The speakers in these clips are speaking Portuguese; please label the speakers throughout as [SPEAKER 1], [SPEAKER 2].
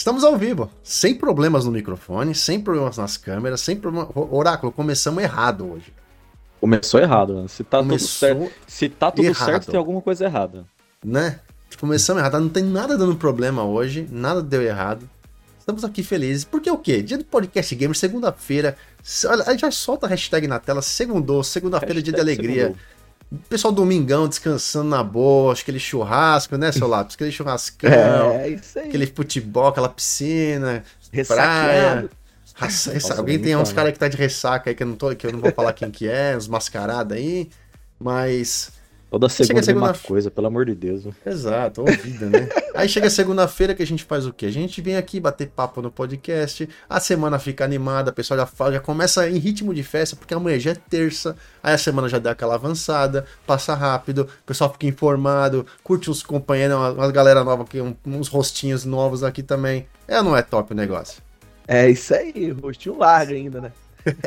[SPEAKER 1] Estamos ao vivo, sem problemas no microfone, sem problemas nas câmeras, sem problema... Oráculo, começamos errado hoje.
[SPEAKER 2] Começou errado, né? Se tá
[SPEAKER 1] Começou
[SPEAKER 2] tudo certo, se tá tudo
[SPEAKER 1] errado.
[SPEAKER 2] certo, tem alguma coisa errada.
[SPEAKER 1] Né? Começamos errado, não tem nada dando problema hoje, nada deu errado. Estamos aqui felizes, porque o quê? Dia do Podcast Gamer, segunda-feira, olha, já solta a hashtag na tela, segunda-feira, dia de alegria.
[SPEAKER 2] Segundou.
[SPEAKER 1] Pessoal, domingão, descansando na boa, aquele churrasco, né, seu Lápis? Aquele churrascão,
[SPEAKER 3] Isso aí.
[SPEAKER 1] aquele futebol, aquela piscina,
[SPEAKER 3] Ressaqueado.
[SPEAKER 1] praia. Alguém tem uns caras que tá de ressaca aí que eu não vou falar quem que é, uns mascarados aí, mas...
[SPEAKER 2] Toda segunda é
[SPEAKER 1] segunda-
[SPEAKER 2] uma coisa, pelo amor de Deus.
[SPEAKER 1] Exato, ouvida, né? Aí chega segunda-feira que a gente faz o quê? A gente vem aqui bater papo no podcast, a semana fica animada, o pessoal já fala, já começa em ritmo de festa, porque amanhã já é terça, aí a semana já dá aquela avançada, passa rápido, o pessoal fica informado, curte uns companheiros, uma galera nova aqui, uns rostinhos novos aqui também. É ou não é top o negócio?
[SPEAKER 3] É isso aí, rostinho largo ainda, né?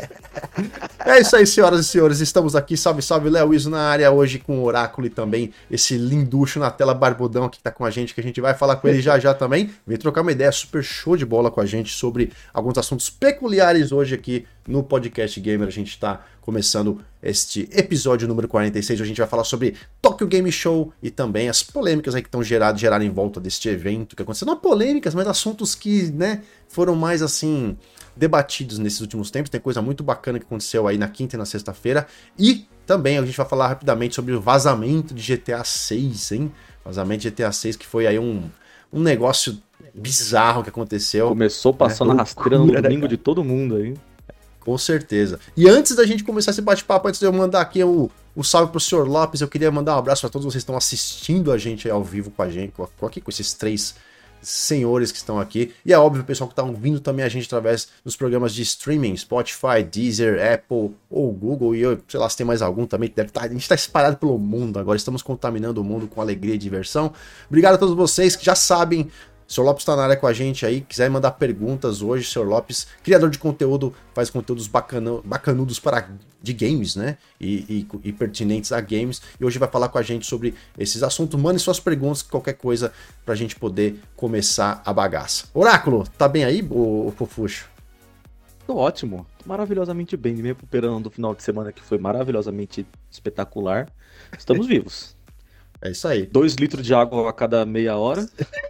[SPEAKER 1] É isso aí, senhoras e senhores, estamos aqui, salve, salve, Léo Iso na área, hoje com o Oráculo e também esse linducho na tela, barbudão que tá com a gente, que a gente vai falar com ele já também, vem trocar uma ideia super show de bola com a gente sobre alguns assuntos peculiares hoje aqui no Podcast Gamer. A gente tá começando este episódio número 46, hoje a gente vai falar sobre Tokyo Game Show e também as polêmicas aí que estão geraram em volta deste evento, que aconteceu, não polêmicas, mas assuntos que, né, foram mais assim... debatidos nesses últimos tempos. Tem coisa muito bacana que aconteceu aí na quinta e na sexta-feira. E também a gente vai falar rapidamente sobre o vazamento de GTA 6, hein? Vazamento de GTA 6, que foi aí um negócio bizarro que aconteceu.
[SPEAKER 2] Começou passando a rasteira no domingo de todo mundo aí.
[SPEAKER 1] Com certeza. E antes da gente começar esse bate-papo, antes de eu mandar aqui o salve pro Sr. Lopes, eu queria mandar um abraço para todos vocês que estão assistindo a gente aí ao vivo com a gente, aqui com esses três senhores que estão aqui, e é óbvio o pessoal que está ouvindo também a gente através dos programas de streaming, Spotify, Deezer, Apple ou Google, e eu sei lá se tem mais algum também que deve estar, a gente está espalhado pelo mundo agora, estamos contaminando o mundo com alegria e diversão. Obrigado a todos vocês que já sabem. O Sr. Lopes está na área com a gente aí, quiser mandar perguntas hoje, Sr. Lopes, criador de conteúdo, faz conteúdos bacanudos de games, né, e pertinentes a games, e hoje vai falar com a gente sobre esses assuntos. Mande suas perguntas, qualquer coisa, pra gente poder começar a bagaça. Oráculo, tá bem aí, o Fofuxo?
[SPEAKER 2] Tô ótimo, tô maravilhosamente bem, me recuperando do final de semana que foi maravilhosamente espetacular. Estamos vivos.
[SPEAKER 1] É isso aí.
[SPEAKER 2] 2 litros de água a cada meia hora.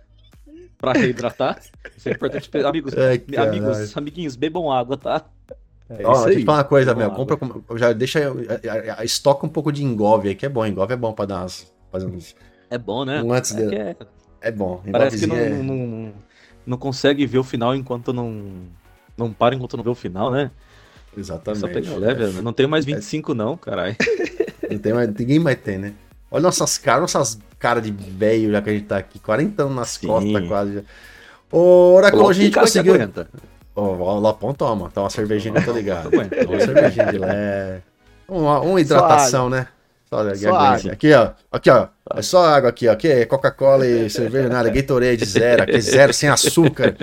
[SPEAKER 2] Pra reidratar. Isso é importante. Amiguinhos, bebam água, tá?
[SPEAKER 3] É
[SPEAKER 1] Ó,
[SPEAKER 3] isso
[SPEAKER 1] deixa eu
[SPEAKER 3] aí.
[SPEAKER 1] te falar uma coisa,
[SPEAKER 2] Bebam
[SPEAKER 1] meu.
[SPEAKER 2] água.
[SPEAKER 1] Já deixa. Estoca um pouco de engove aí, que é bom. Engove é bom pra dar fazer uns.
[SPEAKER 2] É bom, né?
[SPEAKER 1] Antes
[SPEAKER 2] É que é-
[SPEAKER 1] É bom.
[SPEAKER 2] Parece que
[SPEAKER 1] Engovezinho
[SPEAKER 2] não consegue ver o final enquanto não para enquanto não vê o final, né?
[SPEAKER 1] Exatamente.
[SPEAKER 2] Só pegar leve, né? Não tenho mais 25 não, caralho.
[SPEAKER 1] Não tem mais, ninguém mais tem, né? Olha nossas caras de velho já que a gente tá aqui, 40 anos nas
[SPEAKER 2] Sim.
[SPEAKER 1] costas quase. Já. Ô, Oráculo, hoje a gente conseguiu.
[SPEAKER 2] Aguenta.
[SPEAKER 1] Ó, o Lopão toma uma cervejinha, eu tô ligado.
[SPEAKER 2] Aguenta.
[SPEAKER 1] Uma cervejinha de leve. Uma hidratação, né?
[SPEAKER 3] Só água.
[SPEAKER 1] Aqui, ó. É só água aqui, ó. Aqui é Coca-Cola e cerveja, nada. Gatorade zero. Aqui é zero, sem açúcar.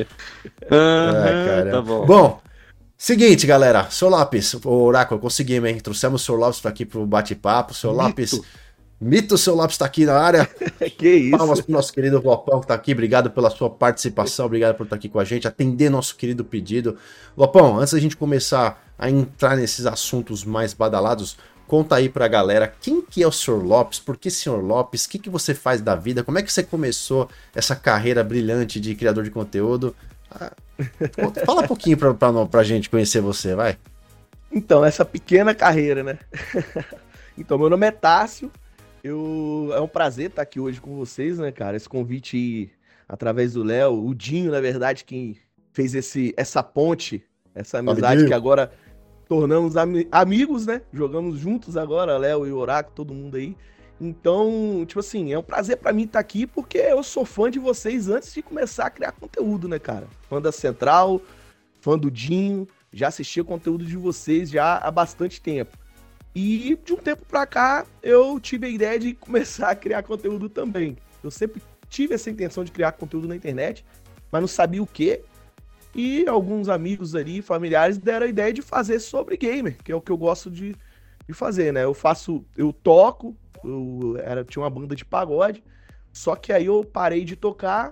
[SPEAKER 1] Caramba.
[SPEAKER 2] Tá bom.
[SPEAKER 1] Bom, seguinte, galera. Sr. Lopes, o Oráculo, conseguimos, hein? Trouxemos o Sr. Lopes pra aqui pro bate-papo. Sr. Lopes, Mito, Sr. Lopes tá aqui na área.
[SPEAKER 3] Que isso?
[SPEAKER 1] Palmas pro nosso querido Lopão que tá aqui. Obrigado pela sua participação. Obrigado por estar aqui com a gente, atender nosso querido pedido. Lopão, antes da gente começar a entrar nesses assuntos mais badalados, conta aí pra galera quem que é o Sr. Lopes, por que Sr. Lopes, o que você faz da vida, como é que você começou essa carreira brilhante de criador de conteúdo. Fala um pouquinho pra gente conhecer você, vai.
[SPEAKER 3] Então, essa pequena carreira, né? Então, meu nome é Tássio. É um prazer estar aqui hoje com vocês, né, cara? Esse convite através do Léo, o Dinho, na verdade, quem fez essa ponte, essa amizade
[SPEAKER 1] Dinho.
[SPEAKER 3] que agora tornamos amigos, né? Jogamos juntos agora, Léo e o Oráculo, todo mundo aí. Então, tipo assim, é um prazer pra mim estar aqui porque eu sou fã de vocês antes de começar a criar conteúdo, né, cara? Fã da Central, fã do Dinho, já assistia conteúdo de vocês já há bastante tempo. E de um tempo pra cá, eu tive a ideia de começar a criar conteúdo também. Eu sempre tive essa intenção de criar conteúdo na internet, mas não sabia o quê. E alguns amigos ali, familiares, deram a ideia de fazer sobre gamer, que é o que eu gosto de fazer, né? Eu toco, tinha uma banda de pagode, só que aí eu parei de tocar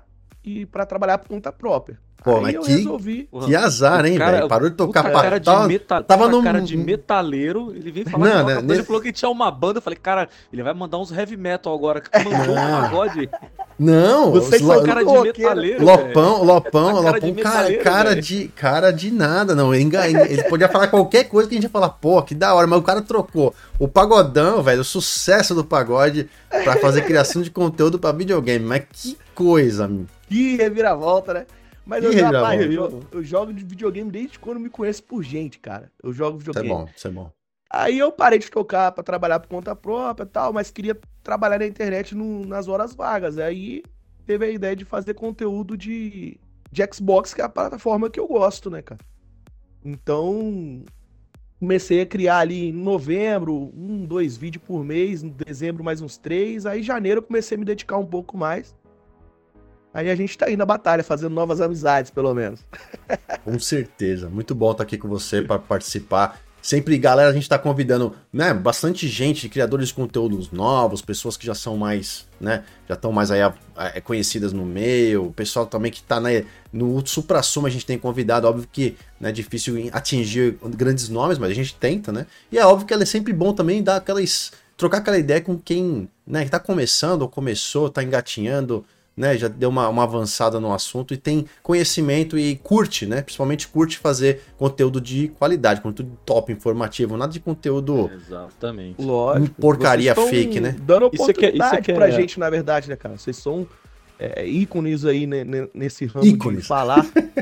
[SPEAKER 3] e para trabalhar por conta própria.
[SPEAKER 1] Pô,
[SPEAKER 3] aí
[SPEAKER 1] mas
[SPEAKER 3] eu resolvi.
[SPEAKER 1] Que azar, hein, velho? Parou de tocar
[SPEAKER 2] cara
[SPEAKER 1] tava no
[SPEAKER 2] cara de metaleiro, ele veio falar
[SPEAKER 1] não,
[SPEAKER 2] ele falou que tinha uma banda, eu falei, cara, ele vai mandar uns heavy metal agora, que mandou um pagode.
[SPEAKER 1] Não,
[SPEAKER 3] você que
[SPEAKER 2] foi cara de metaleiro.
[SPEAKER 1] Lopão, cara de nada, não. Ele podia falar qualquer coisa que a gente ia falar, pô, que da hora, mas o cara trocou o pagodão, velho, o sucesso do pagode pra fazer criação de conteúdo pra videogame. Mas que coisa, amigo.
[SPEAKER 3] Que reviravolta, né? Mas eu jogo de videogame desde quando me conheço por gente, cara. Eu jogo videogame.
[SPEAKER 1] Isso é bom.
[SPEAKER 3] Aí eu parei de tocar pra trabalhar por conta própria e tal, mas queria trabalhar na internet nas horas vagas. Aí teve a ideia de fazer conteúdo de Xbox, que é a plataforma que eu gosto, né, cara? Então, comecei a criar ali em novembro, 2 vídeos por mês, em dezembro mais uns 3, aí em janeiro eu comecei a me dedicar um pouco mais. Aí a gente tá indo na batalha, fazendo novas amizades, pelo menos.
[SPEAKER 1] Com certeza. Muito bom estar aqui com você para participar. Sempre, galera, a gente tá convidando, né, bastante gente, criadores de conteúdos novos, pessoas que já são mais, né, já estão mais aí conhecidas no meio, o pessoal também que tá, né, no supra-sumo a gente tem convidado, óbvio que é difícil atingir grandes nomes, mas a gente tenta, né, e é óbvio que é sempre bom também dar trocar aquela ideia com quem, né, que tá começando ou começou, tá engatinhando, né, já deu uma avançada no assunto e tem conhecimento e curte, né, principalmente curte fazer conteúdo de qualidade, conteúdo top, informativo, nada de conteúdo
[SPEAKER 2] exatamente.
[SPEAKER 3] Lógico,
[SPEAKER 1] porcaria fake, né?
[SPEAKER 3] Dando oportunidade pra gente, na verdade, né, cara? Vocês são ícones aí, né, nesse ramo de falar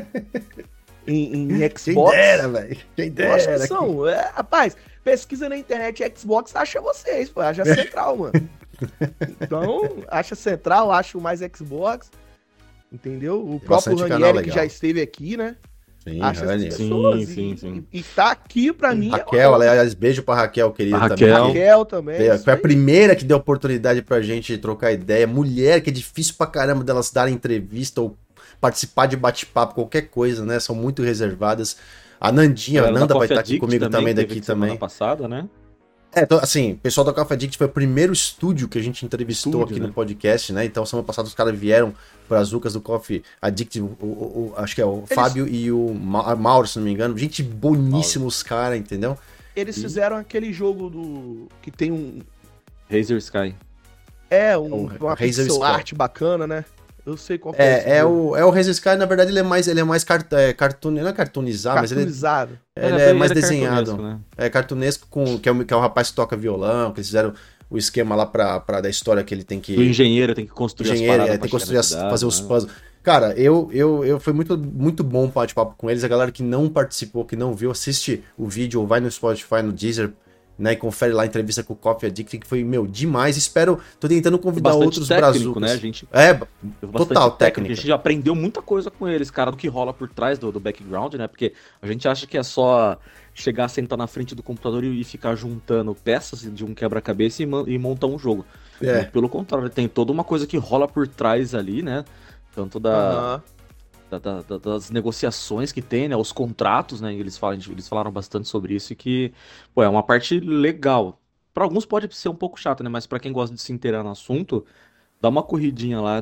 [SPEAKER 3] em Xbox.
[SPEAKER 1] Quem dera, velho. Quem dera.
[SPEAKER 3] Acho que são. Rapaz, pesquisa na internet Xbox, acha vocês, pô, acha Central, mano. Então, acha Central, acha o mais Xbox, entendeu? O próprio Ranieri, que já esteve aqui, né?
[SPEAKER 1] Sim,
[SPEAKER 3] acha as pessoas sim. E tá aqui pra mim.
[SPEAKER 1] Raquel, aliás, beijo pra Raquel, querida.
[SPEAKER 3] Raquel também.
[SPEAKER 1] Foi a primeira que deu oportunidade pra gente trocar ideia. Mulher, que é difícil pra caramba delas darem entrevista ou participar de bate-papo, qualquer coisa, né? São muito reservadas. A Nandinha, a Nanda vai estar aqui comigo também daqui também.
[SPEAKER 2] Semana passada, né?
[SPEAKER 1] Então, assim, o pessoal da Coffee Addict foi o primeiro estúdio que a gente entrevistou aqui no podcast, né? Então, semana passada os caras vieram para as Zucas do Coffee Addict, acho que é o Fábio e o Mauro, se não me engano. Gente boníssimos, cara, entendeu?
[SPEAKER 3] Eles fizeram aquele jogo que tem um...
[SPEAKER 2] Razer Sky.
[SPEAKER 3] Uma pixel art bacana, né? Eu sei qual é.
[SPEAKER 1] É o Razer Sky, na verdade, ele é mais cartoon, não é cartoonizado, mas ele é mais desenhado. Né? É cartunesco, que é o rapaz que toca violão, que eles fizeram o esquema lá pra da história que ele tem que...
[SPEAKER 2] O engenheiro tem que construir as paradas.
[SPEAKER 1] Tem que construir, fazer os puzzles. Cara, foi muito, muito bom o bate-papo com eles. A galera que não participou, que não viu, assiste o vídeo ou vai no Spotify, no Deezer, né, e confere lá a entrevista com o Coffee Addict, que foi, demais. Tô tentando convidar outros brazucas.
[SPEAKER 2] Né? A gente
[SPEAKER 1] total técnico.
[SPEAKER 2] A gente já aprendeu muita coisa com eles, cara, do que rola por trás do background, né? Porque a gente acha que é só chegar, sentar na frente do computador e ficar juntando peças de um quebra-cabeça e montar um jogo. Pelo contrário, tem toda uma coisa que rola por trás ali, né? Tanto das negociações que tem, né, os contratos, né, eles falaram bastante sobre isso e que, pô, é uma parte legal. Para alguns pode ser um pouco chato, né, mas para quem gosta de se inteirar no assunto, dá uma corridinha lá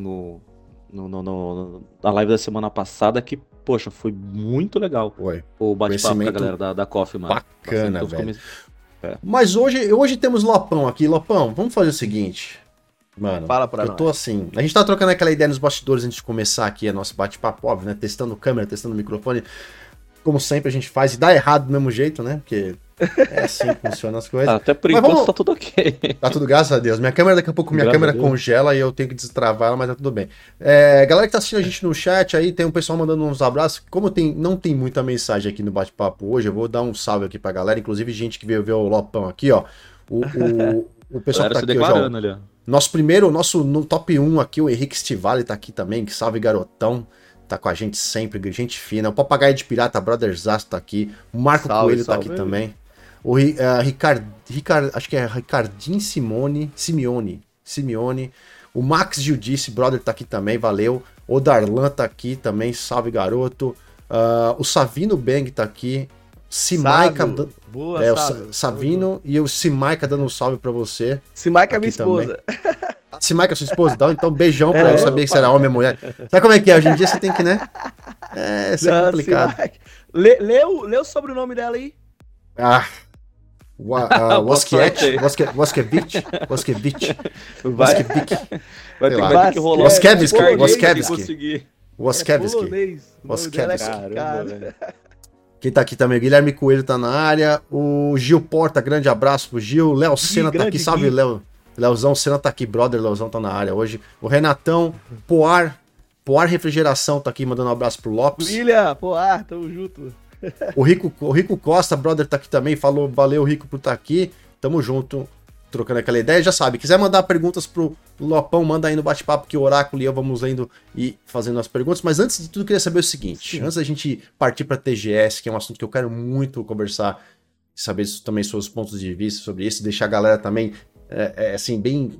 [SPEAKER 2] na live da semana passada que, poxa, foi muito legal. O bate-papo com a galera da Coffee, mano.
[SPEAKER 1] Bacana, velho. Mas hoje temos Lopão aqui. Lopão, vamos fazer o seguinte... Mano,
[SPEAKER 3] fala pra nós.
[SPEAKER 1] Tô assim, a gente tá trocando aquela ideia nos bastidores antes de começar aqui a nosso bate-papo, óbvio, né? Testando câmera, testando microfone. Como sempre a gente faz e dá errado do mesmo jeito, né? Porque é assim que funcionam as coisas.
[SPEAKER 2] Até por enquanto tá tudo ok.
[SPEAKER 1] Tá tudo, graças a Deus. Minha câmera, daqui a pouco, congela e eu tenho que destravar ela, mas tá tudo bem. Galera que tá assistindo a gente no chat aí, tem um pessoal mandando uns abraços. Como não tem muita mensagem aqui no bate-papo hoje, eu vou dar um salve aqui pra galera. Inclusive gente que veio ver o Lopão aqui, ó. O pessoal que tá aqui hoje, ó. Ali, ó. Nosso no top 1 aqui, o Henrique Stivali tá aqui também, que salve garotão, tá com a gente sempre, gente fina. O Papagaio de Pirata, Brotherzaço tá aqui, o Marco Coelho tá aqui também. O acho que é Ricardinho Simeone, o Max Giudice, brother, tá aqui também, valeu. O Darlan tá aqui também, salve garoto. O Savino Bang tá aqui. Simaica, o Savino e o Simaica dando um salve pra você.
[SPEAKER 3] Simaica é minha esposa.
[SPEAKER 1] Se Mike é sua esposa, então beijão pra eu saber se era homem ou mulher. Sabe como é que é? Hoje em dia você tem que, né? Isso é complicado.
[SPEAKER 3] Lê o sobrenome dela aí.
[SPEAKER 1] Waskevich.
[SPEAKER 2] Vai ter que rolar.
[SPEAKER 1] Waskevski. Quem tá aqui também? Guilherme Coelho tá na área. O Gil Porta, grande abraço pro Gil. Léo Senna tá aqui, salve, Léo. Leozão Senna tá aqui, brother. Leozão tá na área hoje. O Renatão, Poar Refrigeração tá aqui, mandando um abraço pro Lopes.
[SPEAKER 3] William, Poar, tamo junto.
[SPEAKER 1] O Rico Costa, brother, tá aqui também. Falou, valeu, Rico, por estar aqui. Tamo junto, trocando aquela ideia. Já sabe, quiser mandar perguntas pro Lopão, manda aí no bate-papo que o Oráculo e eu vamos lendo e fazendo as perguntas. Mas antes de tudo, eu queria saber o seguinte. Antes da gente partir pra TGS, que é um assunto que eu quero muito conversar, saber também seus pontos de vista sobre isso, deixar a galera também, assim, bem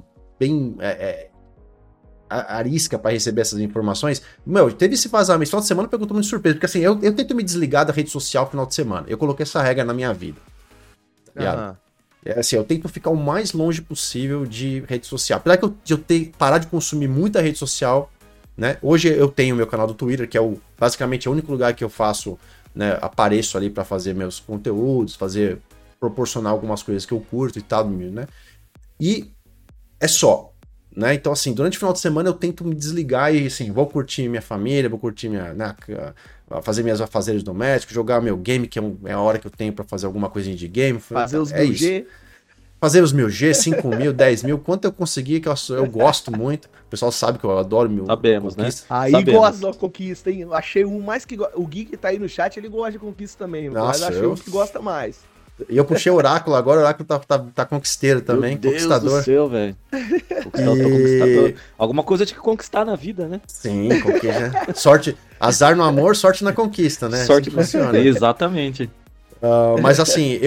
[SPEAKER 1] arisca para receber essas informações. Teve esse vazamento. Esse final de semana pegou todo mundo de surpresa, porque assim, eu tento me desligar da rede social no final de semana. Eu coloquei essa regra na minha vida. Tá assim, eu tento ficar o mais longe possível de rede social. Apesar que eu parar de consumir muita rede social, né? Hoje eu tenho meu canal do Twitter, que é basicamente o único lugar que eu faço, né, apareço ali para fazer meus conteúdos, proporcionar algumas coisas que eu curto e tal, né? E é só. Né? Então, assim, durante o final de semana eu tento me desligar e, assim, vou curtir minha família, vou curtir fazer minhas afazeres domésticos, jogar meu game, que é a hora que eu tenho pra fazer alguma coisinha de game.
[SPEAKER 3] Fazer os 1000G.
[SPEAKER 1] Fazer os 1000G, 5.000, 10.000, quanto eu conseguir, que eu gosto muito. O pessoal sabe que eu adoro meu
[SPEAKER 2] conquista.
[SPEAKER 3] Né? Aí gosta da conquista, hein? Eu achei um mais que... O Gui que tá aí no chat, ele gosta de conquista também. Mas achei um que gosta mais.
[SPEAKER 1] E eu puxei o Oráculo agora, o Oráculo tá conquisteiro também,
[SPEAKER 2] Meu
[SPEAKER 1] conquistador.
[SPEAKER 2] Deus do céu, velho. Conquistador. Alguma coisa tinha que conquistar na vida, né?
[SPEAKER 1] Sim, sorte, azar no amor, sorte na conquista, né?
[SPEAKER 2] Sorte assim funciona. Exatamente.
[SPEAKER 1] Mas assim,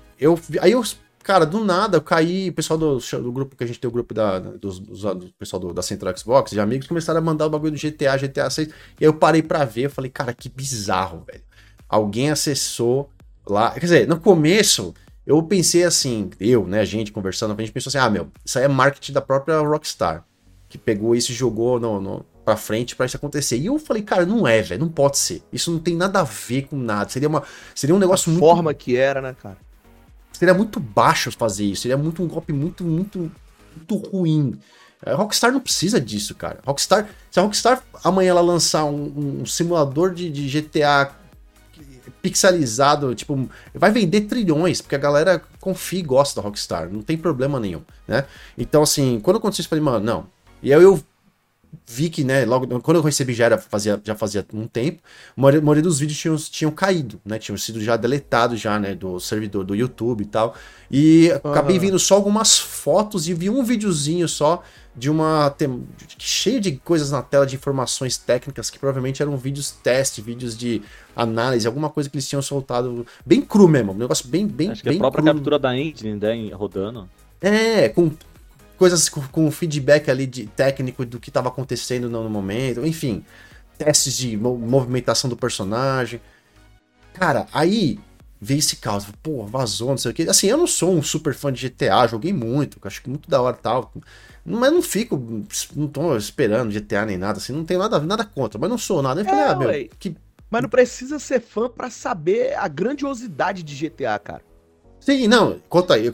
[SPEAKER 1] cara, do nada eu caí, o pessoal do grupo, que a gente tem o grupo do pessoal da Central Xbox, de amigos, começaram a mandar o bagulho do GTA 6, e aí eu parei pra ver, eu falei, cara, que bizarro, velho. Alguém acessou lá, quer dizer, no começo, eu pensei assim, a gente conversando, a gente pensou assim, isso aí é marketing da própria Rockstar, que pegou isso e jogou pra frente pra isso acontecer. E eu falei, cara, não é, velho, não pode ser. Isso não tem nada a ver com nada. Seria um negócio muito...
[SPEAKER 3] forma que era, né, cara?
[SPEAKER 1] Seria muito baixo fazer isso, seria um golpe muito, muito, muito ruim. A Rockstar não precisa disso, cara. Se a Rockstar amanhã ela lançar um simulador de GTA pixelizado, tipo, vai vender trilhões, porque a galera confia e gosta da Rockstar, não tem problema nenhum, né? Então, assim, quando aconteceu isso, eu falei, mano, não. E aí eu vi que, né, logo quando eu recebi já fazia um tempo, a maioria dos vídeos tinham caído, né? Tinham sido já deletados já, né, do servidor do YouTube e tal. E acabei vendo só algumas fotos e vi um videozinho só de cheio de coisas na tela, de informações técnicas, que provavelmente eram vídeos teste, vídeos de análise, alguma coisa que eles tinham soltado, bem cru mesmo, um negócio bem
[SPEAKER 2] Acho que bem a própria cru. Captura da engine, né, rodando.
[SPEAKER 1] Com coisas com feedback ali de técnico do que estava acontecendo no momento, enfim, testes de movimentação do personagem. Cara, aí veio esse caos, pô, vazou, não sei o que. Assim, eu não sou um super fã de GTA, joguei muito, acho que muito da hora e tal, mas não tô esperando GTA nem nada, assim, não tenho nada contra, mas não sou nada. Eu falei,
[SPEAKER 3] Mas não precisa ser fã pra saber a grandiosidade de GTA, cara.
[SPEAKER 1] Sim, não, conta aí.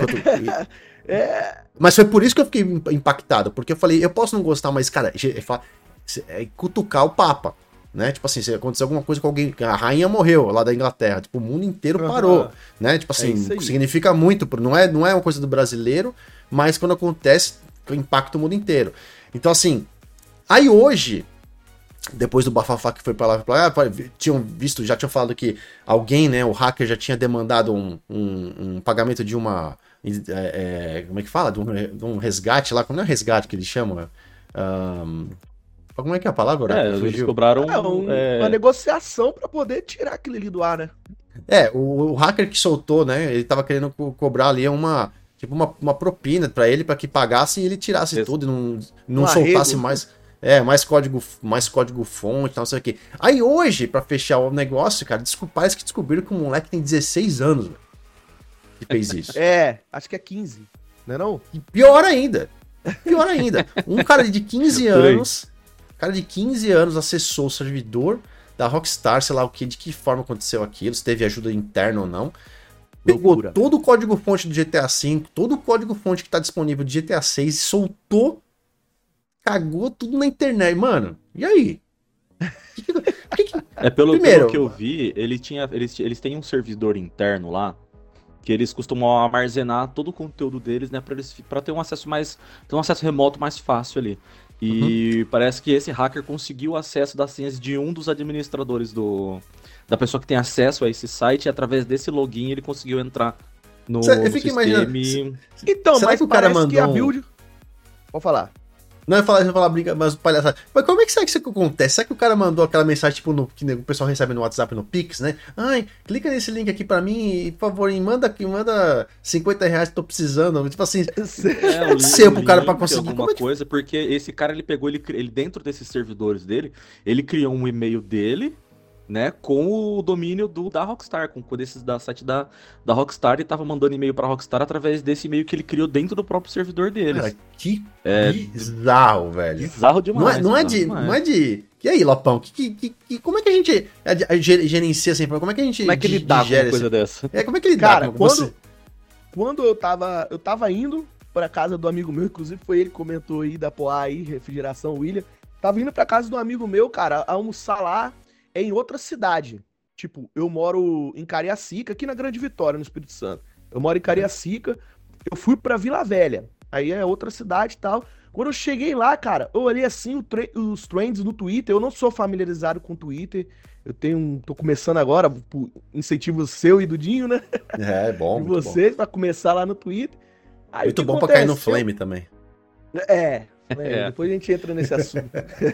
[SPEAKER 1] Mas foi por isso que eu fiquei impactado, porque eu falei, eu posso não gostar, mas, cara, é cutucar o Papa, né? Tipo assim, se acontecer alguma coisa com alguém, a rainha morreu lá da Inglaterra, tipo, o mundo inteiro parou, né? Tipo assim, significa muito, não é uma coisa do brasileiro, mas quando acontece, impacta o mundo inteiro. Então, assim, aí hoje, depois do bafafá que foi pra lá, já tinham falado que alguém, né, o hacker já tinha demandado um pagamento de uma... como é que fala? De um resgate lá, como não é resgate que eles chamam? Como é que é a palavra?
[SPEAKER 2] Eles cobraram
[SPEAKER 3] uma negociação pra poder tirar aquilo ali do ar, né?
[SPEAKER 1] O hacker que soltou, né? Ele tava querendo cobrar ali uma propina pra ele, pra que pagasse e ele tirasse tudo e não soltasse mais. Mais código fonte, não sei o que. Aí hoje, pra fechar o negócio, cara, parece que descobriram que o moleque tem 16 anos, velho, que fez isso.
[SPEAKER 3] Acho que é 15, não é não?
[SPEAKER 1] E pior ainda, Pior ainda, um cara de 15 anos, acessou o servidor da Rockstar, sei lá o que, de que forma aconteceu aquilo, se teve ajuda interna ou não. Pegou
[SPEAKER 3] Loucura.
[SPEAKER 1] todo o código-fonte do GTA V, todo o código-fonte que tá disponível de GTA VI, soltou, cagou tudo na internet. Mano, e aí?
[SPEAKER 2] Pelo
[SPEAKER 1] Primeiro,
[SPEAKER 2] que eu vi, eles têm um servidor interno lá, que eles costumam armazenar todo o conteúdo deles, né, para ter um acesso remoto mais fácil ali. E parece que esse hacker conseguiu acesso das senhas de um dos administradores da pessoa que tem acesso a esse site, e através desse login ele conseguiu entrar no
[SPEAKER 1] eu fico
[SPEAKER 2] sistema
[SPEAKER 1] imaginando,
[SPEAKER 3] Então,
[SPEAKER 1] será
[SPEAKER 3] mas
[SPEAKER 1] que o cara
[SPEAKER 3] parece que a
[SPEAKER 1] mandou
[SPEAKER 3] build... Pode falar.
[SPEAKER 1] Não, eu ia falar briga, mas palhaçada. Mas como é que será que isso acontece? Será que o cara mandou aquela mensagem, tipo, que o pessoal recebe no WhatsApp, no Pix, né? Ai, clica nesse link aqui pra mim e, por favor, manda 50 reais que tô precisando. Tipo assim, ser pro cara pra conseguir
[SPEAKER 2] alguma coisa, porque esse cara, ele pegou, ele dentro desses servidores dele, ele criou um e-mail dele, né, com o domínio da Rockstar, com desses da site da Rockstar, e tava mandando e-mail pra Rockstar através desse e-mail que ele criou dentro do próprio servidor deles.
[SPEAKER 1] Cara, que bizarro, velho.
[SPEAKER 2] Bizarro demais.
[SPEAKER 1] Não é de... E aí, Lopão, como é que a gente gerencia assim? Como é que a gente
[SPEAKER 2] Como é que ele dá com uma coisa dessa?
[SPEAKER 1] Como é que ele
[SPEAKER 3] Cara,
[SPEAKER 1] dá?
[SPEAKER 3] quando eu tava indo pra casa do amigo meu, inclusive foi ele que comentou aí da Poá aí, refrigeração, William. Tava indo pra casa do amigo meu, cara, almoçar lá em outra cidade. Tipo, eu moro em Cariacica, aqui na Grande Vitória, no Espírito Santo. Eu moro em Cariacica, eu fui pra Vila Velha. Aí é outra cidade e tal. Quando eu cheguei lá, cara, eu olhei assim os trends no Twitter. Eu não sou familiarizado com o Twitter. Tô começando agora, por incentivo seu e do Dinho, né?
[SPEAKER 1] É bom.
[SPEAKER 3] De vocês, pra começar lá no Twitter. Aí,
[SPEAKER 1] muito bom pra cair no Flame também.
[SPEAKER 3] Depois a gente entra nesse assunto.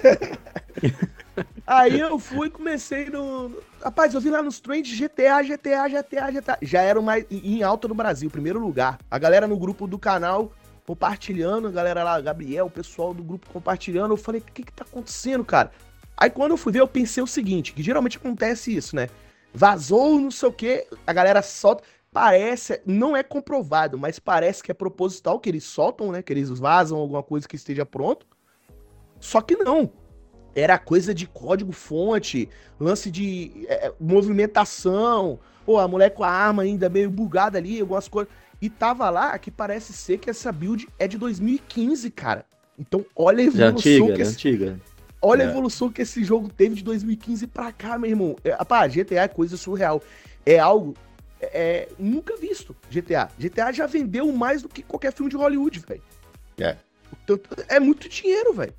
[SPEAKER 3] Aí eu fui e comecei Rapaz, eu vi lá nos trends GTA. Já era mais em alta no Brasil, primeiro lugar. A galera no grupo do canal compartilhando, a galera lá, Gabriel, o pessoal do grupo compartilhando. Eu falei, o que tá acontecendo, cara? Aí quando eu fui ver, eu pensei o seguinte, que geralmente acontece isso, né? Vazou, não sei o quê, a galera solta. Parece, não é comprovado, mas parece que é proposital que eles soltam, né? Que eles vazam alguma coisa que esteja pronto. Só que não. Era coisa de código-fonte, lance de movimentação, a mulher com a arma ainda meio bugada ali, algumas coisas. E tava lá que parece ser que essa build é de 2015, cara. Então olha a evolução
[SPEAKER 2] antiga.
[SPEAKER 3] Olha a evolução que esse jogo teve de 2015 pra cá, meu irmão. Rapaz, GTA é coisa surreal. É algo nunca visto, GTA. GTA já vendeu mais do que qualquer filme de Hollywood, velho. Portanto, é muito dinheiro, velho.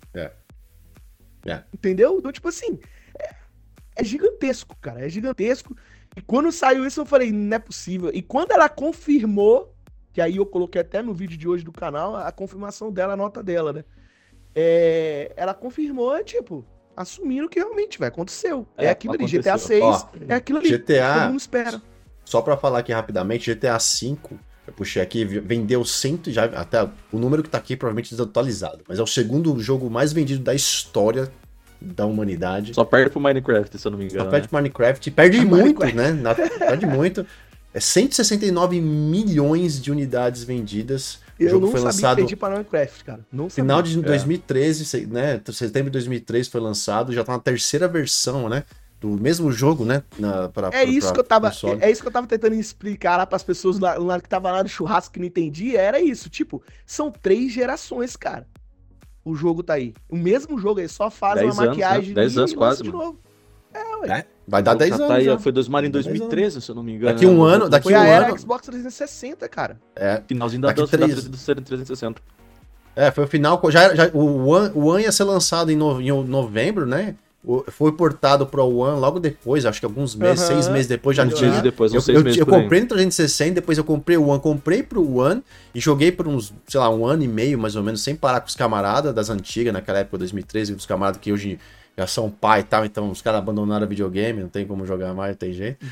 [SPEAKER 3] Entendeu? Então, tipo assim, é gigantesco, cara. É gigantesco. E quando saiu isso, eu falei, não é possível. E quando ela confirmou, que aí eu coloquei até no vídeo de hoje do canal, a confirmação dela, a nota dela, né? Ela confirmou, tipo, assumindo que realmente, velho, aconteceu. É aquilo ali, GTA 6, é aquilo ali.
[SPEAKER 1] GTA,
[SPEAKER 3] todo mundo espera.
[SPEAKER 1] Só pra falar aqui rapidamente, GTA V, eu puxei aqui, vendeu 100, já, até o número que tá aqui provavelmente desatualizado, mas é o segundo jogo mais vendido da história da humanidade.
[SPEAKER 2] Só perde pro Minecraft, se eu não me engano.
[SPEAKER 1] Só perde pro Minecraft, perde muito, né? Perde muito. É 169 milhões de unidades vendidas.
[SPEAKER 3] O jogo foi lançado. Eu para Minecraft, cara. Não sabia.
[SPEAKER 1] Final de 2013, né? Setembro de 2013 foi lançado, já tá na terceira versão, né? Do mesmo jogo, né?
[SPEAKER 3] É isso que eu tava tentando explicar lá pras pessoas lá que tava lá no churrasco que não entendia. Era isso, tipo, são 3 gerações, cara. O jogo tá aí. O mesmo jogo aí, só faz uma maquiagem.
[SPEAKER 2] 10 anos quase,
[SPEAKER 3] de novo.
[SPEAKER 1] Ué. Vai dar 10 anos. Tá aí,
[SPEAKER 2] foi em 2013, se eu não me engano.
[SPEAKER 1] Daqui um ano.
[SPEAKER 3] Foi a era Xbox 360, cara.
[SPEAKER 2] Finalzinho da 360.
[SPEAKER 1] Foi o final. O One ia ser lançado em novembro, né? Foi portado pro One logo depois, acho que alguns meses, 6 meses depois já tinha. Eu comprei no 360, depois eu comprei o One, comprei pro One e joguei por uns, sei lá, 1 ano e meio mais ou menos, sem parar com os camaradas das antigas, naquela época, 2013, os camaradas que hoje já são pai e tal, então os caras abandonaram o videogame, não tem como jogar mais, não tem jeito.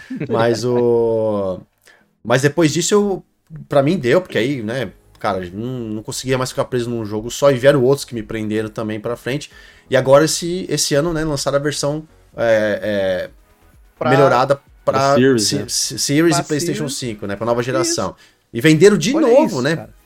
[SPEAKER 1] Mas depois disso, pra mim deu, porque aí, né, cara, não conseguia mais ficar preso num jogo só, e vieram outros que me prenderam também pra frente. E agora esse ano, né, lançaram a versão melhorada pra Series e PlayStation 5, né, pra nova geração. Isso. E venderam de novo, né?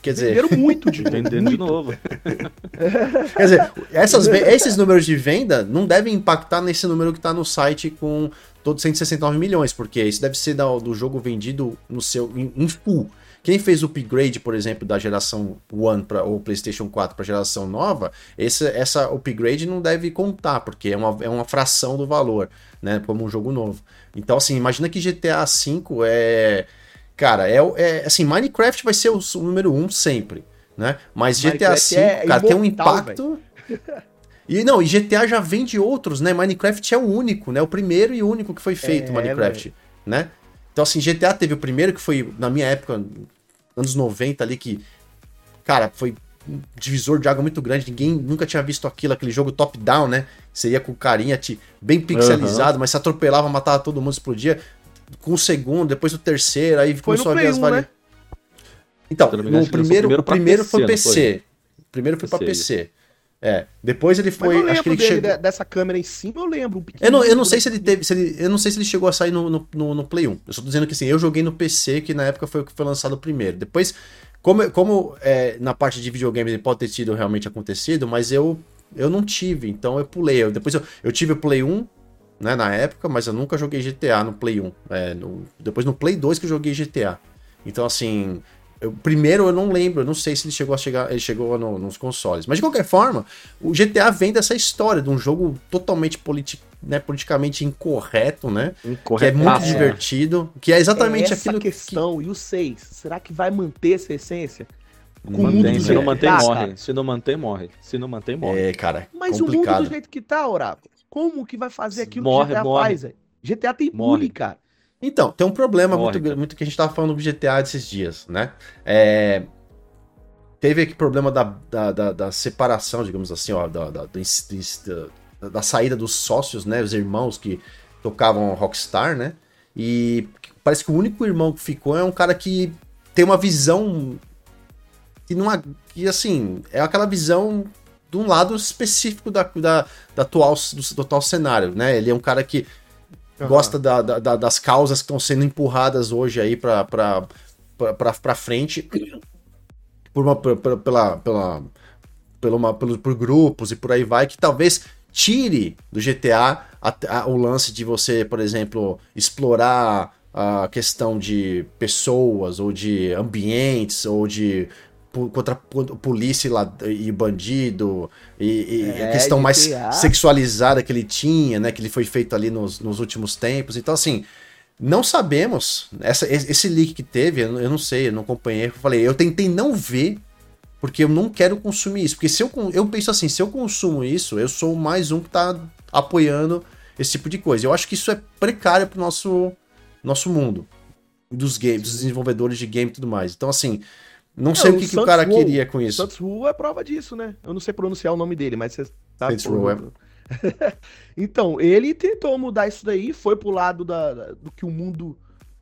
[SPEAKER 1] Quer dizer,
[SPEAKER 3] Venderam muito de
[SPEAKER 2] Vendendo de novo.
[SPEAKER 1] quer dizer, esses números de venda não devem impactar nesse número que tá no site com todos 169 milhões, porque isso deve ser do jogo vendido no seu em full. Quem fez o upgrade, por exemplo, da geração One ou PlayStation 4 para a geração nova, essa upgrade não deve contar, porque é uma fração do valor, né? Como um jogo novo. Então, assim, imagina que GTA V Cara, assim, Minecraft vai ser o número 1 sempre, né? Mas GTA V, cara, tem um impacto. E GTA já vem de outros, né? Minecraft é o único, né? O primeiro e único que foi feito, Minecraft, né? Então, assim, GTA teve o primeiro, que foi, na minha época, anos 90 ali, que, cara, foi um divisor de água muito grande, ninguém nunca tinha visto aquele jogo top-down, né? Você ia com carinha bem pixelizado, mas se atropelava, matava todo mundo, explodia. Com o segundo, depois o terceiro, aí começou a ver as variações. Né? Então, o primeiro foi PC. O primeiro foi pra PC. Depois ele foi.
[SPEAKER 3] Mas eu
[SPEAKER 1] acho que ele chegou
[SPEAKER 3] dessa câmera em cima, eu lembro.
[SPEAKER 1] Eu não sei se ele teve. Eu não sei se ele chegou a sair no Play 1. Eu só tô dizendo que assim, eu joguei no PC, que na época foi o que foi lançado primeiro. Depois, como na parte de videogame ele pode ter tido realmente acontecido, mas eu não tive, então eu pulei. Depois eu tive o Play 1, né, na época, mas eu nunca joguei GTA no Play 1. Depois no Play 2 que eu joguei GTA. Então, assim, primeiro eu não lembro, eu não sei se ele chegou nos consoles. Mas de qualquer forma, o GTA vem dessa história de um jogo totalmente politicamente incorreto, né? Que é muito divertido, que é exatamente aquilo
[SPEAKER 3] questão. E o 6, será que vai manter essa essência?
[SPEAKER 2] Se não manter, morre. Se não manter, morre. Se não manter, morre.
[SPEAKER 1] Cara,
[SPEAKER 3] mas
[SPEAKER 1] complicado.
[SPEAKER 3] O mundo do jeito que tá, Oráculo, como que vai fazer aquilo que GTA faz, velho? GTA tem bullying, cara.
[SPEAKER 1] Então, tem um problema muito que a gente tava falando do GTA desses dias, né? Teve aquele problema da separação, digamos assim, ó, da saída dos sócios, né? Os irmãos que tocavam Rockstar, né? E parece que o único irmão que ficou é um cara que tem uma visão que assim, é aquela visão de um lado específico do atual cenário, né? Ele é um cara que gosta das causas que estão sendo empurradas hoje aí pra frente por grupos e por aí vai, que talvez tire do GTA o lance de você, por exemplo, explorar a questão de pessoas ou de ambientes ou de contra polícia e bandido e a questão mais sexualizada que ele tinha, né, que ele foi feito ali nos últimos tempos. Então, assim, não sabemos, esse leak que teve, eu não sei, eu não acompanhei, eu tentei não ver, porque eu não quero consumir isso, porque eu penso assim, se eu consumo isso, eu sou mais um que tá apoiando esse tipo de coisa. Eu acho que isso é precário pro nosso mundo, dos games, dos desenvolvedores de game e tudo mais. Então, assim, não sei o que o cara queria com isso.
[SPEAKER 3] Saints Row é prova disso, né? Eu não sei pronunciar o nome dele, mas você tá...
[SPEAKER 1] Saints Row
[SPEAKER 3] Então, ele tentou mudar isso daí, foi pro lado do que o mundo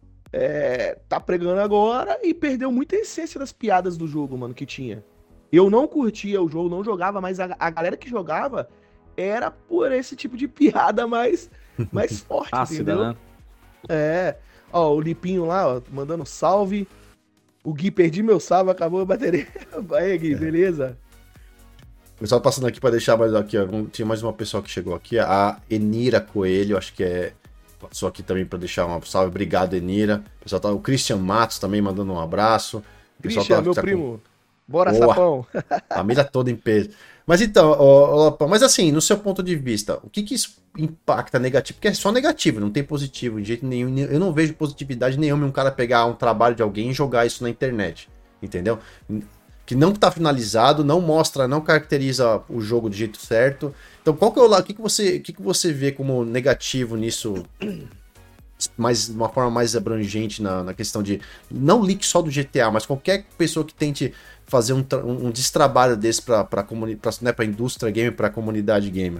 [SPEAKER 3] tá pregando agora e perdeu muita essência das piadas do jogo, mano, que tinha. Eu não curtia o jogo, não jogava, mas a galera que jogava era por esse tipo de piada mais forte,
[SPEAKER 2] ácida,
[SPEAKER 3] entendeu?
[SPEAKER 2] Né?
[SPEAKER 3] Ó, o Lipinho lá, ó, mandando salve. O Gui, perdi meu salve, acabou a bateria. Aí, Gui, beleza?
[SPEAKER 1] O pessoal passando aqui pra deixar mais aqui, ó. Tinha mais uma pessoa que chegou aqui, a Enira Coelho, acho que passou aqui também pra deixar um salve. Obrigado, Enira. O Christian Matos também mandando um abraço.
[SPEAKER 3] Christian, meu primo. Bora, sapão.
[SPEAKER 1] Família toda em peso. Mas então, mas assim, no seu ponto de vista, o que isso impacta negativo? Porque é só negativo, não tem positivo de jeito nenhum. Eu não vejo positividade nenhuma em um cara pegar um trabalho de alguém e jogar isso na internet, entendeu? Que não tá finalizado, não mostra, não caracteriza o jogo do jeito certo. Então, qual que é o lado? O que você vê como negativo nisso? De uma forma mais abrangente na questão de não leak só do GTA, mas qualquer pessoa que tente fazer um destrabalho desse pra indústria gamer, pra comunidade gamer.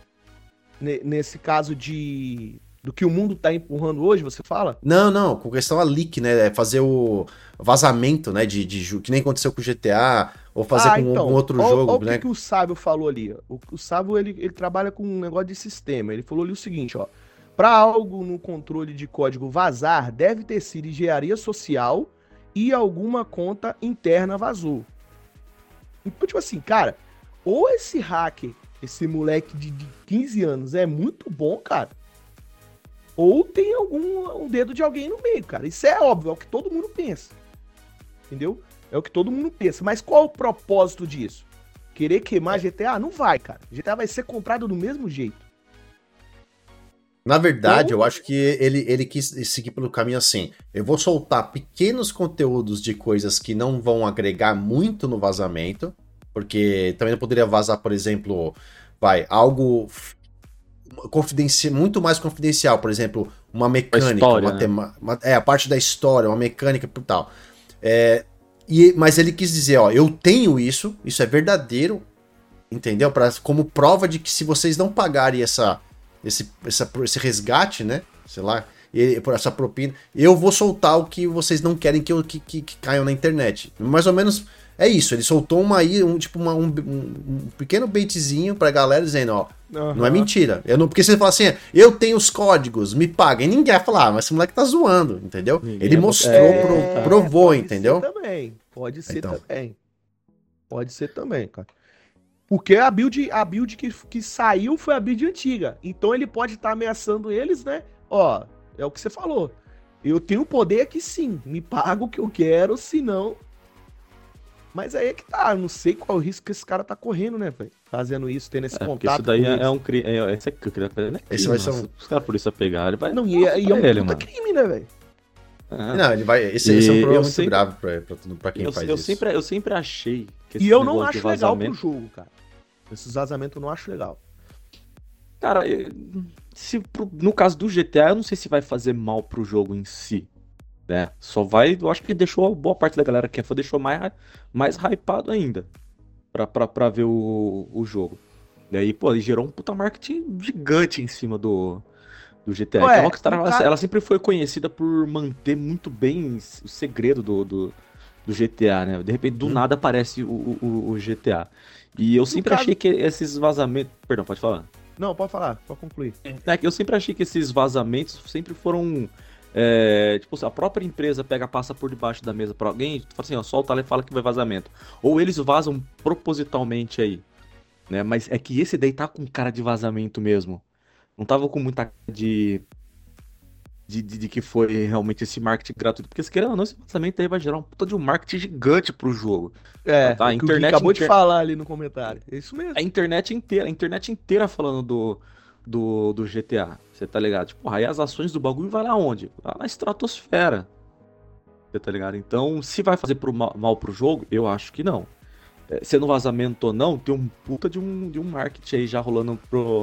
[SPEAKER 3] Nesse caso do que o mundo tá empurrando hoje, você fala?
[SPEAKER 1] Não, com questão a leak, né? Fazer o vazamento, né? Que nem aconteceu com o GTA, ou fazer com algum outro jogo,
[SPEAKER 3] olha
[SPEAKER 1] né?
[SPEAKER 3] O que o Sábio falou ali. O Sábio, ele trabalha com um negócio de sistema. Ele falou ali o seguinte, ó. Para algo no controle de código vazar, deve ter sido engenharia social e alguma conta interna vazou. Então, tipo assim, cara, ou esse hacker, esse moleque de 15 anos é muito bom, cara, ou tem um dedo de alguém no meio, cara. Isso é óbvio, é o que todo mundo pensa. Entendeu? É o que todo mundo pensa. Mas qual o propósito disso? Querer queimar GTA? Não vai, cara. GTA vai ser comprado do mesmo jeito.
[SPEAKER 1] Na verdade, eu acho que ele quis seguir pelo caminho assim. Eu vou soltar pequenos conteúdos de coisas que não vão agregar muito no vazamento, porque também não poderia vazar, por exemplo, algo muito mais confidencial, por exemplo, uma mecânica,
[SPEAKER 2] história,
[SPEAKER 1] a parte da história, uma mecânica e tal. Mas ele quis dizer, ó, eu tenho isso é verdadeiro, entendeu? Como prova de que se vocês não pagarem esse resgate, né? Sei lá, por essa propina, eu vou soltar o que vocês não querem que caiam na internet. Mais ou menos é isso. Ele soltou um pequeno baitzinho pra galera dizendo, ó, não é mentira. Porque se ele falar assim, eu tenho os códigos, me paguem, ninguém vai falar, mas esse moleque tá zoando, entendeu? Ele mostrou, provou, entendeu?
[SPEAKER 3] Pode ser também. Pode ser também, cara. Porque a build que saiu foi a build antiga. Então ele pode estar ameaçando eles, né? Ó, é o que você falou. Eu tenho poder aqui sim. Me paga o que eu quero, senão... Mas aí é que tá. Eu não sei qual o risco que esse cara tá correndo, né, velho? Fazendo isso, tendo esse contato.
[SPEAKER 2] Isso daí é um crime. Esse vai ser
[SPEAKER 1] Os
[SPEAKER 2] caras por isso a pegar. Ele vai.
[SPEAKER 3] Não, e é um puta crime, né, velho?
[SPEAKER 1] Não, ele vai. Esse é um problema muito grave pra quem faz isso.
[SPEAKER 2] Eu sempre achei que
[SPEAKER 3] esse eu não acho legal pro jogo, cara. Esses vazamentos eu não acho legal.
[SPEAKER 2] Cara, no caso do GTA, eu não sei se vai fazer mal pro jogo em si. Né? Só vai. Eu acho que deixou boa parte da galera que deixou mais hypado ainda. Pra ver o jogo. E aí, pô, ele gerou um puta marketing gigante em cima do GTA. A Rockstar, ela sempre foi conhecida por manter muito bem o segredo do GTA, né? De repente, do nada aparece o GTA. E eu sempre achei que esses vazamentos... Perdão, pode falar?
[SPEAKER 3] Não, pode falar, pode concluir.
[SPEAKER 2] Eu sempre achei que esses vazamentos sempre foram... tipo, a própria empresa passa por debaixo da mesa pra alguém, fala assim, ó, solta lá e fala que vai vazamento. Ou eles vazam propositalmente aí, né? Mas é que esse daí tá com cara de vazamento mesmo. Não tava com muita cara de que foi realmente esse marketing gratuito. Porque se querendo ou não, esse vazamento aí vai gerar um puta de um marketing gigante pro jogo.
[SPEAKER 3] A internet acabou de falar ali no comentário. É isso mesmo.
[SPEAKER 2] A internet inteira falando do GTA. Você tá ligado? Tipo, aí as ações do bagulho vai lá onde? Lá na estratosfera. Você tá ligado? Então, se vai fazer mal pro jogo, eu acho que não. Sendo vazamento ou não, tem um puta de um marketing aí já rolando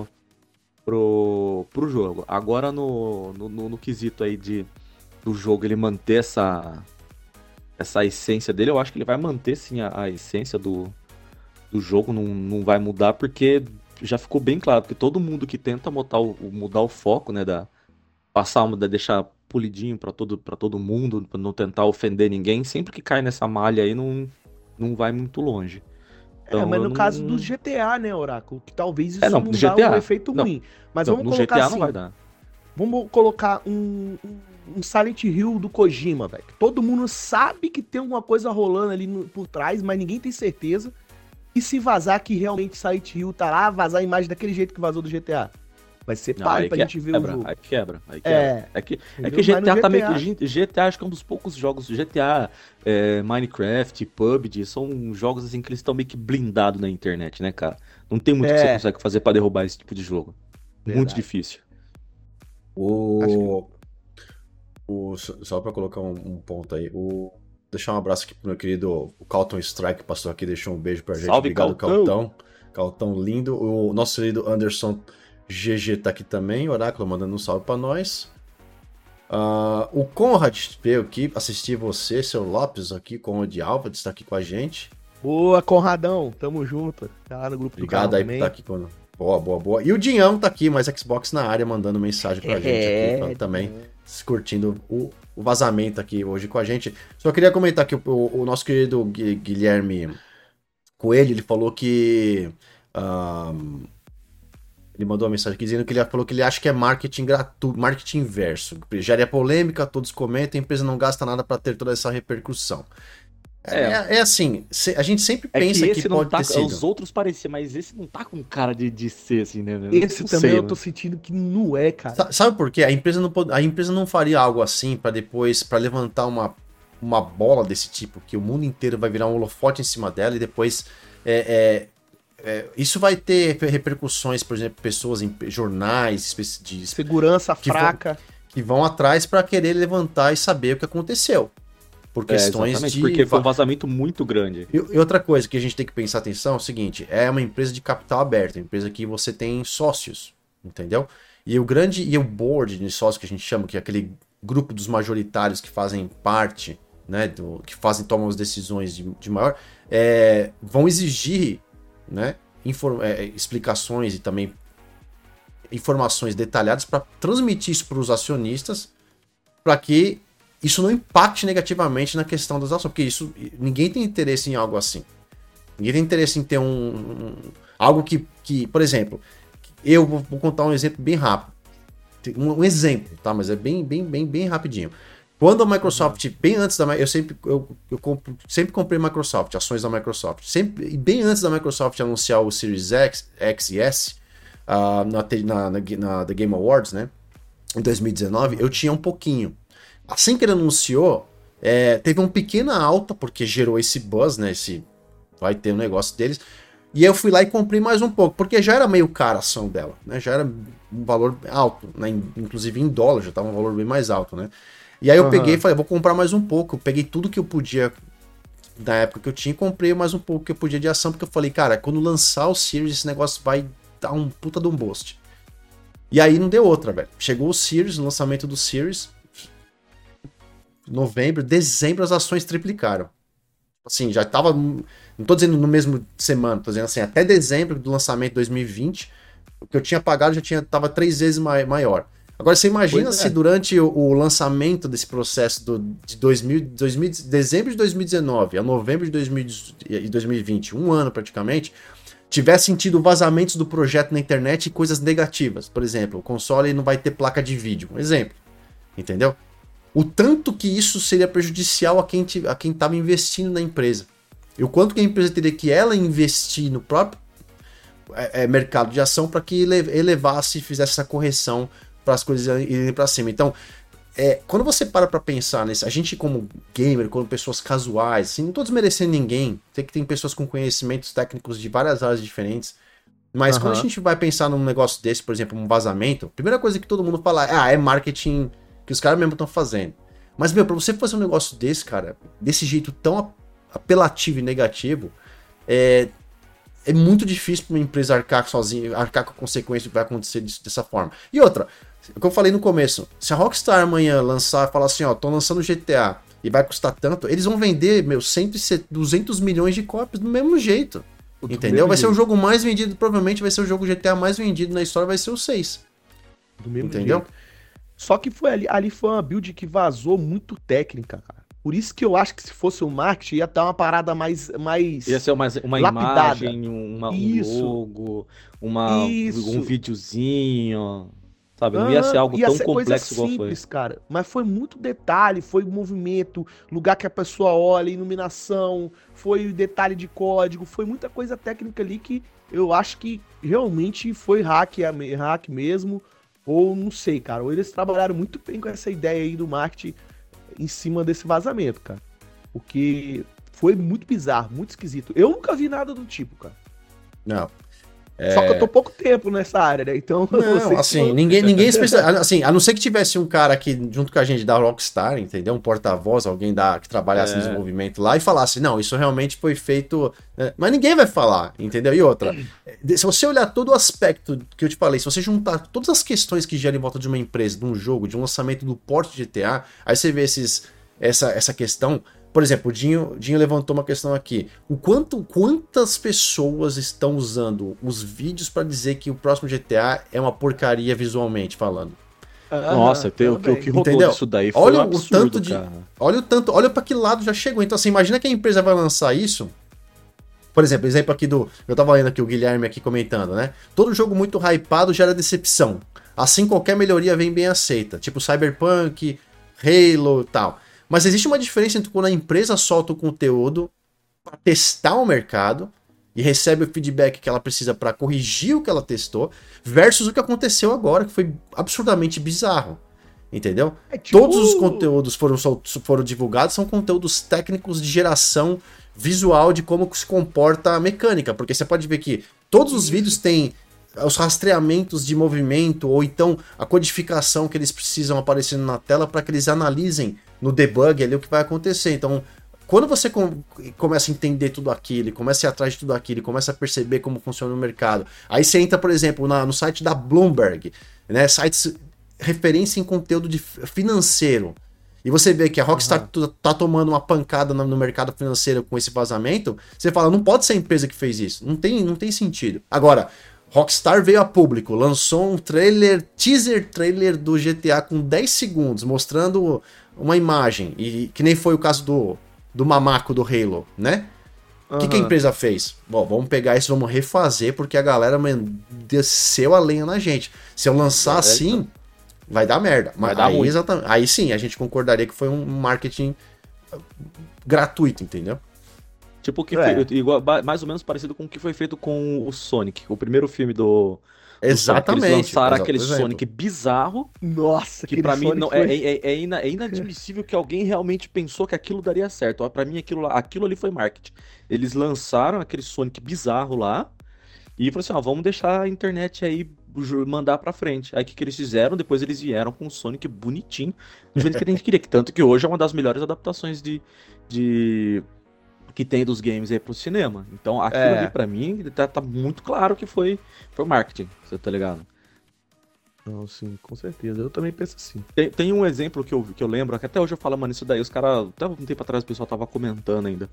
[SPEAKER 2] pro jogo. Agora no quesito aí do jogo ele manter essa essência dele, eu acho que ele vai manter sim a essência do jogo, não vai mudar, porque já ficou bem claro que todo mundo que tenta mudar o foco, né, deixar polidinho pra todo mundo, pra não tentar ofender ninguém, sempre que cai nessa malha aí não vai muito longe. Então,
[SPEAKER 3] mas no caso do GTA, né, Oráculo? Que talvez isso
[SPEAKER 2] não
[SPEAKER 3] dá um efeito ruim. Mas vamos colocar
[SPEAKER 2] GTA
[SPEAKER 3] assim,
[SPEAKER 2] não vai dar.
[SPEAKER 3] Vamos colocar um Silent Hill do Kojima, velho. Todo mundo sabe que tem alguma coisa rolando ali por trás, mas ninguém tem certeza. E se vazar que realmente Silent Hill tá lá, vazar a imagem daquele jeito que vazou do GTA? Vai ser páreo pra gente ver o jogo.
[SPEAKER 2] Aí quebra. É que GTA tá meio que... GTA acho que é um dos poucos jogos... GTA, Minecraft, PUBG, são jogos assim que eles estão meio que blindados na internet, né, cara? Não tem muito que você consegue fazer pra derrubar esse tipo de jogo. Verdade. Muito difícil.
[SPEAKER 1] Só pra colocar um ponto aí. Deixar um abraço aqui pro meu querido o Calton Strike, que passou aqui, deixou um beijo pra gente.
[SPEAKER 2] Salve,
[SPEAKER 1] obrigado, Caltão. Caltão lindo. O nosso querido Anderson GG tá aqui também, Oráculo mandando um salve pra nós. O Conrad veio aqui assistir você, seu Lopes aqui, Conrad Alves está aqui com a gente.
[SPEAKER 3] Boa, Conradão, tamo junto. Tá lá no grupo do canal
[SPEAKER 1] aí também. Tá aqui com... Boa. E o Dinhão tá aqui, mais Xbox na área, mandando mensagem pra gente aqui também, curtindo o vazamento aqui hoje com a gente. Só queria comentar que o nosso querido Guilherme Coelho, ele falou que Ele mandou uma mensagem aqui dizendo que ele falou que ele acha que é marketing gratuito, marketing inverso. Gera polêmica, todos comentam, a empresa não gasta nada para ter toda essa repercussão. É assim, a gente sempre pensa que pode ter sido.
[SPEAKER 2] Os outros pareciam, mas esse não tá com cara de ser assim, né?
[SPEAKER 3] Esse também eu tô sentindo que não é, cara.
[SPEAKER 1] Sabe por quê? A empresa não faria algo assim para depois, para levantar uma bola desse tipo, que o mundo inteiro vai virar um holofote em cima dela e depois isso vai ter repercussões, por exemplo, pessoas em jornais de
[SPEAKER 3] segurança fraca
[SPEAKER 1] que vão atrás para querer levantar e saber o que aconteceu. Por questões
[SPEAKER 2] porque foi um vazamento muito grande.
[SPEAKER 1] E outra coisa que a gente tem que prestar atenção é o seguinte, é uma empresa de capital aberto, uma empresa que você tem sócios, entendeu? E o board de sócios que a gente chama, que é aquele grupo dos majoritários que fazem parte, né, tomam as decisões de maior, vão exigir, né, explicações e também informações detalhadas para transmitir isso para os acionistas, para que isso não impacte negativamente na questão das ações, porque ninguém tem interesse em algo assim. Ninguém tem interesse em ter algo que, por exemplo, eu vou contar um exemplo bem rápido. Um exemplo, tá? Mas é bem rapidinho. Quando a Microsoft, bem antes da eu sempre comprei Microsoft, ações da Microsoft. E bem antes da Microsoft anunciar o Series X e S na The Game Awards, né? Em 2019, eu tinha um pouquinho. Assim que ele anunciou, teve uma pequena alta, porque gerou esse buzz, né? Vai ter um negócio deles. E eu fui lá e comprei mais um pouco, porque já era meio cara a ação dela, né? Já era um valor alto, né? Inclusive em dólar, já estava um valor bem mais alto, né? E aí eu peguei e falei, vou comprar mais um pouco. Eu peguei tudo que eu podia, na época que eu tinha, e comprei mais um pouco que eu podia de ação, porque eu falei, cara, quando lançar o Series, esse negócio vai dar um puta de um boost. E aí não deu outra, velho. Chegou o Series, o lançamento do Series, novembro, dezembro, as ações triplicaram. Assim, já tava, não tô dizendo no mesmo semana, tô dizendo assim, até dezembro do lançamento de 2020, o que eu tinha pagado tava 3 vezes maior. Agora você imagina se durante o lançamento desse processo de dezembro de 2019 a novembro de 2020, um ano praticamente, tivesse tido vazamentos do projeto na internet e coisas negativas. Por exemplo, o console não vai ter placa de vídeo, um exemplo, entendeu? O tanto que isso seria prejudicial a quem estava investindo na empresa. E o quanto que a empresa teria que investir no próprio mercado de ação para que elevasse e fizesse essa correção para as coisas irem para cima. Então, quando você para pensar nisso, a gente como gamer, como pessoas casuais, assim, não estou desmerecendo ninguém, sei que tem pessoas com conhecimentos técnicos de várias áreas diferentes, mas quando a gente vai pensar num negócio desse, por exemplo, um vazamento, a primeira coisa que todo mundo fala é marketing que os caras mesmo estão fazendo. Mas, pra você fazer um negócio desse, cara, desse jeito tão apelativo e negativo, é muito difícil para uma empresa arcar sozinha, arcar com a consequência que vai acontecer dessa forma. E outra, o que eu falei no começo, se a Rockstar amanhã lançar e falar assim, tô lançando GTA e vai custar tanto, eles vão vender, 200 milhões de cópias do mesmo jeito. Entendeu? Vai ser o jogo mais vendido, provavelmente vai ser o jogo GTA mais vendido na história, vai ser o 6.
[SPEAKER 3] Do mesmo
[SPEAKER 1] entendeu?
[SPEAKER 3] Jeito. Só que ali foi uma build que vazou muito técnica, cara. Por isso que eu acho que se fosse o marketing ia dar uma parada mais
[SPEAKER 2] ia ser uma imagem, um logo, um videozinho, sabe? Não ia ser algo tão complexo igual foi.
[SPEAKER 3] Cara. Mas foi muito detalhe, foi movimento, lugar que a pessoa olha, iluminação, foi detalhe de código, foi muita coisa técnica ali que eu acho que realmente foi hack mesmo. Ou não sei, cara. Ou eles trabalharam muito bem com essa ideia aí do marketing em cima desse vazamento, cara. Porque foi muito bizarro, muito esquisito. Eu nunca vi nada do tipo, cara.
[SPEAKER 1] Não.
[SPEAKER 3] Só que eu tô pouco tempo nessa área, né? Então.
[SPEAKER 1] Não, assim, ninguém especial. Assim, a não ser que tivesse um cara aqui junto com a gente da Rockstar, entendeu? Um porta-voz, alguém que trabalhasse no desenvolvimento lá e falasse, não, isso realmente foi feito. Mas ninguém vai falar, entendeu? E outra, se você olhar todo o aspecto que eu te falei, se você juntar todas as questões que geram em volta de uma empresa, de um jogo, de um lançamento do porte de GTA, aí você vê essa questão. Por exemplo, o Dinho levantou uma questão aqui. Quantas pessoas estão usando os vídeos para dizer que o próximo GTA é uma porcaria visualmente falando?
[SPEAKER 2] Nossa, o que rodou disso daí foi um absurdo, cara.
[SPEAKER 1] Olha para que lado já chegou. Então, assim, imagina que a empresa vai lançar isso Por exemplo aqui eu tava lendo aqui o Guilherme aqui comentando, né? Todo jogo muito hypado gera decepção. Assim, qualquer melhoria vem bem aceita. Tipo Cyberpunk, Halo e tal. Mas existe uma diferença entre quando a empresa solta o conteúdo para testar o mercado e recebe o feedback que ela precisa para corrigir o que ela testou, versus o que aconteceu agora, que foi absurdamente bizarro. Entendeu? Todos os conteúdos foram divulgados, são conteúdos técnicos de geração visual de como se comporta a mecânica, porque você pode ver que todos os vídeos têm os rastreamentos de movimento ou então a codificação que eles precisam aparecendo na tela para que eles analisem no debug ali o que vai acontecer. Então, quando você começa a entender tudo aquilo, começa a ir atrás de tudo aquilo, começa a perceber como funciona o mercado, aí você entra, por exemplo, no site da Bloomberg, né, sites referência em conteúdo financeiro, e você vê que a Rockstar tá tomando uma pancada no mercado financeiro com esse vazamento, você fala, não pode ser a empresa que fez isso, não tem sentido. Agora, Rockstar veio a público, lançou um teaser trailer do GTA com 10 segundos, mostrando uma imagem, e que nem foi o caso do mamaco do Halo, né? O que a empresa fez? Bom, vamos pegar isso, vamos refazer, porque a galera desceu a lenha na gente. Se eu lançar assim, vai dar merda. Mas aí, exatamente, aí sim, a gente concordaria que foi um marketing gratuito, entendeu?
[SPEAKER 2] Tipo, que foi, igual, mais ou menos parecido com o que foi feito com o Sonic, o primeiro filme do
[SPEAKER 1] Exatamente.
[SPEAKER 2] Eles lançaram aquele Sonic bizarro.
[SPEAKER 3] Nossa,
[SPEAKER 2] que pra mim não, é inadmissível que alguém realmente pensou que aquilo daria certo. Pra mim, aquilo ali foi marketing. Eles lançaram aquele Sonic bizarro lá e falaram assim: ó, vamos deixar a internet aí mandar pra frente. Aí o que eles fizeram? Depois eles vieram com o Sonic bonitinho, do jeito que a gente queria. Tanto que hoje é uma das melhores adaptações que tem dos games aí pro cinema. Então aquilo ali pra mim tá muito claro que foi marketing, você tá ligado?
[SPEAKER 3] Não, sim, com certeza. Eu também penso assim.
[SPEAKER 2] Tem um exemplo que eu lembro, que até hoje eu falo, mano, isso daí, os caras, até um tempo atrás o pessoal tava comentando ainda,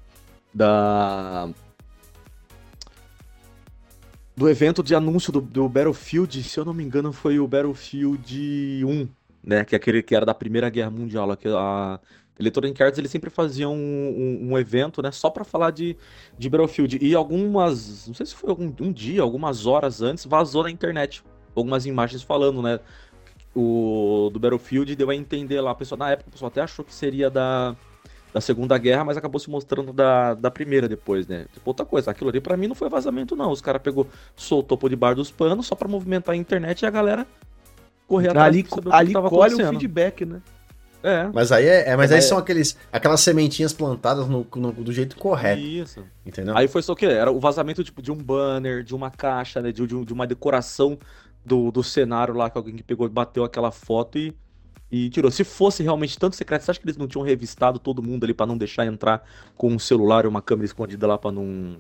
[SPEAKER 2] do evento de anúncio do Battlefield, se eu não me engano foi o Battlefield 1, né, que é aquele que era da Primeira Guerra Mundial, lá, que a Electronic Arts, eles sempre faziam um evento, né, só pra falar de Battlefield, e algumas, não sei se foi um dia, algumas horas antes, vazou na internet algumas imagens falando, né, do Battlefield, deu a entender lá, na época o pessoal até achou que seria da Segunda Guerra, mas acabou se mostrando da Primeira depois, né. Tipo, outra coisa, aquilo ali pra mim não foi vazamento não, os caras soltou por debaixo dos panos só pra movimentar a internet e a galera correr atrás
[SPEAKER 3] ali colhe o feedback, né.
[SPEAKER 1] Mas aí aí são aquelas sementinhas plantadas do jeito correto.
[SPEAKER 2] Isso.
[SPEAKER 1] Entendeu?
[SPEAKER 2] Aí foi só o que? Era o vazamento tipo, de um banner, de uma caixa, né? De uma decoração do cenário lá, que alguém que pegou e bateu aquela foto e tirou. Se fosse realmente tanto secreto, você acha que eles não tinham revistado todo mundo ali pra não deixar entrar com um celular e uma câmera escondida lá pra não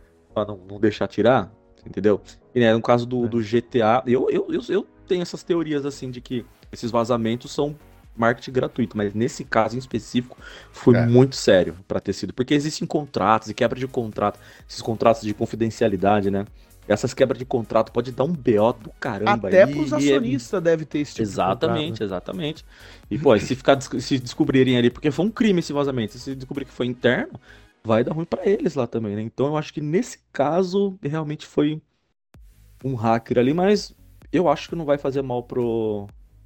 [SPEAKER 2] deixar tirar? Entendeu? E né, no caso do GTA, eu tenho essas teorias assim de que esses vazamentos são marketing gratuito, mas nesse caso em específico foi muito sério pra ter sido, porque existem contratos e quebra de contrato, esses contratos de confidencialidade, né? Essas quebras de contrato pode dar um BO do caramba.
[SPEAKER 3] Até pros acionistas deve ter esse tipo
[SPEAKER 2] exatamente,
[SPEAKER 3] de contrato, né?
[SPEAKER 2] Exatamente. E pô, se descobrirem ali, porque foi um crime esse vazamento, se descobrir que foi interno, vai dar ruim pra eles lá também, né? Então eu acho que nesse caso realmente foi um hacker ali, mas eu acho que não vai fazer mal pro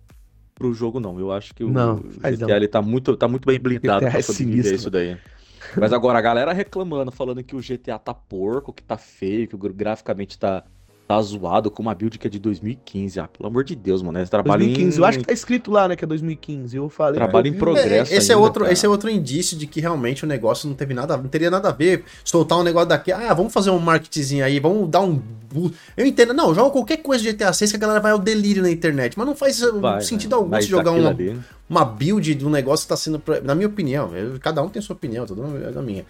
[SPEAKER 2] jogo, não. Eu acho que o GTA ele tá muito bem blindado pra sobreviver isso daí. Mas agora, a galera reclamando, falando que o GTA tá porco, que tá feio, que graficamente tá zoado, com uma build que é de 2015. Ah, pelo amor de Deus, mano. Esse trabalho
[SPEAKER 3] 2015, eu acho que tá escrito lá, né, que é 2015. Eu falei.
[SPEAKER 2] Trabalho em progresso.
[SPEAKER 1] Esse é outro indício de que realmente o negócio não teria nada a ver. Soltar um negócio daqui, vamos fazer um marketingzinho aí, vamos dar um. Eu entendo, não, joga qualquer coisa de GTA 6 que a galera vai ao delírio na internet, mas não faz sentido algum se jogar uma build de um negócio que tá sendo. Na minha opinião, cada um tem sua opinião, tudo na minha.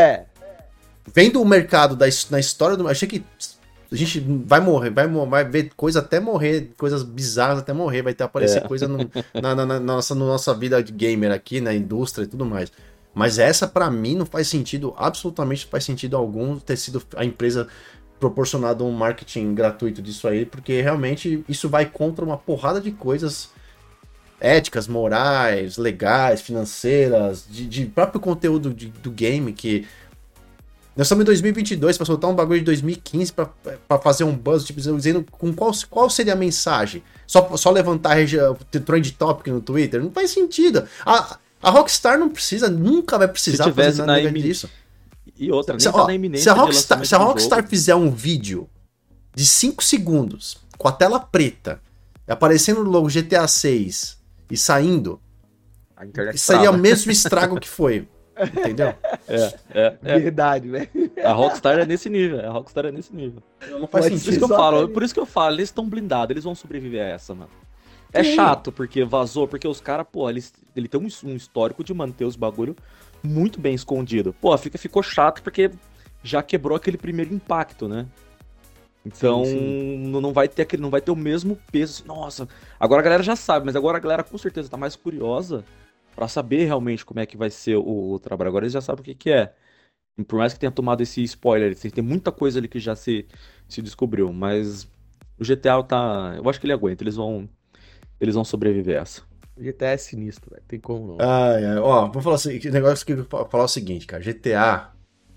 [SPEAKER 1] Vendo o mercado na história do. Achei que. A gente vai ver coisa até morrer, coisas bizarras até morrer, vai aparecer coisa na nossa vida de gamer aqui, na indústria e tudo mais. Mas essa, pra mim, não faz sentido, absolutamente não faz sentido algum ter sido a empresa proporcionado um marketing gratuito disso aí, porque realmente isso vai contra uma porrada de coisas éticas, morais, legais, financeiras, de próprio conteúdo do game, que Nós estamos em 2022 pra soltar um bagulho de 2015 pra fazer um buzz, tipo, dizendo qual seria a mensagem? Só levantar trend topic no Twitter? Não faz sentido. A Rockstar não precisa, nunca vai precisar fazer nada disso.
[SPEAKER 2] E outra, nem tá na iminência
[SPEAKER 1] se a Rockstar fizer um vídeo de 5 segundos, com a tela preta, aparecendo no logo GTA 6 e saindo, seria o mesmo estrago que foi. Entendeu?
[SPEAKER 3] Verdade, velho.
[SPEAKER 2] A Rockstar é nesse nível.
[SPEAKER 1] Não faz sentido.
[SPEAKER 2] Por isso que eu falo, eles estão blindados, eles vão sobreviver a essa, mano. É chato, porque vazou, porque os caras, pô, ele tem um histórico de manter os bagulho muito bem escondido. Pô, ficou chato porque já quebrou aquele primeiro impacto, né? Então, não vai ter o mesmo peso. Assim, nossa, agora a galera já sabe, mas agora a galera com certeza tá mais curiosa pra saber realmente como é que vai ser o trabalho. Agora eles já sabem o que é. E por mais que tenha tomado esse spoiler, tem muita coisa ali que já se descobriu, mas o GTA tá... Eu acho que ele aguenta, eles vão sobreviver a essa.
[SPEAKER 3] O GTA é sinistro, velho. Tem como não.
[SPEAKER 1] Ó, vou falar assim, negócio que eu vou falar o seguinte, cara. GTA.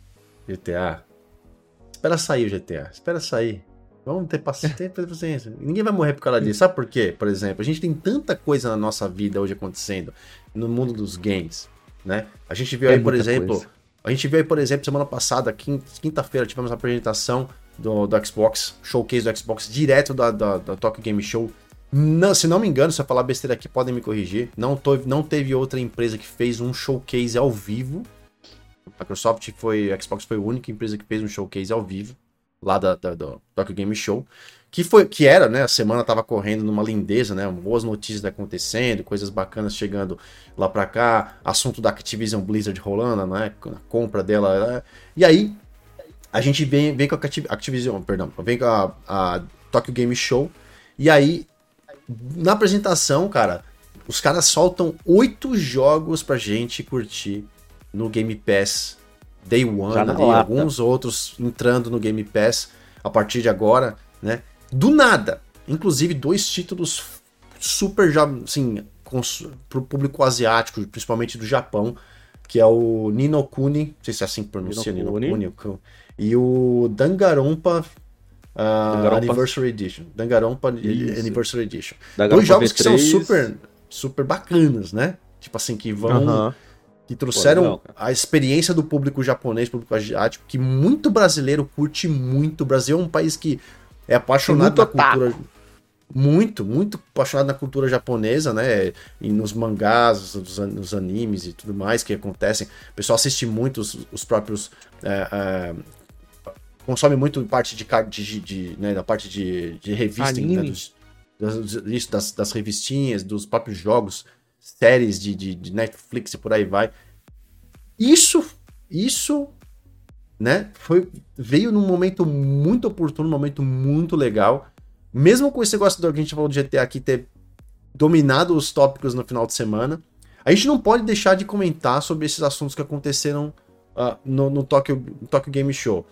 [SPEAKER 1] Espera sair o GTA. Espera sair. Vamos ter paciência. Ninguém vai morrer por causa disso. Sabe por quê? Por exemplo, a gente tem tanta coisa na nossa vida hoje acontecendo no mundo dos games, né? A gente viu aí, por exemplo, semana passada, quinta-feira, tivemos a apresentação do Xbox, showcase do Xbox direto da Tokyo Game Show. Não, se não me engano, se eu falar besteira aqui, podem me corrigir. Não teve outra empresa que fez um showcase ao vivo. A Xbox foi a única empresa que fez um showcase ao vivo lá do Tokyo Game Show, que era, né, a semana tava correndo numa lindeza, né, boas notícias acontecendo, coisas bacanas chegando lá pra cá, assunto da Activision Blizzard rolando, né, a compra dela, né, e aí a gente vem com vem com a Tokyo Game Show, e aí na apresentação, cara, os caras soltam 8 jogos pra gente curtir no Game Pass Day One, ali, alguns outros entrando no Game Pass a partir de agora, né? Do nada. Inclusive 2 títulos super, assim, pro público asiático, principalmente do Japão, que é o Ni no Kuni, não sei se é assim que pronuncia, Ni no Kuni, e o Danganronpa Anniversary Edition. Danganronpa Anniversary Edition. 2 jogos que são super, super bacanas, né? Tipo assim, que vão... que trouxeram a experiência do público japonês, público asiático, que muito brasileiro curte muito. O Brasil é um país que é apaixonado na cultura... Muito, muito apaixonado na cultura japonesa, né? E nos mangás, nos animes e tudo mais que acontecem. O pessoal assiste muito os próprios... consome muito parte né, da parte de revista, né, das revistinhas, dos próprios jogos, séries de Netflix e por aí vai. Isso, né, veio num momento muito oportuno, num momento muito legal. Mesmo com esse negócio que a gente falou do GTA aqui ter dominado os tópicos no final de semana, a gente não pode deixar de comentar sobre esses assuntos que aconteceram no Tokyo Game Show.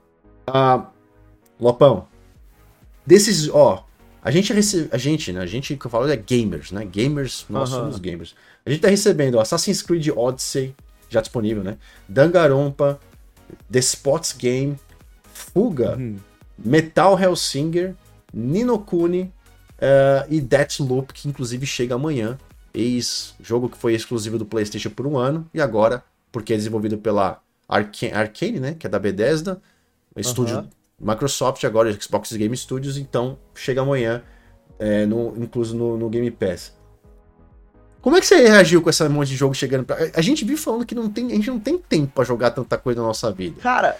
[SPEAKER 1] Lopão, desses, a gente que eu falo é gamers, né? Gamers, nós somos gamers. A gente tá recebendo Assassin's Creed Odyssey, já disponível, né? Danganronpa, The Spots Game, Fuga, Metal Hellsinger, Ni no Kuni e Deathloop, que inclusive chega amanhã. Jogo que foi exclusivo do PlayStation por 1 ano, e agora, porque é desenvolvido pela Arcane, né? Que é da Bethesda, estúdio Microsoft, agora Xbox Game Studios, então chega amanhã, incluso no Game Pass. Como é que você reagiu com esse monte de jogo chegando pra... A gente vive falando que a gente não tem tempo pra jogar tanta coisa na nossa vida.
[SPEAKER 3] Cara...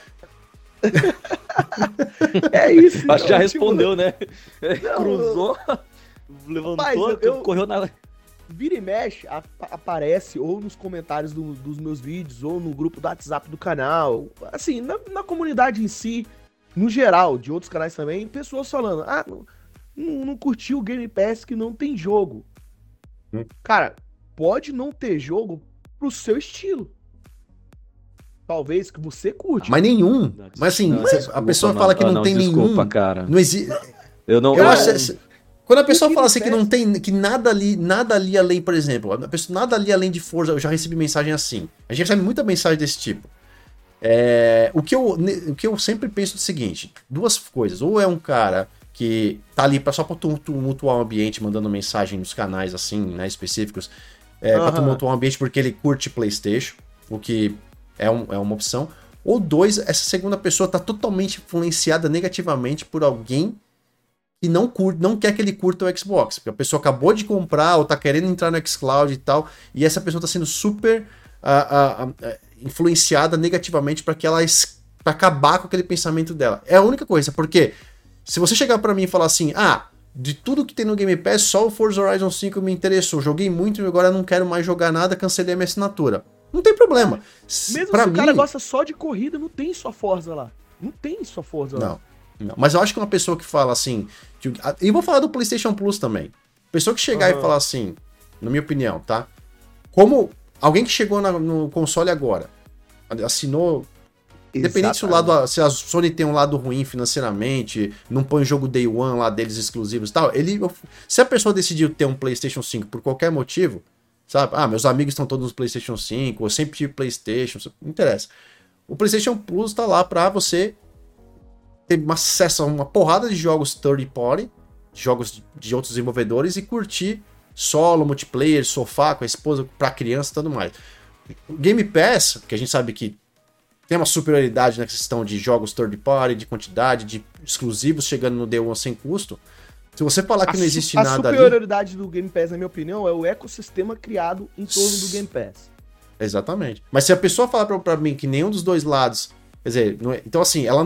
[SPEAKER 3] é isso.
[SPEAKER 2] Acho que já respondeu, né? Cruzou, levantou, correu na...
[SPEAKER 3] Vira e mexe, aparece ou nos comentários dos meus vídeos, ou no grupo do WhatsApp do canal, assim, na comunidade em si, no geral, de outros canais também, pessoas falando, não curtiu o Game Pass que não tem jogo. Cara, pode não ter jogo pro seu estilo. Talvez que você curte.
[SPEAKER 1] Mas nenhum. Mas assim, a pessoa fala que não tem nenhum.
[SPEAKER 2] Desculpa, cara.
[SPEAKER 1] Não existe.
[SPEAKER 2] Eu
[SPEAKER 1] acho. Quando a pessoa fala assim que não tem, que nada ali além, por exemplo, nada ali além de Forza, eu já recebi mensagem assim. A gente recebe muita mensagem desse tipo. O que eu sempre penso é o seguinte: duas coisas. Ou é um cara que tá ali só pra tumultuar o ambiente, mandando mensagem nos canais assim, né, específicos, pra tumultuar o ambiente porque ele curte PlayStation, o que é uma opção. Ou dois, essa segunda pessoa tá totalmente influenciada negativamente por alguém que não quer que ele curta o Xbox. Porque a pessoa acabou de comprar ou tá querendo entrar no xCloud e tal, e essa pessoa tá sendo super influenciada negativamente pra acabar com aquele pensamento dela. É a única coisa, porque se você chegar pra mim e falar assim, de tudo que tem no Game Pass, só o Forza Horizon 5 me interessou, joguei muito e agora não quero mais jogar nada, cancelei a minha assinatura. Não tem problema.
[SPEAKER 3] Mesmo se o cara gosta só de corrida, não tem só Forza lá. Não tem só Forza lá.
[SPEAKER 1] Não. Mas eu acho que uma pessoa que fala assim... E vou falar do PlayStation Plus também. Pessoa que chegar e falar assim, na minha opinião, tá? Como alguém que chegou no console agora, assinou... Independente se a Sony tem um lado ruim financeiramente, não põe o jogo Day One lá deles exclusivos e tal, se a pessoa decidiu ter um PlayStation 5 por qualquer motivo, sabe? Meus amigos estão todos no PlayStation 5, eu sempre tive PlayStation, não interessa. O PlayStation Plus tá lá pra você ter acesso a uma porrada de jogos third party, jogos de outros desenvolvedores e curtir solo, multiplayer, sofá com a esposa, pra criança e tudo mais. O Game Pass, que a gente sabe que tem uma superioridade na questão de jogos third party, de quantidade, de exclusivos chegando no Day One sem custo. Se você falar que não existe nada ali... A
[SPEAKER 3] superioridade do Game Pass, na minha opinião, é o ecossistema criado em torno do Game Pass.
[SPEAKER 1] Exatamente. Mas se a pessoa falar pra mim que nenhum dos dois lados... Quer dizer, então assim, ela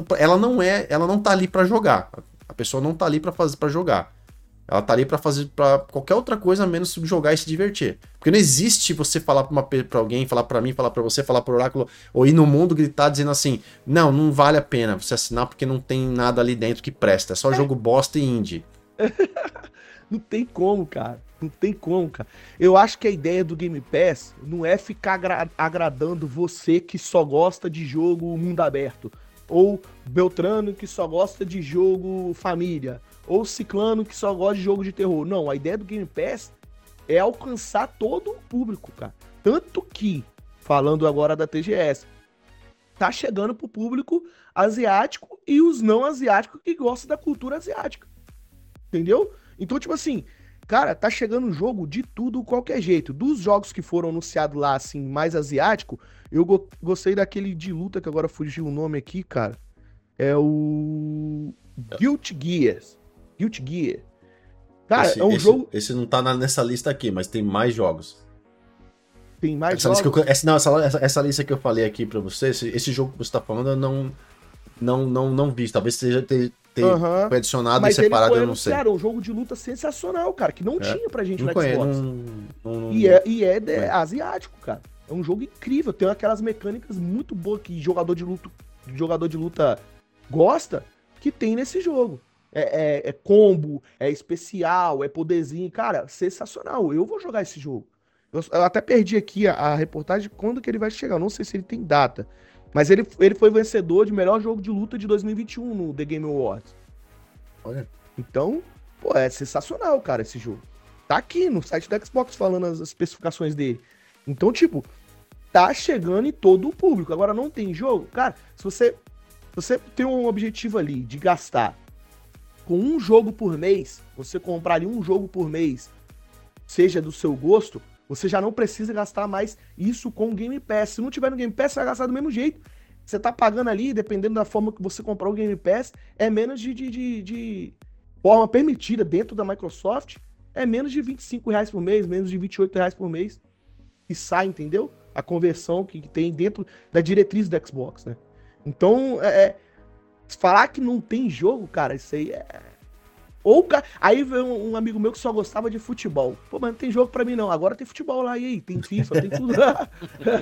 [SPEAKER 1] não tá ali pra jogar. A pessoa não tá ali pra jogar. Ela tá ali pra fazer pra qualquer outra coisa menos jogar e se divertir. Porque não existe você falar pra alguém, falar pra mim, falar pra você, falar pro Oráculo, ou ir no mundo gritar dizendo assim, não vale a pena você assinar porque não tem nada ali dentro que presta. É só jogo bosta e indie.
[SPEAKER 3] Não tem como, cara. Não tem como, cara. Eu acho que a ideia do Game Pass não é ficar agradando você que só gosta de jogo mundo aberto. Ou Beltrano que só gosta de jogo família. Ou Ciclano que só gosta de jogo de terror. Não, a ideia do Game Pass é alcançar todo o público, cara. Tanto que, falando agora da TGS, tá chegando pro público asiático e os não asiáticos que gostam da cultura asiática. Entendeu? Então, tipo assim, cara, tá chegando um jogo de tudo, qualquer jeito. Dos jogos que foram anunciados lá, assim, mais asiático, eu gostei daquele de luta, que agora fugiu o nome aqui, cara. É o Guilty Gear. Cara, é um jogo...
[SPEAKER 1] Esse não tá nessa lista aqui, mas tem mais jogos.
[SPEAKER 3] Tem mais
[SPEAKER 1] jogos?
[SPEAKER 3] Essa
[SPEAKER 1] lista que eu falei aqui pra você, esse jogo que você tá falando, eu não vi. Talvez foi adicionado e separado, eu não sei.
[SPEAKER 3] Cara, um jogo de luta sensacional, cara, que não tinha pra gente no
[SPEAKER 1] Xbox.
[SPEAKER 3] Asiático, cara. É um jogo incrível, tem aquelas mecânicas muito boas que jogador de luta gosta, que tem nesse jogo. É combo, é especial, é poderzinho, cara, sensacional. Eu vou jogar esse jogo. Eu até perdi aqui a reportagem quando que ele vai chegar, eu não sei se ele tem data. Mas ele foi vencedor de melhor jogo de luta de 2021 no The Game Awards.
[SPEAKER 1] Olha.
[SPEAKER 3] Então, pô, é sensacional, cara, esse jogo. Tá aqui no site da Xbox falando as especificações dele. Então, tipo, tá chegando em todo o público. Agora, não tem jogo? Cara, se você tem um objetivo ali de gastar com um jogo por mês, você comprar ali um jogo por mês, seja do seu gosto, você já não precisa gastar mais isso com o Game Pass. Se não tiver no Game Pass, você vai gastar do mesmo jeito. Você tá pagando ali, dependendo da forma que você comprar o Game Pass, é menos de forma permitida dentro da Microsoft, é menos de R$25 por mês, menos de R$28 por mês. E sai, entendeu? A conversão que tem dentro da diretriz da Xbox, né? Então, falar que não tem jogo, cara, isso aí é... Aí veio um amigo meu que só gostava de futebol. Pô, mas não tem jogo pra mim não. Agora tem futebol lá, e aí? Tem FIFA, tem tudo lá.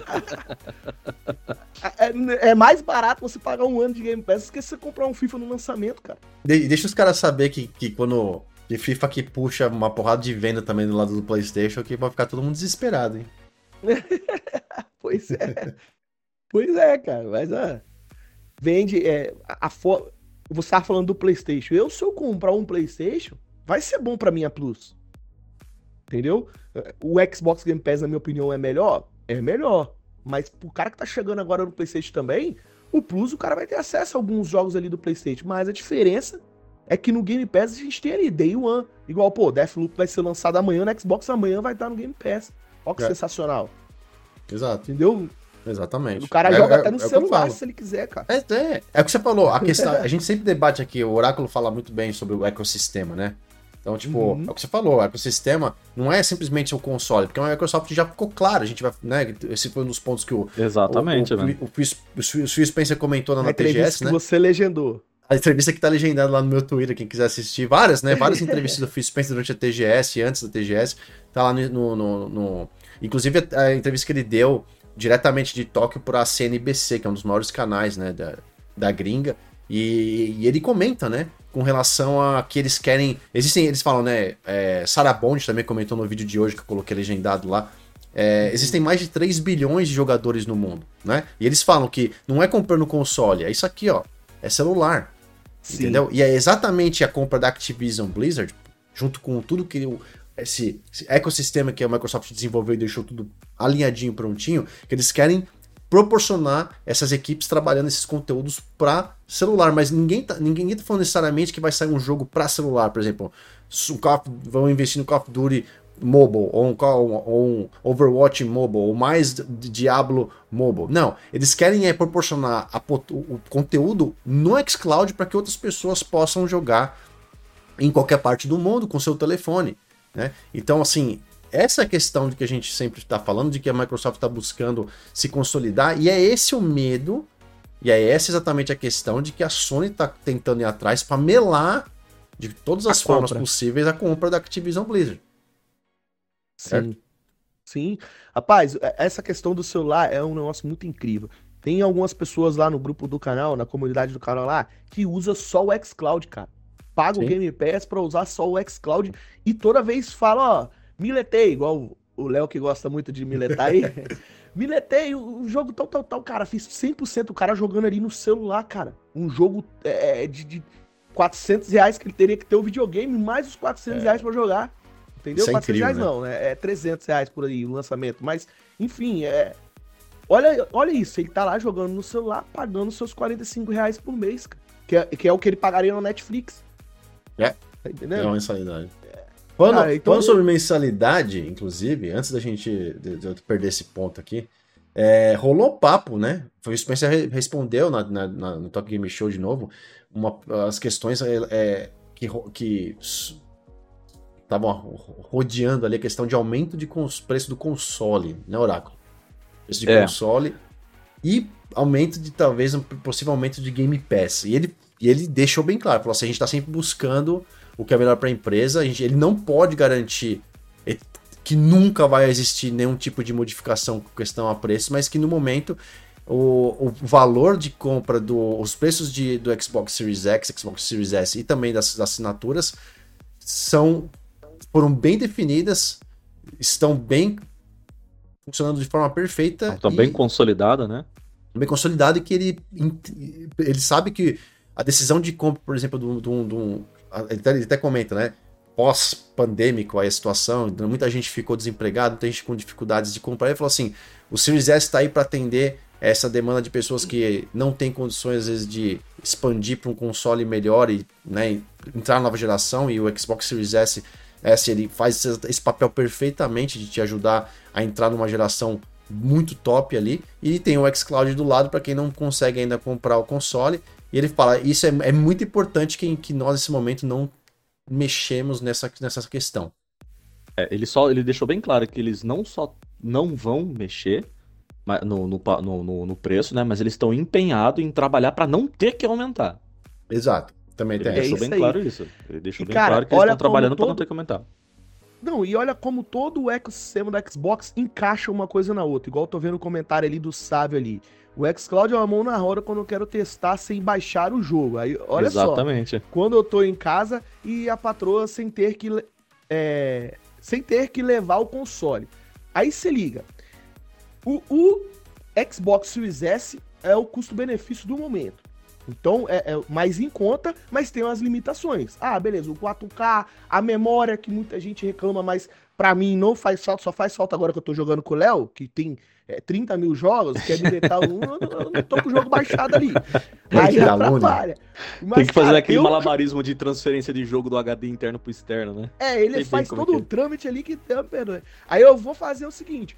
[SPEAKER 3] É mais barato você pagar um ano de Game Pass do que você comprar um FIFA no lançamento, cara.
[SPEAKER 1] Deixa os caras saber que quando... De FIFA que puxa uma porrada de venda também do lado do PlayStation, que vai ficar todo mundo desesperado, hein?
[SPEAKER 3] Pois é. Pois é, cara. Mas, vende... Você tá falando do PlayStation. Se eu comprar um PlayStation, vai ser bom pra minha Plus. Entendeu? O Xbox Game Pass, na minha opinião, é melhor? É melhor. Mas pro cara que tá chegando agora no PlayStation também, o Plus, o cara vai ter acesso a alguns jogos ali do PlayStation. Mas a diferença é que no Game Pass a gente tem ali, Day One. Igual, pô, Deathloop vai ser lançado amanhã no Xbox, amanhã vai estar no Game Pass. Olha que sensacional.
[SPEAKER 1] Exato.
[SPEAKER 3] Entendeu?
[SPEAKER 1] Exatamente.
[SPEAKER 3] O cara joga até no celular se ele quiser, cara.
[SPEAKER 1] É o que você falou. A questão, a gente sempre debate aqui, o Oráculo fala muito bem sobre o ecossistema, né? Então, tipo, é o que você falou, o ecossistema não é simplesmente o console, porque a Microsoft já ficou claro, a gente vai, né, esse foi um dos pontos que o Phil Spencer comentou na TGS, né?
[SPEAKER 3] Que você legendou.
[SPEAKER 1] A entrevista que tá legendada lá no meu Twitter, quem quiser assistir, várias entrevistas do Phil Spencer durante a TGS, antes da TGS, tá lá no... Inclusive, a entrevista que ele deu diretamente de Tóquio para a CNBC, que é um dos maiores canais, né, da gringa, e ele comenta, né, com relação a que eles querem... Eles falam, né, Sarah Bond também comentou no vídeo de hoje, que eu coloquei legendado lá, existem mais de 3 bilhões de jogadores no mundo, né, e eles falam que não é comprando console, é isso aqui, ó, é celular, sim, entendeu? E é exatamente a compra da Activision Blizzard, junto com tudo que esse ecossistema que a Microsoft desenvolveu e deixou tudo alinhadinho, prontinho, que eles querem proporcionar essas equipes trabalhando esses conteúdos para celular, mas ninguém tá falando necessariamente que vai sair um jogo para celular, por exemplo, vão investir no Call of Duty Mobile, ou um Overwatch Mobile, ou mais Diablo Mobile. Não, eles querem proporcionar o conteúdo no xCloud para que outras pessoas possam jogar em qualquer parte do mundo com seu telefone, né? Então, assim, essa questão de que a gente sempre está falando, de que a Microsoft está buscando se consolidar, e é esse o medo, e é essa exatamente a questão de que a Sony está tentando ir atrás para melar de todas as formas possíveis a compra da Activision Blizzard.
[SPEAKER 3] Sim. Sim. Rapaz, essa questão do celular é um negócio muito incrível. Tem algumas pessoas lá no grupo do canal, na comunidade do canal lá, que usa só o xCloud, cara. Paga o Game Pass pra usar só o xCloud e toda vez fala, ó, miletei, igual o Léo que gosta muito de miletar aí. Miletei o jogo tal, cara. Fiz 100% o cara jogando ali no celular, cara. Um jogo de R$400 que ele teria que ter o videogame, mais os R$400 pra jogar. Entendeu?
[SPEAKER 1] Isso é
[SPEAKER 3] 400 reais
[SPEAKER 1] incrível,
[SPEAKER 3] não, né? É R$300 por aí o lançamento. Mas, enfim, olha isso. Ele tá lá jogando no celular, pagando seus R$45 por mês, cara. Que é o que ele pagaria no Netflix.
[SPEAKER 1] Tá
[SPEAKER 3] entendendo?
[SPEAKER 1] É uma mensalidade. Falando sobre mensalidade, inclusive, antes da gente de eu perder esse ponto aqui, rolou papo, né? Foi o Spencer respondeu no Talk Game Show de novo, as questões que estavam rodeando ali a questão de aumento de preço do console, né, Oráculo? Preço de console e aumento de, talvez, um possível aumento de Game Pass. E ele deixou bem claro, falou assim, a gente está sempre buscando o que é melhor para a empresa, ele não pode garantir que nunca vai existir nenhum tipo de modificação com questão a preço, mas que no momento o valor de compra os preços do Xbox Series X, Xbox Series S e também das assinaturas foram bem definidas, estão bem funcionando de forma perfeita.
[SPEAKER 2] Estão bem consolidada, né?
[SPEAKER 1] Bem consolidado, e que ele sabe que a decisão de compra, por exemplo, ele até comenta, né? Pós-pandêmico aí a situação, muita gente ficou desempregada, muita gente com dificuldades de comprar. Ele falou assim: o Series S está aí para atender essa demanda de pessoas que não têm condições, às vezes, de expandir para um console melhor e, né, entrar na nova geração. E o Xbox Series S ele faz esse papel perfeitamente de te ajudar a entrar numa geração muito top ali. E tem o xCloud do lado para quem não consegue ainda comprar o console. E ele fala, isso é muito importante que nós, nesse momento, não mexemos nessa questão.
[SPEAKER 2] Ele deixou bem claro que eles não só não vão mexer no preço, né? Mas eles estão empenhados em trabalhar para não ter que aumentar.
[SPEAKER 1] Exato. Também tem.
[SPEAKER 2] Ele deixou bem claro isso. Ele deixou bem claro que eles estão trabalhando para não ter que aumentar.
[SPEAKER 3] Não, e olha como todo o ecossistema da Xbox encaixa uma coisa na outra. Igual eu tô vendo o comentário ali do Sávio ali. O xCloud é uma mão na roda quando eu quero testar sem baixar o jogo. Aí, olha
[SPEAKER 2] Exatamente.
[SPEAKER 3] só, quando eu tô em casa e a patroa sem ter que levar o console. Aí se liga. O Xbox Series S é o custo-benefício do momento. Então é mais em conta, mas tem umas limitações. Ah, beleza, o 4K, a memória que muita gente reclama, mas pra mim não faz falta, só faz falta agora que eu tô jogando com o Léo, que tem 30 mil jogos, quer me detar eu não tô com o jogo baixado ali. Aí atrapalha.
[SPEAKER 2] Mas, tem que fazer cara, aquele malabarismo de transferência de jogo do HD interno pro externo, né?
[SPEAKER 3] Ele faz todo o trâmite ali que tem, perdoe. Aí eu vou fazer o seguinte,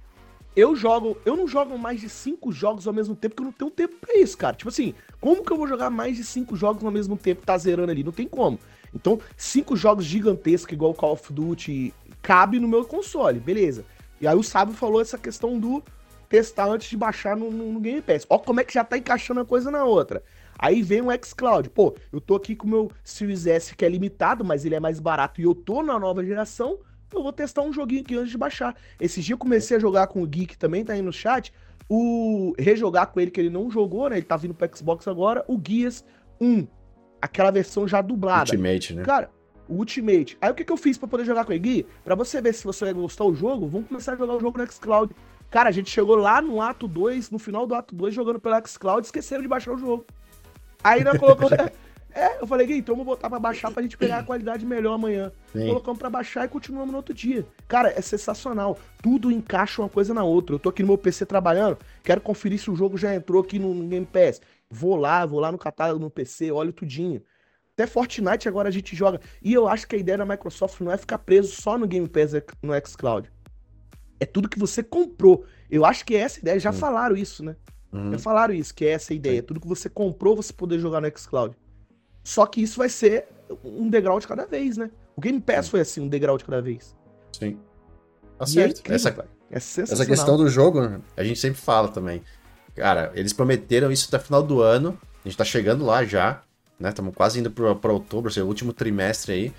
[SPEAKER 3] eu não jogo mais de 5 jogos ao mesmo tempo, porque eu não tenho tempo pra isso, cara. Tipo assim, como que eu vou jogar mais de 5 jogos ao mesmo tempo, tá zerando ali? Não tem como. Então, 5 jogos gigantescos, igual Call of Duty, cabe no meu console, beleza. E aí o Sábio falou essa questão do testar antes de baixar no Game Pass. Ó como é que já tá encaixando uma coisa na outra. Aí vem o xCloud. Pô, eu tô aqui com o meu Series S, que é limitado, mas ele é mais barato, e eu tô na nova geração, eu vou testar um joguinho aqui antes de baixar. Esse dia eu comecei a jogar com o Geek também, tá aí no chat, rejogar com ele, que ele não jogou, né, ele tá vindo pro Xbox agora, o Gears 1, aquela versão já dublada.
[SPEAKER 1] Ultimate, né?
[SPEAKER 3] Cara, o Ultimate. Aí o que eu fiz pra poder jogar com ele, Gui? Pra você ver se você vai gostar do jogo, vamos começar a jogar o jogo no xCloud. Cara, a gente chegou lá no ato 2, no final do ato 2, jogando pelo xCloud, esqueceram de baixar o jogo. Aí nós colocamos... eu falei, Gui, então vamos botar pra baixar pra gente pegar a qualidade melhor amanhã. Sim. Colocamos pra baixar e continuamos no outro dia. Cara, é sensacional. Tudo encaixa uma coisa na outra. Eu tô aqui no meu PC trabalhando, quero conferir se o jogo já entrou aqui no Game Pass. Vou lá no catálogo no PC, olho tudinho. Até Fortnite agora a gente joga. E eu acho que a ideia da Microsoft não é ficar preso só no Game Pass no xCloud. É tudo que você comprou. Eu acho que é essa a ideia. Já falaram isso, né? Já falaram isso, que é essa a ideia. Sim. Tudo que você comprou, você poder jogar no xCloud. Só que isso vai ser um degrau de cada vez, né? O Game Pass foi assim, um degrau de cada vez.
[SPEAKER 1] Sim. Tá certo.
[SPEAKER 3] É incrível, é sensacional.
[SPEAKER 1] Essa questão do jogo, a gente sempre fala também. Cara, eles prometeram isso até final do ano. A gente tá chegando lá já, né? Estamos quase indo para outubro, ou seja, o último trimestre aí.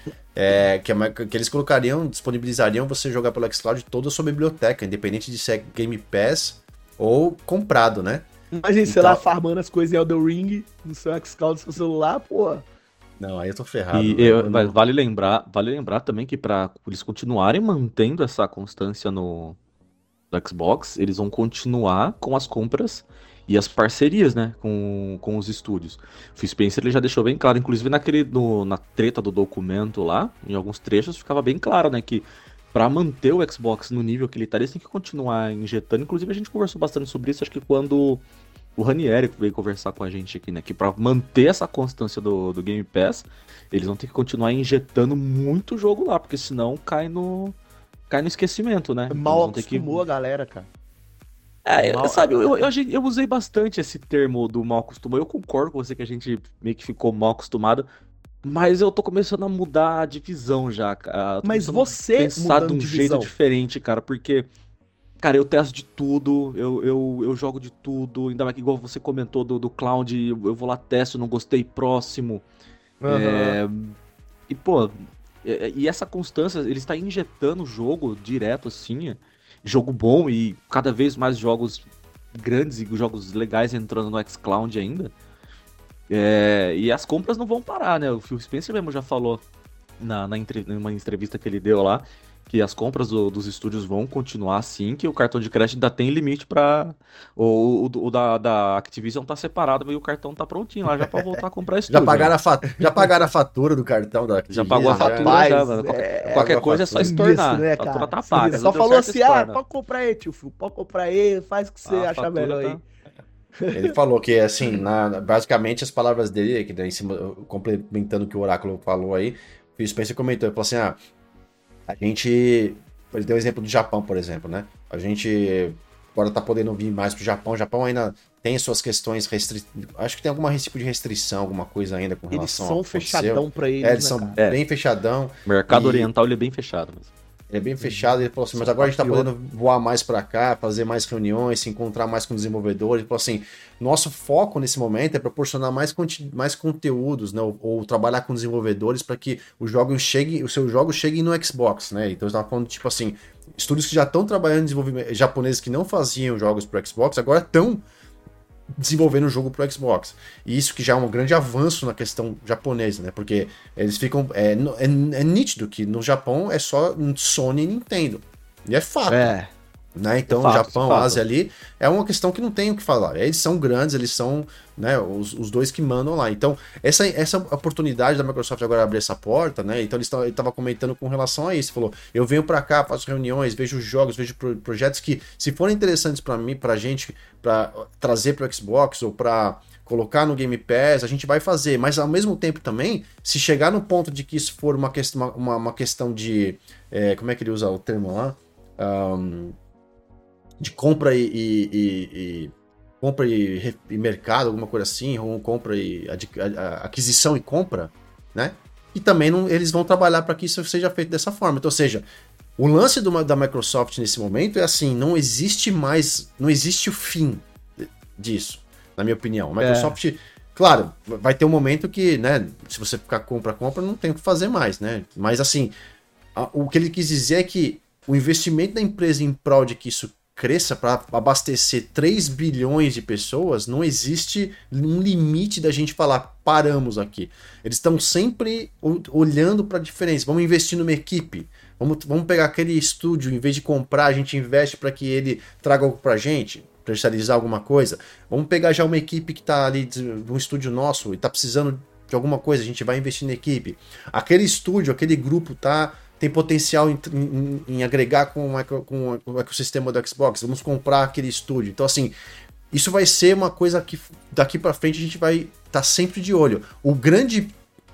[SPEAKER 1] Que eles disponibilizariam você jogar pelo xCloud toda a sua biblioteca, independente de se é Game Pass ou comprado, né?
[SPEAKER 3] Imagina, sei lá, farmando as coisas em Elden Ring no seu xCloud, no seu celular, pô.
[SPEAKER 1] Não, aí eu tô ferrado.
[SPEAKER 2] Mas vale lembrar também que para eles continuarem mantendo essa constância no Xbox, eles vão continuar com as compras e as parcerias, né, com os estúdios. O Phil Spencer ele já deixou bem claro, inclusive na treta do documento lá, em alguns trechos ficava bem claro, né, que para manter o Xbox no nível que ele tá, eles têm que continuar injetando. Inclusive a gente conversou bastante sobre isso, acho que quando o Ranieri veio conversar com a gente aqui, né, que para manter essa constância do Game Pass, eles vão ter que continuar injetando muito jogo lá, porque senão cai no esquecimento, né?
[SPEAKER 3] Mal acostumou a galera, cara.
[SPEAKER 2] Eu usei bastante esse termo do mal acostumado. Eu concordo com você que a gente meio que ficou mal acostumado, mas eu tô começando a mudar a divisão já, cara.
[SPEAKER 3] Mas você
[SPEAKER 2] pensar de um jeito diferente, cara, porque, cara, eu testo de tudo, eu jogo de tudo, ainda mais que igual você comentou do Cloud, eu vou lá, testo, não gostei, próximo. E, pô, e essa constância, ele está injetando jogo direto, assim, jogo bom e cada vez mais jogos grandes e jogos legais entrando no xCloud ainda. E as compras não vão parar, né? O Phil Spencer mesmo já falou numa entrevista que ele deu lá, que as compras dos estúdios vão continuar assim, que o cartão de crédito ainda tem limite pra... O da Activision tá separado, mas o cartão tá prontinho lá já pra voltar a comprar estúdio.
[SPEAKER 1] Já pagaram a fatura do cartão da Activision?
[SPEAKER 2] Já pagou a fatura, já, mano. Qualquer coisa é só estornar. Isso, né, a fatura tá paga.
[SPEAKER 3] Só falou assim, pode comprar aí, tio Phil, pode comprar aí, faz o que você achar melhor aí.
[SPEAKER 1] Ele falou que, assim, basicamente as palavras dele, que daí, complementando o que o Oráculo falou aí, o Phil Spencer comentou, ele falou assim, a gente... Ele deu o exemplo do Japão, por exemplo, né? A gente agora tá podendo vir mais pro Japão. O Japão ainda tem suas questões acho que tem alguma tipo de restrição, alguma coisa ainda com relação
[SPEAKER 3] ao... Eles são fechadão pra eles,
[SPEAKER 1] eles são bem fechadão.
[SPEAKER 2] O mercado oriental, ele é bem fechado mesmo.
[SPEAKER 1] Ele é bem fechado, ele falou assim, mas agora a gente tá podendo voar mais pra cá, fazer mais reuniões, se encontrar mais com desenvolvedores. Ele falou assim, nosso foco nesse momento é proporcionar mais conteúdos, né, ou trabalhar com desenvolvedores para que os seus jogos cheguem no Xbox, né? Então eu estava falando, tipo assim, estúdios que já estão trabalhando em desenvolvimento, japoneses que não faziam jogos pro Xbox, agora estão desenvolvendo um jogo pro Xbox. E isso que já é um grande avanço na questão japonesa, né? Porque eles ficam... É nítido que no Japão é só Sony e Nintendo. E é fato. né? Então,
[SPEAKER 2] Fato,
[SPEAKER 1] Japão,
[SPEAKER 2] fato.
[SPEAKER 1] Ásia ali, é uma questão que não tem o que falar. Eles são grandes, eles são, né, os dois que mandam lá. Então, essa oportunidade da Microsoft agora abrir essa porta, né? Então, ele estava comentando com relação a isso. Falou, eu venho para cá, faço reuniões, vejo jogos, vejo projetos que, se forem interessantes para mim, pra gente, para trazer para o Xbox ou para colocar no Game Pass, a gente vai fazer. Mas, ao mesmo tempo também, se chegar no ponto de que isso for uma questão de... como é que ele usa o termo lá? De compra compra e mercado, alguma coisa assim, ou compra e aquisição e compra, né? E também eles vão trabalhar para que isso seja feito dessa forma. Então, ou seja, o lance da Microsoft nesse momento é assim, não existe o fim disso, na minha opinião. A Microsoft, claro, vai ter um momento que, né, se você ficar compra, não tem o que fazer mais, né? Mas assim, o que ele quis dizer é que o investimento da empresa em prol de que isso cresça para abastecer 3 bilhões de pessoas, não existe um limite da gente falar, paramos aqui. Eles estão sempre olhando para a diferença. Vamos investir numa equipe. Vamos pegar aquele estúdio, em vez de comprar, a gente investe para que ele traga algo para a gente, terceirizar alguma coisa. Vamos pegar já uma equipe que está ali, um estúdio nosso, e está precisando de alguma coisa, a gente vai investir na equipe. Aquele estúdio, aquele grupo tem potencial em agregar com o ecossistema do Xbox, vamos comprar aquele estúdio. Então, assim, isso vai ser uma coisa que daqui para frente a gente vai estar sempre de olho. O grande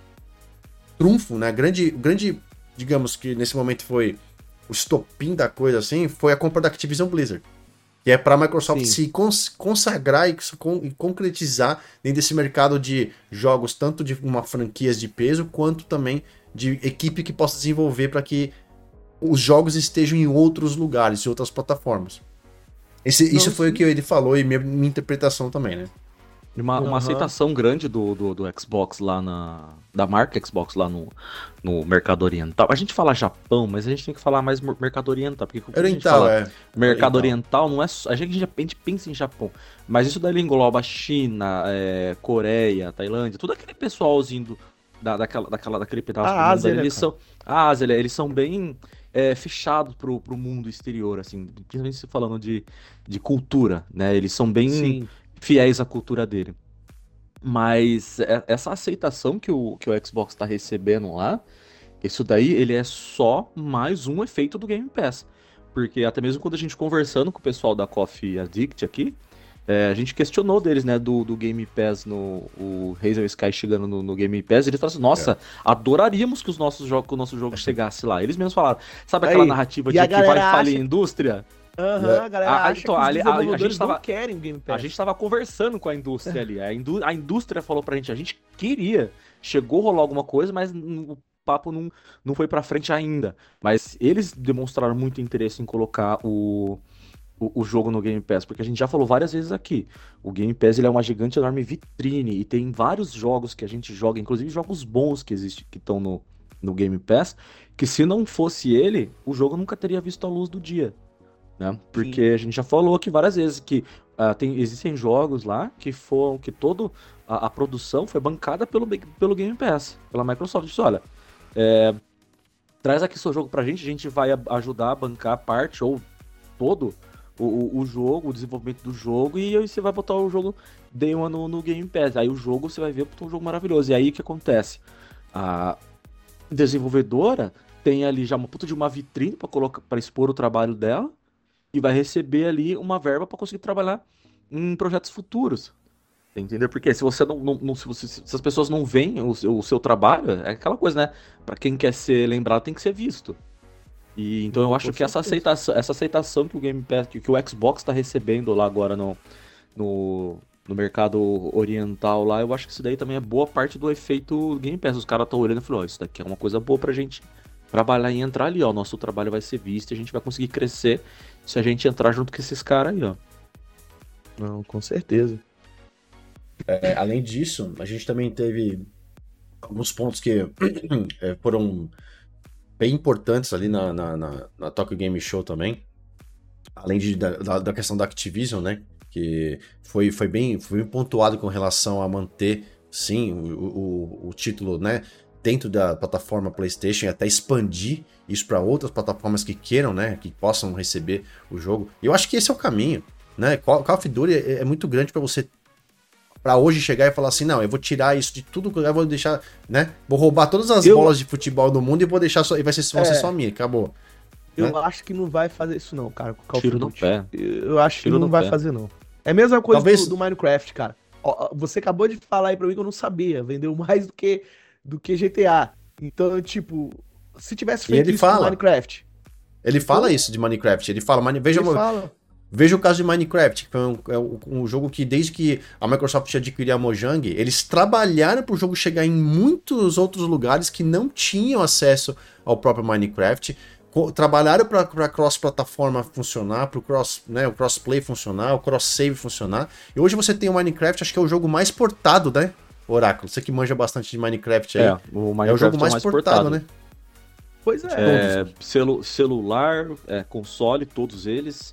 [SPEAKER 1] trunfo, né, grande, digamos que nesse momento foi o estopim da coisa, assim, foi a compra da Activision Blizzard. Que é para a Microsoft se consagrar e concretizar dentro desse mercado de jogos, tanto de uma franquias de peso, quanto também de equipe que possa desenvolver para que os jogos estejam em outros lugares, em outras plataformas. Isso foi o que ele falou e minha interpretação também, né?
[SPEAKER 2] Uma aceitação grande do Xbox lá da marca Xbox lá no mercado oriental. A gente fala Japão, mas a gente tem que falar mais mercado oriental, porque quando a gente fala mercado oriental, não é só, a gente pensa em Japão, mas isso daí engloba China, Coreia, Tailândia, todo aquele pessoalzinho daquele pedaço do mundo.
[SPEAKER 3] Ásia,
[SPEAKER 2] Eles são bem fechados pro mundo exterior, assim, principalmente falando de cultura, né? Eles são bem fiéis à cultura dele. Mas essa aceitação que o Xbox tá recebendo lá, isso daí, ele é só mais um efeito do Game Pass. Porque até mesmo quando a gente conversando com o pessoal da Coffee Addict aqui, a gente questionou deles, né, do Game Pass, o Hazel Sky chegando no Game Pass, eles falaram assim, nossa, adoraríamos que o nosso jogo chegasse lá. Eles mesmos falaram, sabe aquela narrativa de que vai falir a indústria?
[SPEAKER 3] A galera acha que os desenvolvedores
[SPEAKER 2] não
[SPEAKER 3] querem o Game Pass.
[SPEAKER 2] A gente tava conversando com a indústria ali, a indústria falou pra gente, a gente queria, chegou a rolar alguma coisa, mas o papo não foi pra frente ainda. Mas eles demonstraram muito interesse em colocar o jogo no Game Pass, porque a gente já falou várias vezes aqui, o Game Pass ele é uma gigante enorme vitrine, e tem vários jogos que a gente joga, inclusive jogos bons que estão no Game Pass, que se não fosse ele, o jogo nunca teria visto a luz do dia, né? Porque a gente já falou aqui várias vezes que existem jogos lá que toda a produção foi bancada pelo Game Pass, pela Microsoft. Disse, olha, traz aqui seu jogo pra gente, a gente vai ajudar a bancar parte ou todo o jogo, o desenvolvimento do jogo, e aí você vai botar o jogo Day One no Game Pass. Aí o jogo você vai ver um jogo maravilhoso. E aí o que acontece? A desenvolvedora tem ali já uma puta de uma vitrine para expor o trabalho dela e vai receber ali uma verba para conseguir trabalhar em projetos futuros. Entendeu? Porque se você se as pessoas não veem o seu trabalho, é aquela coisa, né? Para quem quer ser lembrado tem que ser visto. E então eu acho que essa aceitação que o Game Pass, que o Xbox está recebendo lá agora no mercado oriental lá, eu acho que isso daí também é boa parte do efeito Game Pass. Os caras estão olhando e falando, isso daqui é uma coisa boa pra gente trabalhar e entrar ali, ó. Nosso trabalho vai ser visto e a gente vai conseguir crescer se a gente entrar junto com esses caras aí, ó.
[SPEAKER 3] Não, com certeza.
[SPEAKER 1] Além disso, a gente também teve alguns pontos que foram bem importantes ali na Tokyo Game Show também, além da questão da Activision, né, que foi bem pontuado com relação a manter, sim, o título, né, dentro da plataforma PlayStation e até expandir isso para outras plataformas que queiram, né, que possam receber o jogo. E eu acho que esse é o caminho, né? Call of Duty é muito grande para você para hoje chegar e falar assim, não, eu vou tirar isso de tudo que eu vou deixar, né? Vou roubar todas as bolas de futebol do mundo e vou deixar só, e vão ser só minha, acabou.
[SPEAKER 3] Eu acho que não vai fazer isso não, cara, com Call
[SPEAKER 2] Tiro
[SPEAKER 3] of
[SPEAKER 2] no
[SPEAKER 3] Duty.
[SPEAKER 2] pé.
[SPEAKER 3] Eu acho que
[SPEAKER 2] Tiro
[SPEAKER 3] não
[SPEAKER 2] no
[SPEAKER 3] vai
[SPEAKER 2] pé.
[SPEAKER 3] fazer não. É a mesma coisa
[SPEAKER 1] Talvez-
[SPEAKER 3] do Minecraft, cara. Ó, você acabou de falar aí pra mim que eu não sabia, vendeu mais do que GTA. Então, tipo, se tivesse
[SPEAKER 1] E
[SPEAKER 3] feito
[SPEAKER 1] ele
[SPEAKER 3] isso com
[SPEAKER 1] fala.
[SPEAKER 3] Minecraft,
[SPEAKER 1] Ele fala isso de Minecraft, ele fala,
[SPEAKER 3] ele fala.
[SPEAKER 1] veja o caso de Minecraft, que foi um jogo que desde que a Microsoft adquiriu a Mojang, eles trabalharam para o jogo chegar em muitos outros lugares que não tinham acesso ao próprio Minecraft, trabalharam para cross-plataforma funcionar, para o crossplay funcionar, o cross-save funcionar, e hoje você tem o Minecraft, acho que é o jogo mais portado, né, Oráculo? Você que manja bastante de Minecraft aí.
[SPEAKER 2] O Minecraft
[SPEAKER 1] é o jogo mais portado, né?
[SPEAKER 3] Pois é.
[SPEAKER 2] Celular, console, todos eles,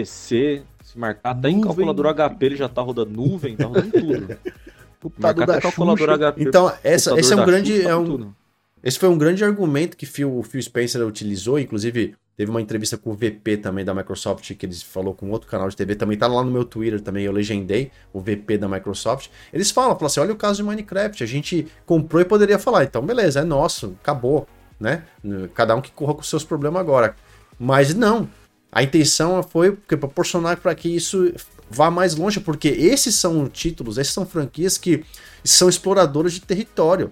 [SPEAKER 2] PC, se marcar até em
[SPEAKER 3] Nuvem.
[SPEAKER 2] calculador HP ele já tá rodando nuvem, tá rodando tudo.
[SPEAKER 3] Computador
[SPEAKER 2] Marcar até
[SPEAKER 3] da
[SPEAKER 2] calculador
[SPEAKER 3] Xuxa.
[SPEAKER 2] HP.
[SPEAKER 1] Então, esse é
[SPEAKER 2] computador
[SPEAKER 1] um
[SPEAKER 2] da
[SPEAKER 1] grande.
[SPEAKER 2] Xuxa,
[SPEAKER 1] É
[SPEAKER 2] tá
[SPEAKER 1] um,
[SPEAKER 2] tudo.
[SPEAKER 1] esse foi um grande argumento que o Phil Spencer utilizou, inclusive teve uma entrevista com o VP também da Microsoft, que eles falou com outro canal de TV, também tá lá no meu Twitter também, eu legendei o VP da Microsoft. Eles falam assim, olha o caso de Minecraft, a gente comprou e poderia falar, então beleza, é nosso, acabou, né? Cada um que corra com os seus problemas agora. Mas não, a intenção foi proporcionar para que isso vá mais longe, porque esses são títulos, esses são franquias que são exploradoras de território.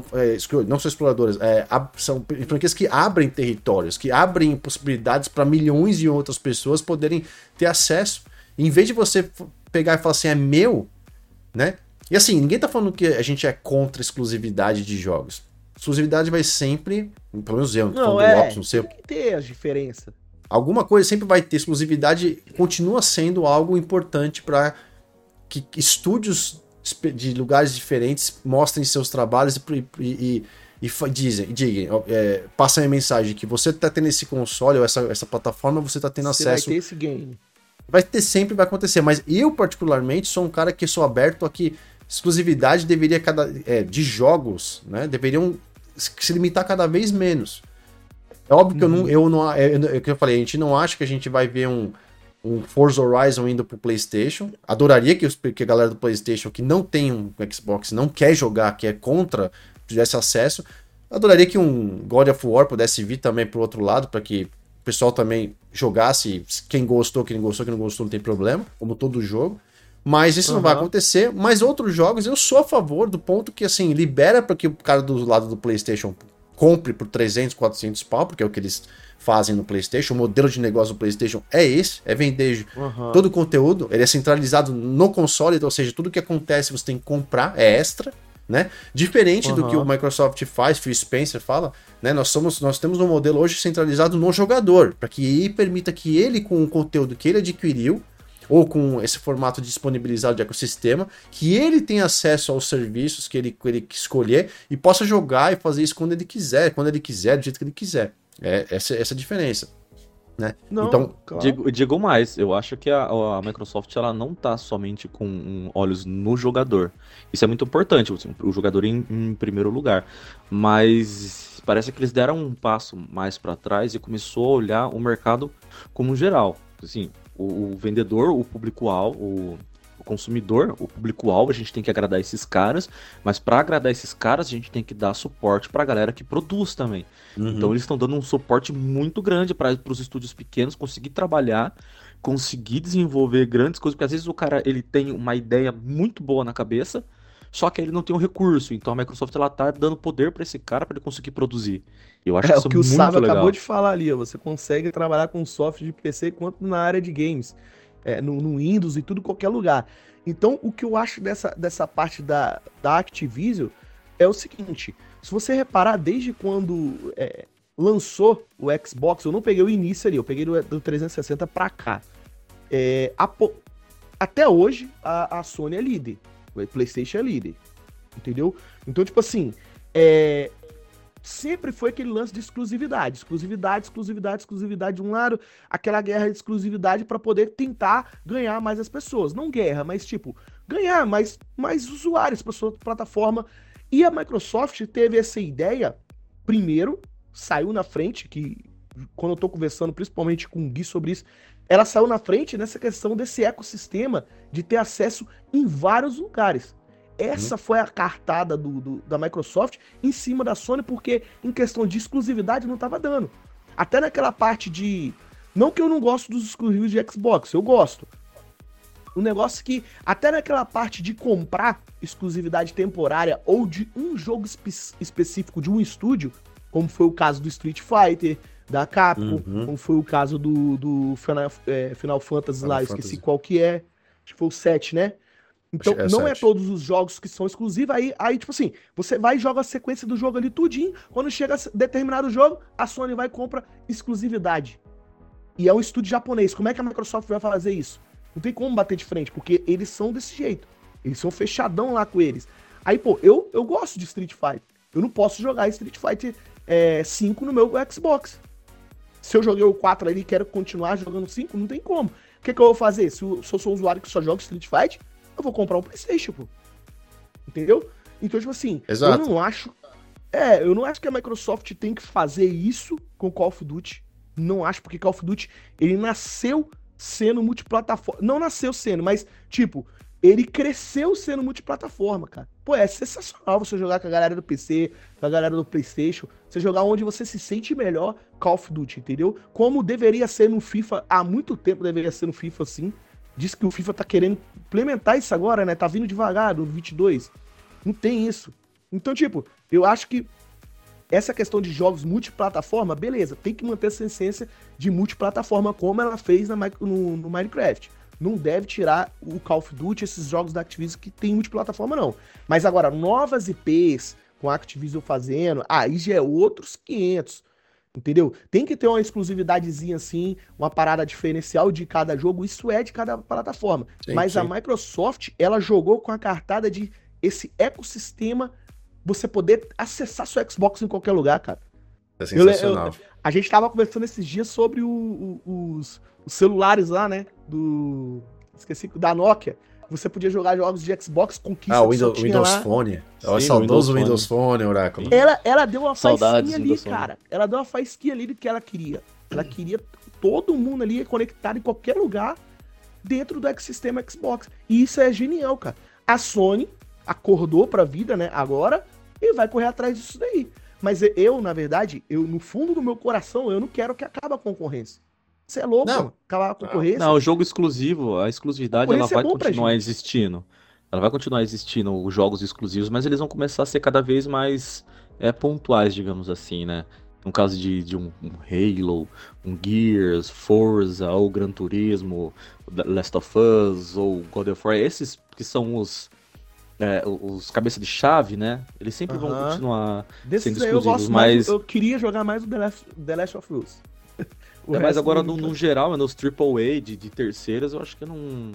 [SPEAKER 1] Não são exploradoras, são franquias que abrem territórios, que abrem possibilidades para milhões de outras pessoas poderem ter acesso. Em vez de você pegar e falar assim, é meu, né? E assim, ninguém tá falando que a gente é contra exclusividade de jogos. Exclusividade vai sempre, pelo menos eu,
[SPEAKER 3] Não,
[SPEAKER 1] Lopes, não sei.
[SPEAKER 3] tem que ter as diferenças.
[SPEAKER 1] Alguma coisa sempre vai ter. Exclusividade continua sendo algo importante para que estúdios de lugares diferentes mostrem seus trabalhos e passem a mensagem que você tá tendo esse console ou essa plataforma, você tá tendo
[SPEAKER 3] Você
[SPEAKER 1] acesso.
[SPEAKER 3] vai ter esse game.
[SPEAKER 1] Vai ter, sempre vai acontecer, mas eu particularmente sou um cara que sou aberto a que exclusividade deveria de jogos, né, deveriam se limitar cada vez menos. É óbvio que que eu falei, a gente não acha que a gente vai ver um Forza Horizon indo pro PlayStation. Adoraria que a galera do PlayStation que não tem um Xbox, não quer jogar, que é contra, tivesse acesso. Adoraria que um God of War pudesse vir também pro outro lado, para que o pessoal também jogasse. Quem gostou, quem não gostou, não tem problema, como todo jogo. Mas isso não vai acontecer. Mas outros jogos, eu sou a favor do ponto que, assim, libera para que o cara do lado do PlayStation compre por 300, 400 pau, porque é o que eles fazem no PlayStation. O modelo de negócio do PlayStation é esse, é vender todo o conteúdo, ele é centralizado no console, ou seja, tudo que acontece você tem que comprar, é extra, né? Diferente do que o Microsoft faz, Phil Spencer fala, né? Nós temos um modelo hoje centralizado no jogador, para que ele permita que ele, com o conteúdo que ele adquiriu, ou com esse formato disponibilizado de ecossistema, que ele tenha acesso aos serviços que ele escolher e possa jogar e fazer isso quando ele quiser, do jeito que ele quiser. Essa é a diferença, né?
[SPEAKER 3] Não,
[SPEAKER 1] então,
[SPEAKER 3] claro.
[SPEAKER 2] Digo mais, eu acho que a Microsoft ela não tá somente com olhos no jogador. Isso é muito importante, o jogador em primeiro lugar. Mas parece que eles deram um passo mais para trás e começou a olhar o mercado como geral. Assim, o vendedor, o público-alvo, o consumidor, o público-alvo, a gente tem que agradar esses caras, mas para agradar esses caras, a gente tem que dar suporte pra galera que produz também. Então eles estão dando um suporte muito grande para os estúdios pequenos conseguir trabalhar, conseguir desenvolver grandes coisas, porque às vezes o cara ele tem uma ideia muito boa na cabeça, só que ele não tem um recurso. Então a Microsoft ela tá dando poder para esse cara para ele conseguir produzir. Eu acho isso
[SPEAKER 3] O que o
[SPEAKER 2] muito
[SPEAKER 3] Sábio
[SPEAKER 2] legal.
[SPEAKER 3] acabou de falar ali, ó, você consegue trabalhar com software de PC quanto na área de games, no Windows e tudo, qualquer lugar. Então, o que eu acho dessa parte da Activision é o seguinte, se você reparar, desde quando lançou o Xbox, eu não peguei o início ali, eu peguei do 360 pra cá. Até hoje, a Sony é líder, o PlayStation é líder, entendeu? Então, tipo assim, sempre foi aquele lance de exclusividade de um lado, aquela guerra de exclusividade para poder tentar ganhar mais as pessoas. Não guerra, mas tipo, ganhar mais usuários para sua plataforma. E a Microsoft teve essa ideia, primeiro, saiu na frente, que quando eu tô conversando principalmente com o Gui sobre isso, ela saiu na frente nessa questão desse ecossistema de ter acesso em vários lugares. Essa foi a cartada da Microsoft em cima da Sony, porque em questão de exclusividade não tava dando. Até naquela parte de... Não que eu não gosto dos exclusivos de Xbox, eu gosto. O negócio é que até naquela parte de comprar exclusividade temporária ou de um jogo específico de um estúdio, como foi o caso do Street Fighter, da Capcom, como foi o caso do Final Fantasy lá, esqueci qual que é, acho que foi o 7, né? Então, não é todos os jogos que são exclusivos, aí tipo assim, você vai e joga a sequência do jogo ali tudinho, quando chega determinado jogo, a Sony vai e compra exclusividade. E é um estúdio japonês, como é que a Microsoft vai fazer isso? Não tem como bater de frente, porque eles são desse jeito. Eles são fechadão lá com eles. Aí, pô, eu gosto de Street Fighter. Eu não posso jogar Street Fighter 5 no meu Xbox. Se eu joguei o 4 ali e quero continuar jogando 5, não tem como. O que eu vou fazer? Se eu sou um usuário que só joga Street Fighter, eu vou comprar um PlayStation, pô. Entendeu? Então, tipo assim,
[SPEAKER 1] Exato.
[SPEAKER 3] eu não acho que a Microsoft tem que fazer isso com Call of Duty. Não acho, porque Call of Duty, ele nasceu sendo multiplataforma. Não nasceu sendo, mas, tipo, ele cresceu sendo multiplataforma, cara. Pô, é sensacional você jogar com a galera do PC, com a galera do PlayStation, você jogar onde você se sente melhor Call of Duty, entendeu? Como deveria ser no FIFA, há muito tempo deveria ser no FIFA, assim. Diz que o FIFA tá querendo implementar isso agora, né? Tá vindo devagar, no 22. Não tem isso. Então, tipo, eu acho que essa questão de jogos multiplataforma, beleza, tem que manter essa essência de multiplataforma como ela fez no Minecraft. Não deve tirar o Call of Duty, esses jogos da Activision que tem multiplataforma, não. Mas agora, novas IPs com a Activision fazendo, aí já é outros 500, entendeu? Tem que ter uma exclusividadezinha assim, uma parada diferencial de cada jogo, isso é de cada plataforma.
[SPEAKER 1] Sim,
[SPEAKER 3] Mas
[SPEAKER 1] sim.
[SPEAKER 3] a Microsoft, ela jogou com a cartada de esse ecossistema, você poder acessar seu Xbox em qualquer lugar, cara.
[SPEAKER 1] É sensacional.
[SPEAKER 3] A gente tava conversando esses dias sobre os celulares lá, né? Esqueci, da Nokia. Você podia jogar jogos de Xbox Conquista.
[SPEAKER 1] O Windows Phone. É o
[SPEAKER 2] Sim,
[SPEAKER 1] saudoso
[SPEAKER 2] Windows
[SPEAKER 1] Windows Phone, Oráculo.
[SPEAKER 3] Ela deu uma
[SPEAKER 2] Saudades
[SPEAKER 3] faísquinha
[SPEAKER 2] do
[SPEAKER 3] ali,
[SPEAKER 2] Windows Phone.
[SPEAKER 3] cara. Ela deu uma faísquinha ali do que ela queria. Ela queria todo mundo ali conectado em qualquer lugar dentro do ecossistema Xbox. E isso é genial, cara. A Sony acordou pra vida, né, agora, e vai correr atrás disso daí. Mas eu, na verdade, no fundo do meu coração, eu não quero que acabe a concorrência. Você é louco,
[SPEAKER 1] Não.
[SPEAKER 3] mano, acabar a concorrência.
[SPEAKER 2] Não, o jogo exclusivo, a exclusividade, ela
[SPEAKER 3] Concorrência é
[SPEAKER 2] vai
[SPEAKER 3] bom pra
[SPEAKER 2] continuar existindo. Ela vai continuar existindo, os jogos exclusivos, mas eles vão começar a ser cada vez mais pontuais, digamos assim, né? No caso de um Halo, um Gears, Forza, ou Gran Turismo, Last of Us, ou God of War, esses que são os cabeça de chave, né? Eles sempre vão
[SPEAKER 3] Aham.
[SPEAKER 2] continuar
[SPEAKER 3] Desses
[SPEAKER 2] sendo
[SPEAKER 3] aí eu
[SPEAKER 2] exclusivos,
[SPEAKER 3] gosto mais,
[SPEAKER 2] mas...
[SPEAKER 3] eu queria jogar mais o The Last of Us. O
[SPEAKER 2] mas
[SPEAKER 3] resto
[SPEAKER 2] agora,
[SPEAKER 3] não-
[SPEAKER 2] no geral, nos AAA de terceiras, eu acho que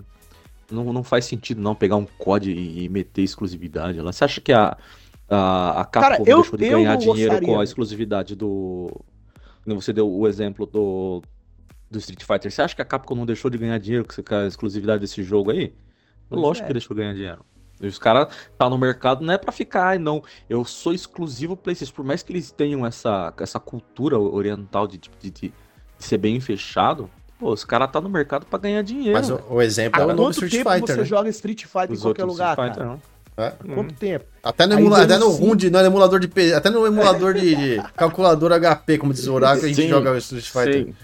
[SPEAKER 2] não faz sentido não pegar um COD e meter exclusividade lá. Você acha que a Capcom
[SPEAKER 3] Cara, eu-
[SPEAKER 2] deixou de
[SPEAKER 3] eu
[SPEAKER 2] ganhar
[SPEAKER 3] não
[SPEAKER 2] dinheiro
[SPEAKER 3] gostaria.
[SPEAKER 2] com a exclusividade do... Como você deu o exemplo do Street Fighter. Você acha que a Capcom não deixou de ganhar dinheiro com a exclusividade desse jogo aí?
[SPEAKER 3] Pois
[SPEAKER 2] Lógico
[SPEAKER 3] é.
[SPEAKER 2] que deixou de ganhar dinheiro. E os caras tá no mercado não é pra ficar, "Ai, não, eu sou exclusivo PlayStation." Por mais que eles tenham essa cultura oriental de ser bem fechado, pô, os caras tá no mercado pra ganhar dinheiro.
[SPEAKER 1] Mas
[SPEAKER 2] velho.
[SPEAKER 1] o exemplo
[SPEAKER 3] Há
[SPEAKER 1] é o novo
[SPEAKER 3] quanto
[SPEAKER 1] Street
[SPEAKER 3] tempo
[SPEAKER 1] Fighter,
[SPEAKER 3] você
[SPEAKER 1] né?
[SPEAKER 3] joga Street Fighter em
[SPEAKER 2] Os
[SPEAKER 3] qualquer
[SPEAKER 2] outros
[SPEAKER 3] lugar,
[SPEAKER 2] Street Fighter,
[SPEAKER 3] cara?
[SPEAKER 2] não.
[SPEAKER 1] É.
[SPEAKER 3] Quanto tempo?
[SPEAKER 1] Até no,
[SPEAKER 3] Aí
[SPEAKER 1] até no
[SPEAKER 3] veio
[SPEAKER 1] RUM, no emulador de PC, até no emulador de calculador HP, como diz o Oráculo, a gente
[SPEAKER 2] Sim,
[SPEAKER 1] joga o Street Fighter.
[SPEAKER 2] Sim.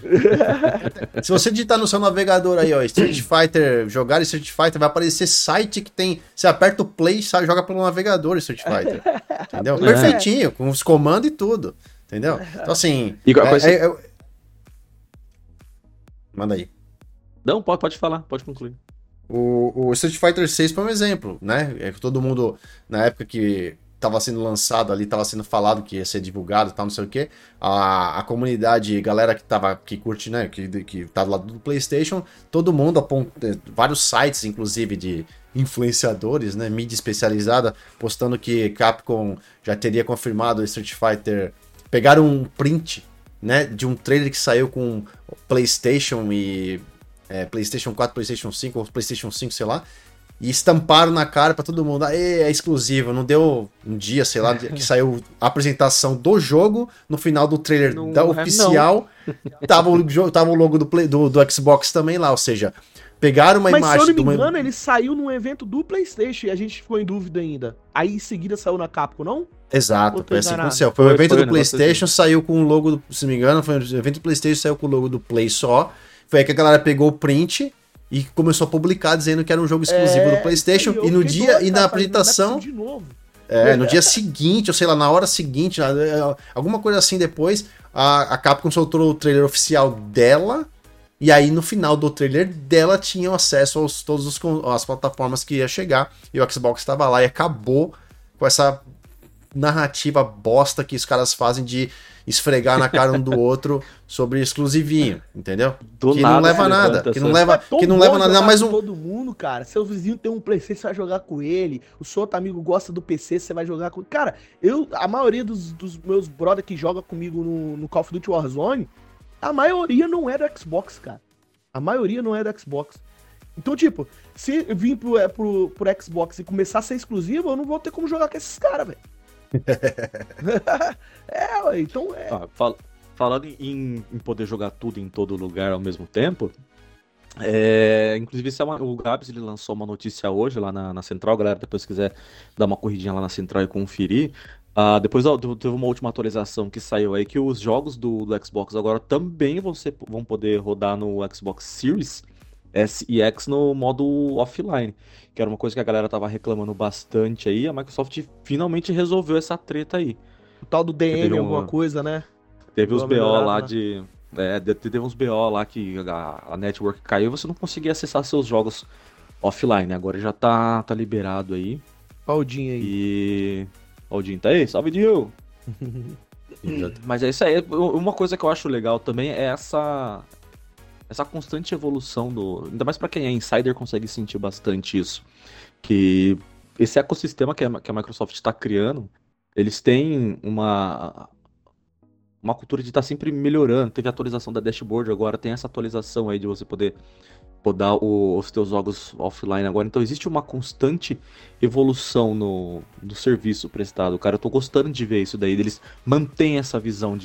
[SPEAKER 1] Se você digitar no seu navegador aí, ó, Street Fighter, jogar Street Fighter, vai aparecer site que tem. Você aperta o play e joga pelo navegador Street Fighter. Entendeu?
[SPEAKER 2] É.
[SPEAKER 1] Perfeitinho, com os comandos e tudo. Entendeu? Então, assim.
[SPEAKER 2] E qual é
[SPEAKER 1] Manda aí.
[SPEAKER 2] Não, pode falar, pode concluir.
[SPEAKER 1] O Street Fighter 6 foi um exemplo, né? É que todo mundo, na época que tava sendo lançado ali, tava sendo falado que ia ser divulgado e tal, não sei o que, a comunidade, galera que curte, né? Que tá do lado do PlayStation, todo mundo, vários sites, inclusive, de influenciadores, né? Mídia especializada, postando que Capcom já teria confirmado o Street Fighter. Pegaram um print, né? De um trailer que saiu com PlayStation e. PlayStation 4, PlayStation 5 ou PlayStation 5, sei lá, e estamparam na cara pra todo mundo. Aê, é exclusivo. Não deu um dia, sei lá, que saiu a apresentação do jogo, no final do trailer oficial, tava o logo do Xbox também lá, ou seja, pegaram uma imagem...
[SPEAKER 3] Mas se eu não me engano, ele saiu num evento do PlayStation e a gente ficou em dúvida ainda. Aí em seguida saiu na Capcom, não?
[SPEAKER 1] Exato, foi assim que aconteceu. Foi um evento do PlayStation, saiu com o logo, se não me engano, foi um evento do PlayStation, saiu com o logo do Play só. Foi aí que a galera pegou o print e começou a publicar dizendo que era um jogo exclusivo do PlayStation. E no dia, e na apresentação... no dia seguinte, ou sei lá, na hora seguinte, alguma coisa assim depois, a Capcom soltou o trailer oficial dela. E aí, no final do trailer dela, tinham acesso a todas as plataformas que ia chegar. E o Xbox estava lá e acabou com essa narrativa bosta que os caras fazem de esfregar na cara um do outro sobre exclusivinho, entendeu? Que não leva a nada. Que não leva nada. Mais um...
[SPEAKER 3] Todo mundo, cara. Seu vizinho tem um PC, você vai jogar com ele. O seu outro amigo gosta do PC, você vai jogar com ele. Cara, a maioria dos meus brother que joga comigo no Call of Duty Warzone, a maioria não é do Xbox, cara. A maioria não é do Xbox. Então, tipo, se vir pro Xbox e começar a ser exclusivo, eu não vou ter como jogar com esses caras, velho. Então é.
[SPEAKER 2] Falando em poder jogar tudo em todo lugar ao mesmo tempo, inclusive o Gabs ele lançou uma notícia hoje lá na Central, galera, depois se quiser dar uma corridinha lá na Central e conferir. Depois teve uma última atualização que saiu aí que os jogos do Xbox agora também vão poder rodar no Xbox Series S e X no modo offline, que era uma coisa que a galera tava reclamando bastante aí. A Microsoft finalmente resolveu essa treta aí.
[SPEAKER 3] O tal do DM, alguma coisa, né?
[SPEAKER 2] Teve uns BO lá de... teve uns BO lá que a network caiu e você não conseguia acessar seus jogos offline. Agora já tá liberado aí.
[SPEAKER 3] Aldinho aí.
[SPEAKER 2] E... Aldinho tá aí? Salve, Dio! Mas é isso aí. Uma coisa que eu acho legal também é essa constante evolução ainda mais pra quem é insider consegue sentir bastante isso. Que esse ecossistema que a Microsoft tá criando, eles têm uma cultura de estar sempre melhorando. Teve a atualização da dashboard agora, tem essa atualização aí de você poder rodar os teus jogos offline agora. Então existe uma constante evolução no serviço prestado. Cara, eu tô gostando de ver isso daí. Eles mantêm essa visão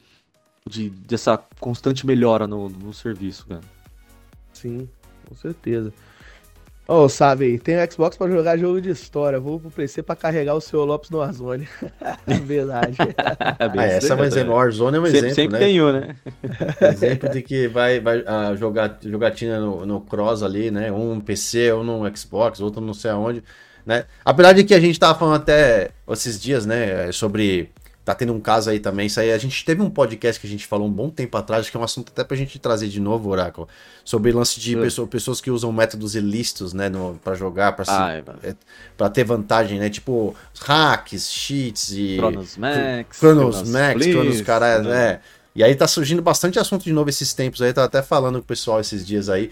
[SPEAKER 2] dessa constante melhora no serviço, cara.
[SPEAKER 3] Sim, com certeza. Sabe, tem Xbox pra jogar jogo de história. Vou pro PC pra carregar o seu Lopes no Warzone. Verdade.
[SPEAKER 1] Essa é um exemplo. O Warzone é um exemplo,
[SPEAKER 2] sempre né? Ganhou, né?
[SPEAKER 1] Exemplo de que vai jogar jogatina no Cross ali, né? Um no PC, um no Xbox, outro não sei aonde, né? Apesar de que a gente tava falando até esses dias, né? Sobre... Tá tendo um caso aí também, isso aí, a gente teve um podcast que a gente falou um bom tempo atrás, que é um assunto até pra gente trazer de novo, Oráculo, sobre lance de pessoas que usam métodos ilícitos, né, pra jogar, pra ter vantagem, né, tipo hacks, cheats e...
[SPEAKER 2] Chronos Max,
[SPEAKER 1] Chronos caralho, né. E aí tá surgindo bastante assunto de novo esses tempos aí, tava até falando com o pessoal esses dias aí,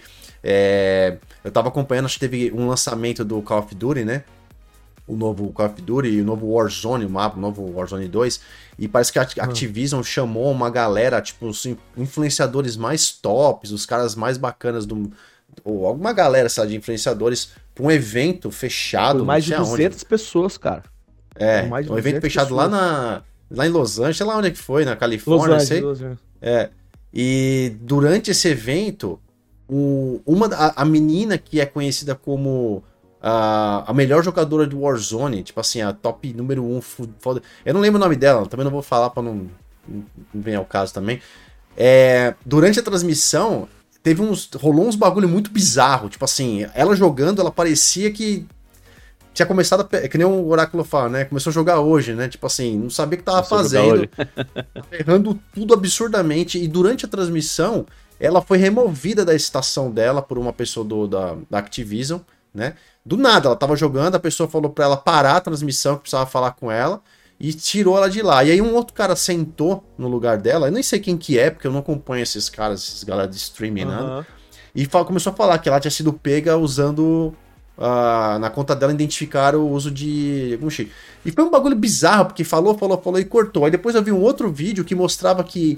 [SPEAKER 1] eu tava acompanhando, acho que teve um lançamento do Call of Duty, né, o novo Call of Duty e o novo Warzone, o novo Warzone 2, e parece que a Activision chamou uma galera, tipo, os influenciadores mais tops, os caras mais bacanas ou alguma galera, sabe, de influenciadores, pra um evento fechado.
[SPEAKER 3] Por mais de 200 pessoas, cara.
[SPEAKER 1] Um evento fechado lá em Los Angeles, sei lá onde é que foi, na Califórnia,
[SPEAKER 3] Los Angeles.
[SPEAKER 1] E durante esse evento, a menina que é conhecida como... a melhor jogadora do Warzone, tipo assim, a top número 1, foda. Eu não lembro o nome dela, também não vou falar pra não venha ao caso também. Durante a transmissão, rolou uns bagulho muito bizarro, tipo assim, ela jogando, ela parecia que tinha começado, que nem o Oráculo fala, né, começou a jogar hoje, né, tipo assim, não sabia o que tava fazendo, errando tudo absurdamente, e durante a transmissão, ela foi removida da estação dela por uma pessoa da Activision, né? Do nada, ela tava jogando, a pessoa falou pra ela parar a transmissão, que precisava falar com ela, e tirou ela de lá. E aí um outro cara sentou no lugar dela, eu nem sei quem que é, porque eu não acompanho esses galera de streaming, nada, e começou a falar que ela tinha sido pega usando, na conta dela, identificar o uso de algum chip. E foi um bagulho bizarro, porque falou e cortou. Aí depois eu vi um outro vídeo que mostrava que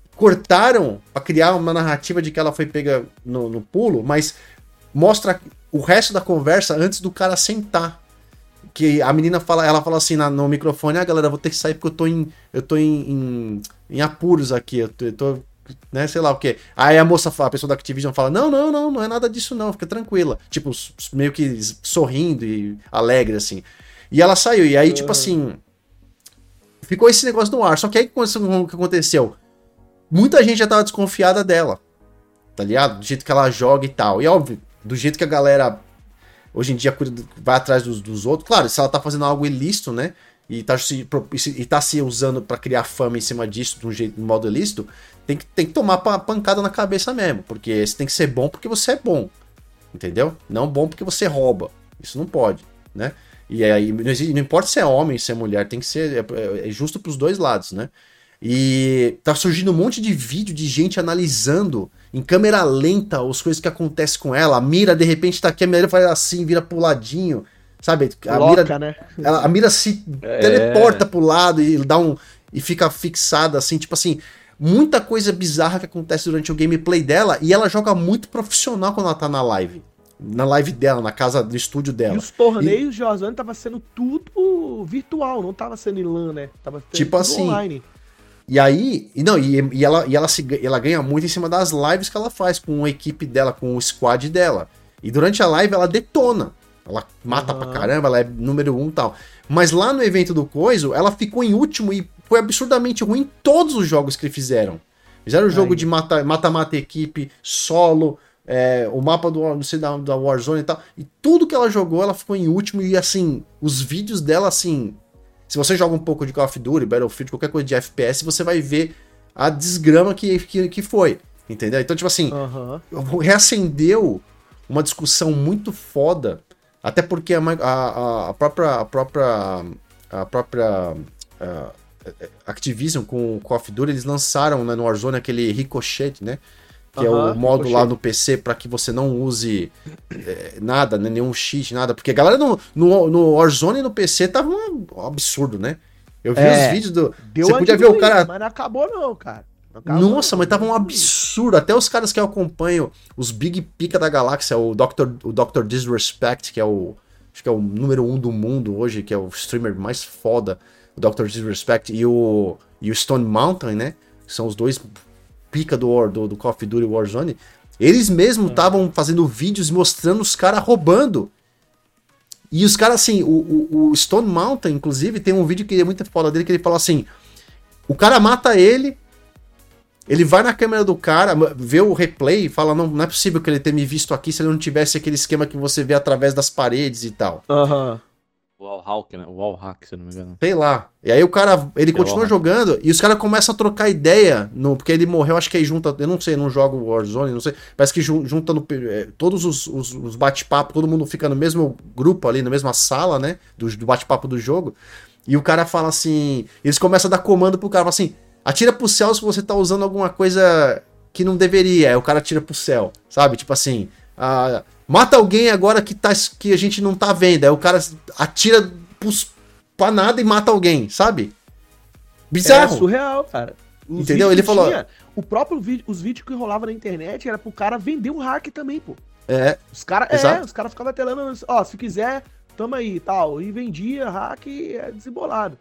[SPEAKER 1] cortaram pra criar uma narrativa de que ela foi pega no pulo, mas mostra o resto da conversa antes do cara sentar. Que a menina fala, ela fala assim no microfone, galera, eu vou ter que sair porque eu tô em apuros aqui, eu tô, né, sei lá o quê. Aí a moça, a pessoa da Activision fala, não é nada disso não, fica tranquila. Tipo, meio que sorrindo e alegre, assim. E ela saiu, e aí, tipo assim, ficou esse negócio no ar. Só que aí o que aconteceu? Muita gente já tava desconfiada dela, tá ligado? Do jeito que ela joga e tal. E óbvio, do jeito que a galera hoje em dia vai atrás dos outros. Claro, se ela tá fazendo algo ilícito, né? E tá se usando pra criar fama em cima disso de um modo ilícito, tem que tomar pancada na cabeça mesmo. Porque você tem que ser bom porque você é bom. Entendeu? Não bom porque você rouba. Isso não pode, né? E aí, não importa se é homem, se é mulher, tem que ser. É justo pros dois lados, né? E tá surgindo um monte de vídeo de gente analisando em câmera lenta as coisas que acontecem com ela. A mira, de repente, tá aqui, a mira faz assim, vira pro ladinho, sabe?
[SPEAKER 3] Né?
[SPEAKER 1] A mira se teleporta pro lado e fica fixada, assim, tipo assim. Muita coisa bizarra que acontece durante o gameplay dela, e ela joga muito profissional quando ela tá na live. Na live dela, na casa, no estúdio dela.
[SPEAKER 3] E os torneios de Warzone tava sendo tudo virtual, não tava sendo em LAN, né? Tava sendo
[SPEAKER 1] tipo
[SPEAKER 3] tudo
[SPEAKER 1] assim,
[SPEAKER 3] online.
[SPEAKER 1] E aí, ela ganha muito em cima das lives que ela faz com a equipe dela, com o squad dela. E durante a live ela detona. Ela mata pra caramba, ela é número 1 e tal. Mas lá no evento do Coiso, ela ficou em último e foi absurdamente ruim em todos os jogos que fizeram. Fizeram o jogo de mata-mata equipe, solo, o mapa da Warzone e tal. E tudo que ela jogou, ela ficou em último. E assim, os vídeos dela, assim... Se você joga um pouco de Call of Duty, Battlefield, qualquer coisa de FPS, você vai ver a desgrama que foi. Entendeu? Então, tipo assim, reacendeu uma discussão muito foda. Até porque a própria Activision com o Call of Duty, eles lançaram, né, no Warzone aquele Ricochet, né? Que é o modo lá no PC para que você não use nada, né, nenhum cheat, nada. Porque a galera no Warzone e no PC tava um absurdo, né? Eu vi os vídeos do...
[SPEAKER 3] Você podia ver o cara... Mas não acabou não, cara.
[SPEAKER 1] Nossa, mas tava um absurdo. Até os caras que eu acompanho, os Big Pica da galáxia, o Dr. Disrespect, que é acho que é o número 1 do mundo hoje, que é o streamer mais foda, o Dr. Disrespect, e o Stone Mountain, né? São os dois pica do Call of Duty Warzone. Eles mesmos estavam fazendo vídeos mostrando os caras roubando. E os caras, assim, o Stone Mountain, inclusive, tem um vídeo que é muito foda dele, que ele fala assim, o cara mata ele vai na câmera do cara, vê o replay e fala, não é possível que ele tenha me visto aqui se ele não tivesse aquele esquema que você vê através das paredes e tal.
[SPEAKER 2] Wallhack, né? Wallhack, se não me engano.
[SPEAKER 1] Sei lá. E aí o cara, ele continua jogando e os caras começam a trocar ideia, porque ele morreu, acho que aí junta, eu não sei, não jogo Warzone, não sei, parece que junta todos os bate-papo, todo mundo fica no mesmo grupo ali, na mesma sala, né, do bate-papo do jogo, e o cara fala assim, eles começam a dar comando pro cara, fala assim, atira pro céu se você tá usando alguma coisa que não deveria, aí o cara atira pro céu, sabe, tipo assim, mata alguém agora que a gente não tá vendo. Aí o cara atira pra nada e mata alguém, sabe? Bizarro.
[SPEAKER 3] É surreal, cara.
[SPEAKER 1] Entendeu? Ele falou...
[SPEAKER 3] O próprio vídeo, os vídeos que rolavam na internet era pro cara vender um hack também, pô.
[SPEAKER 1] Os
[SPEAKER 3] caras ficavam telando, ó, se quiser, tamo aí, tal. E vendia hack desembolado.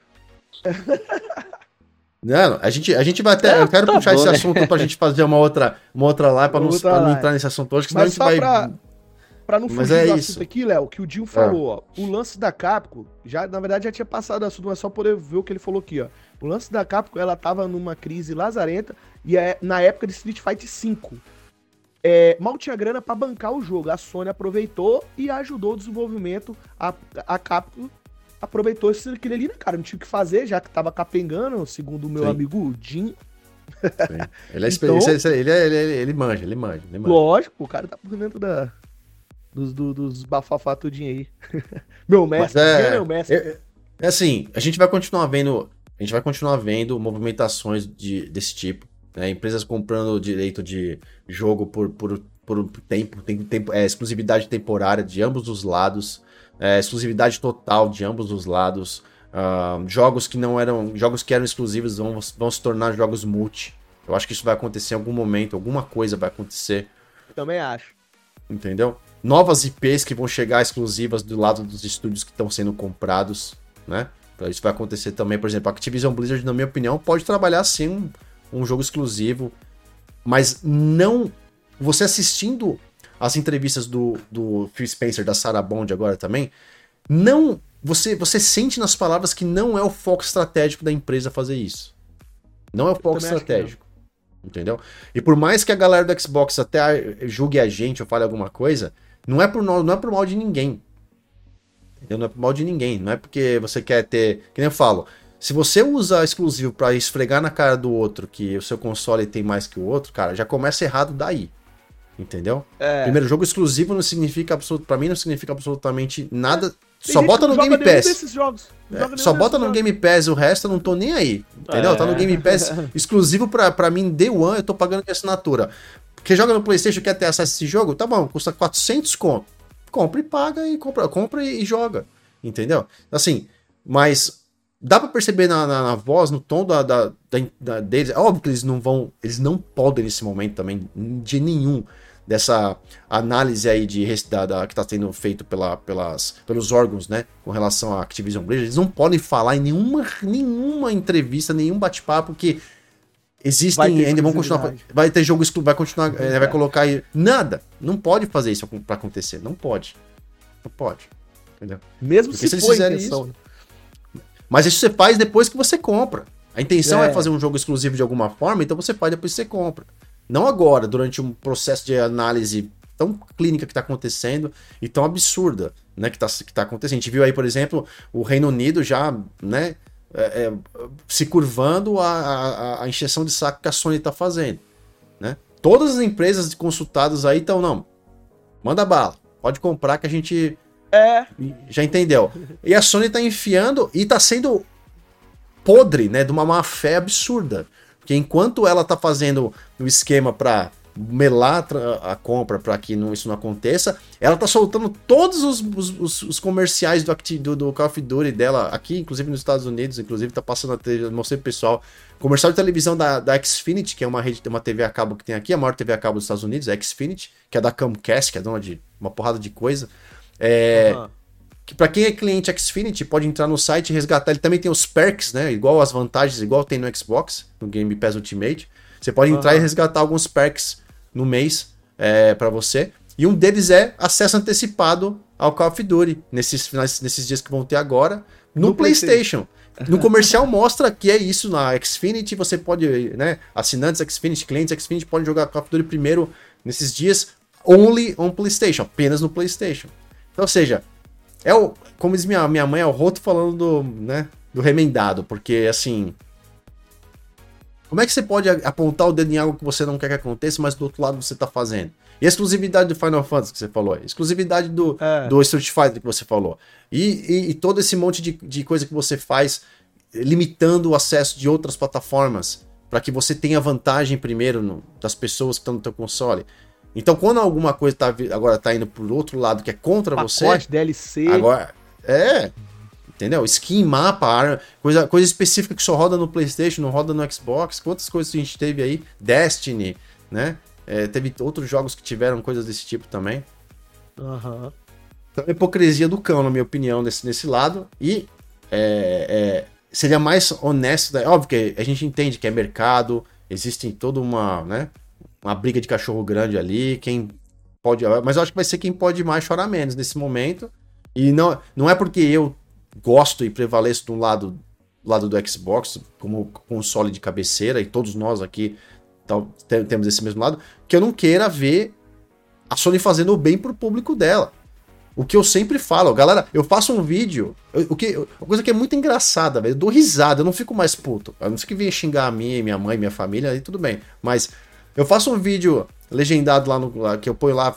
[SPEAKER 1] Não, a gente vai até... eu quero puxar esse assunto pra gente fazer uma outra live pra não entrar nesse assunto hoje, que senão a gente vai...
[SPEAKER 3] Pra não fugir do assunto aqui, Léo, que o Dio falou, ó, o lance da Capcom, na verdade já tinha passado o assunto, mas só poder ver o que ele falou aqui, ó. O lance da Capcom, ela tava numa crise lazarenta, e na época de Street Fighter V. Mal tinha grana pra bancar o jogo, a Sony aproveitou e ajudou o desenvolvimento, a Capcom aproveitou aquilo ali, né, cara, não tinha o que fazer, já que tava capengando, segundo o meu amigo Jim.
[SPEAKER 1] Ele é experiente, então, ele manja.
[SPEAKER 3] Lógico, o cara tá por dentro dos bafafá tudinho aí. Meu mestre, meu mestre.
[SPEAKER 1] Assim, a gente vai continuar vendo movimentações desse tipo, né? Empresas comprando direito de jogo por tempo, exclusividade temporária de ambos os lados, exclusividade total de ambos os lados, jogos que eram exclusivos vão se tornar jogos multi. Eu acho que isso vai acontecer em algum momento, alguma coisa vai acontecer.
[SPEAKER 3] Também acho.
[SPEAKER 1] Entendeu? novas IPs que vão chegar exclusivas do lado dos estúdios que estão sendo comprados, né? Isso vai acontecer também, por exemplo, a Activision Blizzard, na minha opinião, pode trabalhar sim um jogo exclusivo, mas não... Você assistindo as entrevistas do Phil Spencer, da Sarah Bond agora também, não... Você sente nas palavras que não é o foco estratégico da empresa fazer isso. Não é o foco estratégico. Entendeu? E por mais que a galera do Xbox até julgue a gente ou fale alguma coisa, não é por mal de ninguém. Entendeu? Não é por mal de ninguém. Não é porque você quer ter... Que nem eu falo. Se você usa exclusivo pra esfregar na cara do outro que o seu console tem mais que o outro, cara, já começa errado daí. Entendeu? Primeiro, jogo exclusivo não significa pra mim não significa absolutamente nada. Só bota no Game Pass. Só bota no Game Pass, o resto eu não tô nem aí. Entendeu? Tá no Game Pass exclusivo pra mim, Day One, eu tô pagando de assinatura. Porque joga no PlayStation, quer ter acesso a esse jogo? Tá bom, custa 400 conto. Compra e paga e compra e joga. Entendeu? Assim, mas dá pra perceber na voz, no tom deles. É óbvio que eles não podem nesse momento também, de nenhum, dessa análise aí que está sendo feito pelos órgãos, né, com relação à Activision Blizzard. Eles não podem falar em nenhuma entrevista, nenhum bate-papo que existem, ainda vão continuar, vai ter jogo exclusivo, vai continuar, vai colocar aí, nada, não pode fazer isso para acontecer, não pode, entendeu?
[SPEAKER 3] Mesmo porque se for a intenção.
[SPEAKER 1] Mas isso você faz depois que você compra. A intenção é fazer um jogo exclusivo de alguma forma, então você faz depois que você compra. Não agora, durante um processo de análise tão clínica que está acontecendo e tão absurda, né, que tá acontecendo. A gente viu aí, por exemplo, o Reino Unido já, né, se curvando a encheção de saco que a Sony está fazendo, né? Todas as empresas consultadas aí estão, não, manda bala, pode comprar que a gente já entendeu. E a Sony está enfiando e está sendo podre, né, de uma má fé absurda. Porque enquanto ela tá fazendo o esquema para melar a compra para que isso não aconteça, ela tá soltando todos os comerciais do Call of Duty dela aqui, inclusive nos Estados Unidos, inclusive tá passando mostrei pro pessoal, comercial de televisão da Xfinity, que é uma TV a cabo que tem aqui, a maior TV a cabo dos Estados Unidos, é a Xfinity, que é da Comcast, que é dona de uma porrada de coisa. Que para quem é cliente Xfinity pode entrar no site e resgatar. Ele também tem os perks, né? Igual as vantagens, igual tem no Xbox, no Game Pass Ultimate. Você pode entrar e resgatar alguns perks no mês para você. E um deles é acesso antecipado ao Call of Duty nesses dias que vão ter agora no PlayStation. No comercial mostra que é isso na Xfinity. Você pode, né? Assinantes Xfinity, clientes Xfinity podem jogar Call of Duty primeiro nesses dias only on PlayStation, apenas no PlayStation. Então, ou seja, como diz minha mãe, é o roto falando do remendado, porque assim, como é que você pode apontar o dedo em algo que você não quer que aconteça, mas do outro lado você tá fazendo? E a exclusividade do Final Fantasy que você falou, a exclusividade do Street Fighter que você falou, e todo esse monte de coisa que você faz, limitando o acesso de outras plataformas, para que você tenha vantagem primeiro das pessoas que estão no teu console. Então, quando alguma coisa agora tá indo pro outro lado, que é contra você...
[SPEAKER 3] Pacote, DLC...
[SPEAKER 1] Agora, entendeu? Skin, mapa, coisa específica que só roda no PlayStation, não roda no Xbox. Quantas coisas a gente teve aí? Destiny, né? Teve outros jogos que tiveram coisas desse tipo também.
[SPEAKER 3] Então,
[SPEAKER 1] a hipocrisia do cão, na minha opinião, nesse lado. E seria mais honesto... Óbvio que a gente entende que é mercado, existe toda uma briga de cachorro grande ali, quem pode... Mas eu acho que vai ser quem pode mais chorar menos nesse momento. E não é porque eu gosto e prevaleço do lado do Xbox, como console de cabeceira, e todos nós aqui temos esse mesmo lado, que eu não queira ver a Sony fazendo o bem pro público dela. O que eu sempre falo, galera, eu faço um vídeo, uma coisa que é muito engraçada, velho, eu dou risada, eu não fico mais puto. A não ser que venha xingar a mim, minha mãe, minha família, aí tudo bem. Mas... eu faço um vídeo legendado lá que eu ponho lá,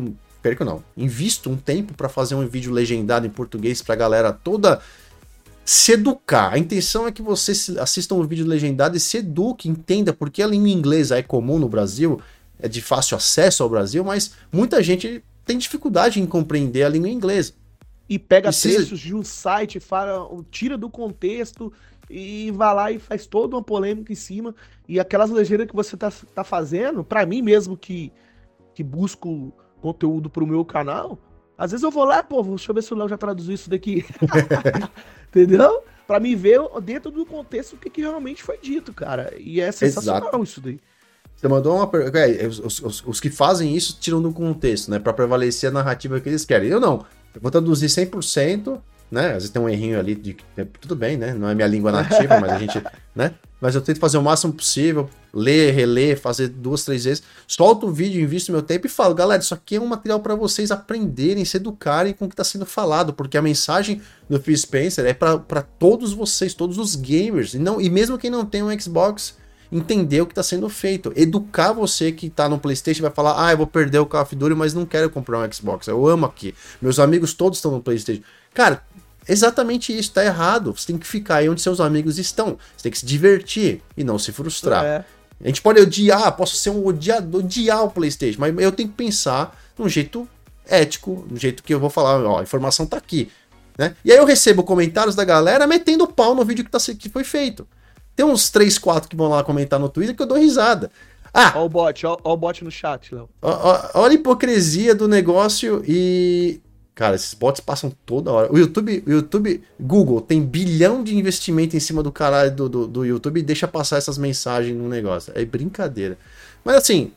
[SPEAKER 1] invisto um tempo para fazer um vídeo legendado em português pra galera toda se educar. A intenção é que você assista um vídeo legendado e se eduque, entenda, porque a língua inglesa é comum no Brasil, é de fácil acesso ao Brasil, mas muita gente tem dificuldade em compreender a língua inglesa.
[SPEAKER 3] E pega trechos de um site, tira do contexto... e vai lá e faz toda uma polêmica em cima, e aquelas legendas que você tá fazendo, pra mim mesmo que busco conteúdo pro meu canal, às vezes eu vou lá, pô, deixa eu ver se o Léo já traduziu isso daqui. Entendeu? Pra me ver dentro do contexto o que realmente foi dito, cara. E é sensacional isso daí.
[SPEAKER 1] Você mandou uma pergunta. Os que fazem isso tiram do contexto, né? Pra prevalecer a narrativa que eles querem. Eu não. Eu vou traduzir 100%, né? Às vezes tem um errinho ali de. Tudo bem, né? Não é minha língua nativa, mas a gente. Né? Mas eu tento fazer o máximo possível, ler, reler, fazer 2, 3 vezes. Solto o vídeo, invisto meu tempo e falo, galera, isso aqui é um material para vocês aprenderem, se educarem com o que está sendo falado, porque a mensagem do Phil Spencer é para todos vocês, todos os gamers, e mesmo quem não tem um Xbox, entender o que está sendo feito. Educar você que está no PlayStation, vai falar, eu vou perder o Call of Duty, mas não quero comprar um Xbox, eu amo aqui. Meus amigos todos estão no PlayStation. Cara, exatamente isso, tá errado. Você tem que ficar aí onde seus amigos estão. Você tem que se divertir e não se frustrar. A gente pode posso ser um odiador, odiar o PlayStation, mas eu tenho que pensar num jeito ético, no jeito que eu vou falar, a informação tá aqui, né? E aí eu recebo comentários da galera metendo pau no vídeo que foi feito. Tem uns 3, 4 que vão lá comentar no Twitter que eu dou risada.
[SPEAKER 3] Ó o bot no chat, Léo.
[SPEAKER 1] Olha a hipocrisia do negócio e... Cara, esses bots passam toda hora. O YouTube, Google tem bilhão de investimento em cima do caralho do YouTube e deixa passar essas mensagens no negócio. É brincadeira. Mas assim,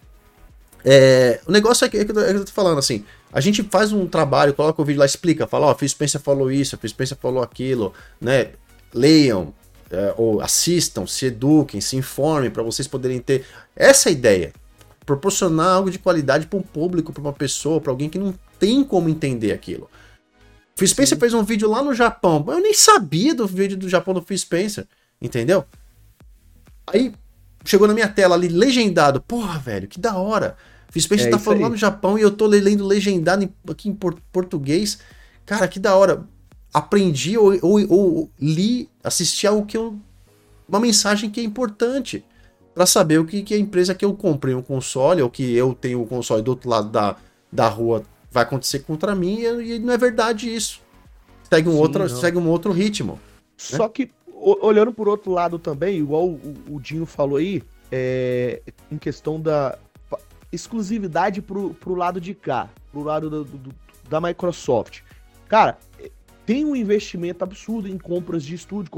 [SPEAKER 1] o negócio é que eu tô falando assim, a gente faz um trabalho, coloca o vídeo lá, explica, fala, Phil Spencer falou isso, Phil Spencer falou aquilo, né? Leiam, ou assistam, se eduquem, se informem para vocês poderem ter essa ideia. Proporcionar algo de qualidade para um público, para uma pessoa, para alguém que não tem como entender aquilo. Phil Spencer fez um vídeo lá no Japão. Eu nem sabia do vídeo do Japão do Phil Spencer. Entendeu? Aí chegou na minha tela ali, legendado. Porra, velho, que da hora. Phil Spencer tá falando lá no Japão e eu tô lendo legendado aqui em português. Cara, que da hora. Aprendi ou li, assisti algo que uma mensagem que é importante. Pra saber o que a empresa que eu comprei um console, ou que eu tenho um console do outro lado da rua, vai acontecer contra mim, e não é verdade isso. Segue um outro ritmo.
[SPEAKER 3] Só que, olhando por outro lado também, igual o Dinho falou aí, em questão da exclusividade pro lado de cá, pro lado da Microsoft. Cara, tem um investimento absurdo em compras de estúdio.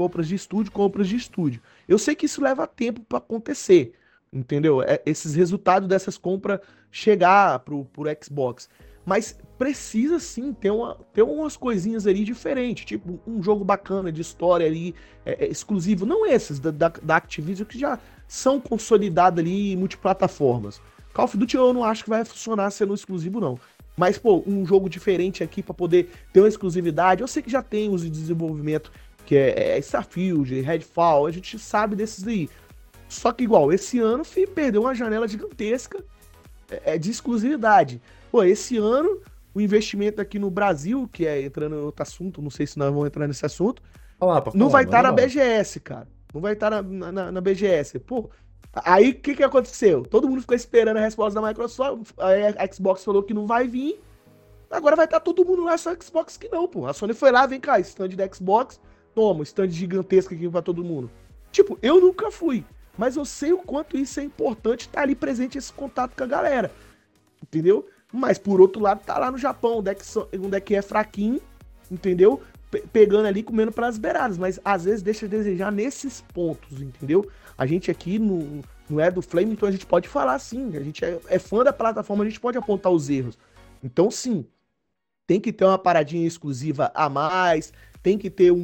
[SPEAKER 3] Eu sei que isso leva tempo para acontecer, entendeu? Esses resultados dessas compras chegar pro Xbox. Mas precisa sim ter umas coisinhas ali diferentes, tipo um jogo bacana de história ali, exclusivo. Não esses da Activision que já são consolidados ali em multiplataformas. Call of Duty eu não acho que vai funcionar sendo exclusivo, não. Mas, pô, um jogo diferente aqui pra poder ter uma exclusividade. Eu sei que já tem os de desenvolvimento, que é Starfield, Redfall, a gente sabe desses aí. Só que, igual, esse ano, perdeu uma janela gigantesca de exclusividade. Pô, esse ano, o investimento aqui no Brasil, que é entrando em outro assunto, não sei se nós vamos entrar nesse assunto, não vai estar na BGS, cara. Não vai estar na BGS. Pô, aí o que aconteceu? Todo mundo ficou esperando a resposta da Microsoft, a Xbox falou que não vai vir, agora vai estar todo mundo lá, só a Xbox que não, pô. A Sony foi lá, vem cá, stand da Xbox, toma, stand gigantesco aqui pra todo mundo. Tipo, eu nunca fui, mas eu sei o quanto isso é importante estar ali presente, esse contato com a galera, entendeu? Mas por outro lado, tá lá no Japão, um deck é fraquinho, entendeu? Pegando ali, comendo pelas beiradas, mas às vezes deixa a desejar nesses pontos, entendeu? A gente aqui não é do Flame, então a gente pode falar sim, a gente é fã da plataforma, a gente pode apontar os erros. Então sim, tem que ter uma paradinha exclusiva a mais, tem que ter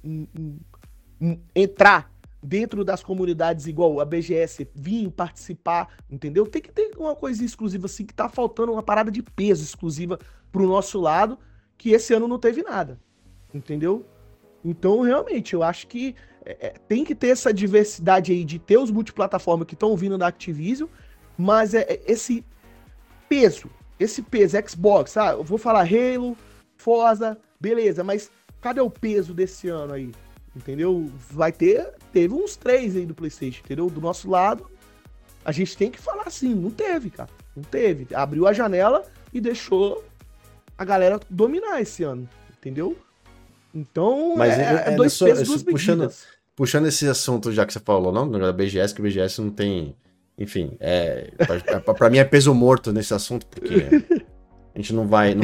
[SPEAKER 3] entrar dentro das comunidades igual a BGS, vir participar, entendeu? Tem que ter uma coisinha exclusiva assim, que tá faltando uma parada de peso exclusiva pro nosso lado, que esse ano não teve nada, entendeu? Então, realmente, eu acho que tem que ter essa diversidade aí de ter os multiplataformas que estão vindo da Activision, mas esse peso, Xbox, eu vou falar Halo, Forza, beleza, mas cadê o peso desse ano aí? Entendeu? Teve uns 3 aí do PlayStation, entendeu? Do nosso lado, a gente tem que falar assim, não teve, cara, não teve. Abriu a janela e deixou a galera dominar esse ano, entendeu? Então,
[SPEAKER 1] mas
[SPEAKER 3] dois pesos, duas medidas.
[SPEAKER 1] Puxando esse assunto, já que você falou, não, da BGS, que o BGS não tem... Enfim, pra mim é peso morto nesse assunto, porque A gente não vai.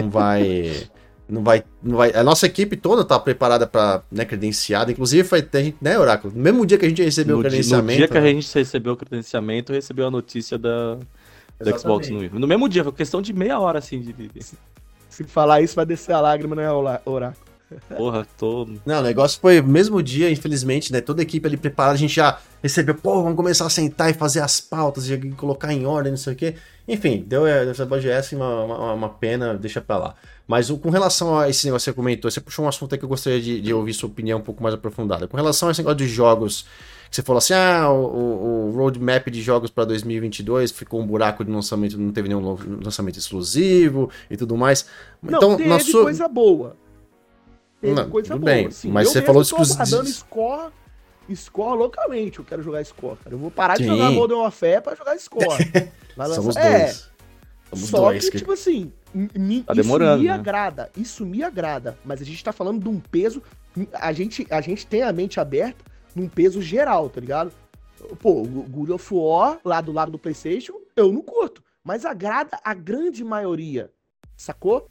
[SPEAKER 1] A nossa equipe toda tá preparada pra, né, credenciada. Inclusive, foi até, né, Oráculo? No mesmo dia que a gente recebeu o credenciamento.
[SPEAKER 2] No dia que a gente recebeu o credenciamento, recebeu a notícia do Xbox no mesmo dia, foi questão de meia hora, assim.
[SPEAKER 3] Se falar isso, vai descer a lágrima, né, Oráculo?
[SPEAKER 2] Porra,
[SPEAKER 1] Não, o negócio foi no mesmo dia, infelizmente, né? Toda a equipe ali preparada, a gente já recebeu, vamos começar a sentar e fazer as pautas, e colocar em ordem, não sei o quê. Enfim, deu essa BGS uma pena, deixa pra lá. Mas com relação a esse negócio que você comentou, você puxou um assunto aí que eu gostaria de ouvir sua opinião um pouco mais aprofundada. Com relação a esse negócio de jogos, que você falou assim, o roadmap de jogos pra 2022 ficou um buraco de lançamento, não teve nenhum lançamento exclusivo e tudo mais. Então,
[SPEAKER 3] não, teve coisa boa.
[SPEAKER 1] Não, coisa tudo boa, bem, assim. Mas você falou exclusivo.
[SPEAKER 3] Eu tô Score localmente, eu quero jogar Score, cara. Eu vou parar de jogar Modern Warfare pra jogar Score.
[SPEAKER 1] Somos dois.
[SPEAKER 3] Somos dois. Tipo assim,
[SPEAKER 2] tá demorando,
[SPEAKER 3] isso me agrada, mas a gente tá falando de um peso, a gente tem a mente aberta num peso geral, tá ligado? Pô, o God of War, lá do lado do PlayStation, eu não curto, mas agrada a grande maioria, sacou?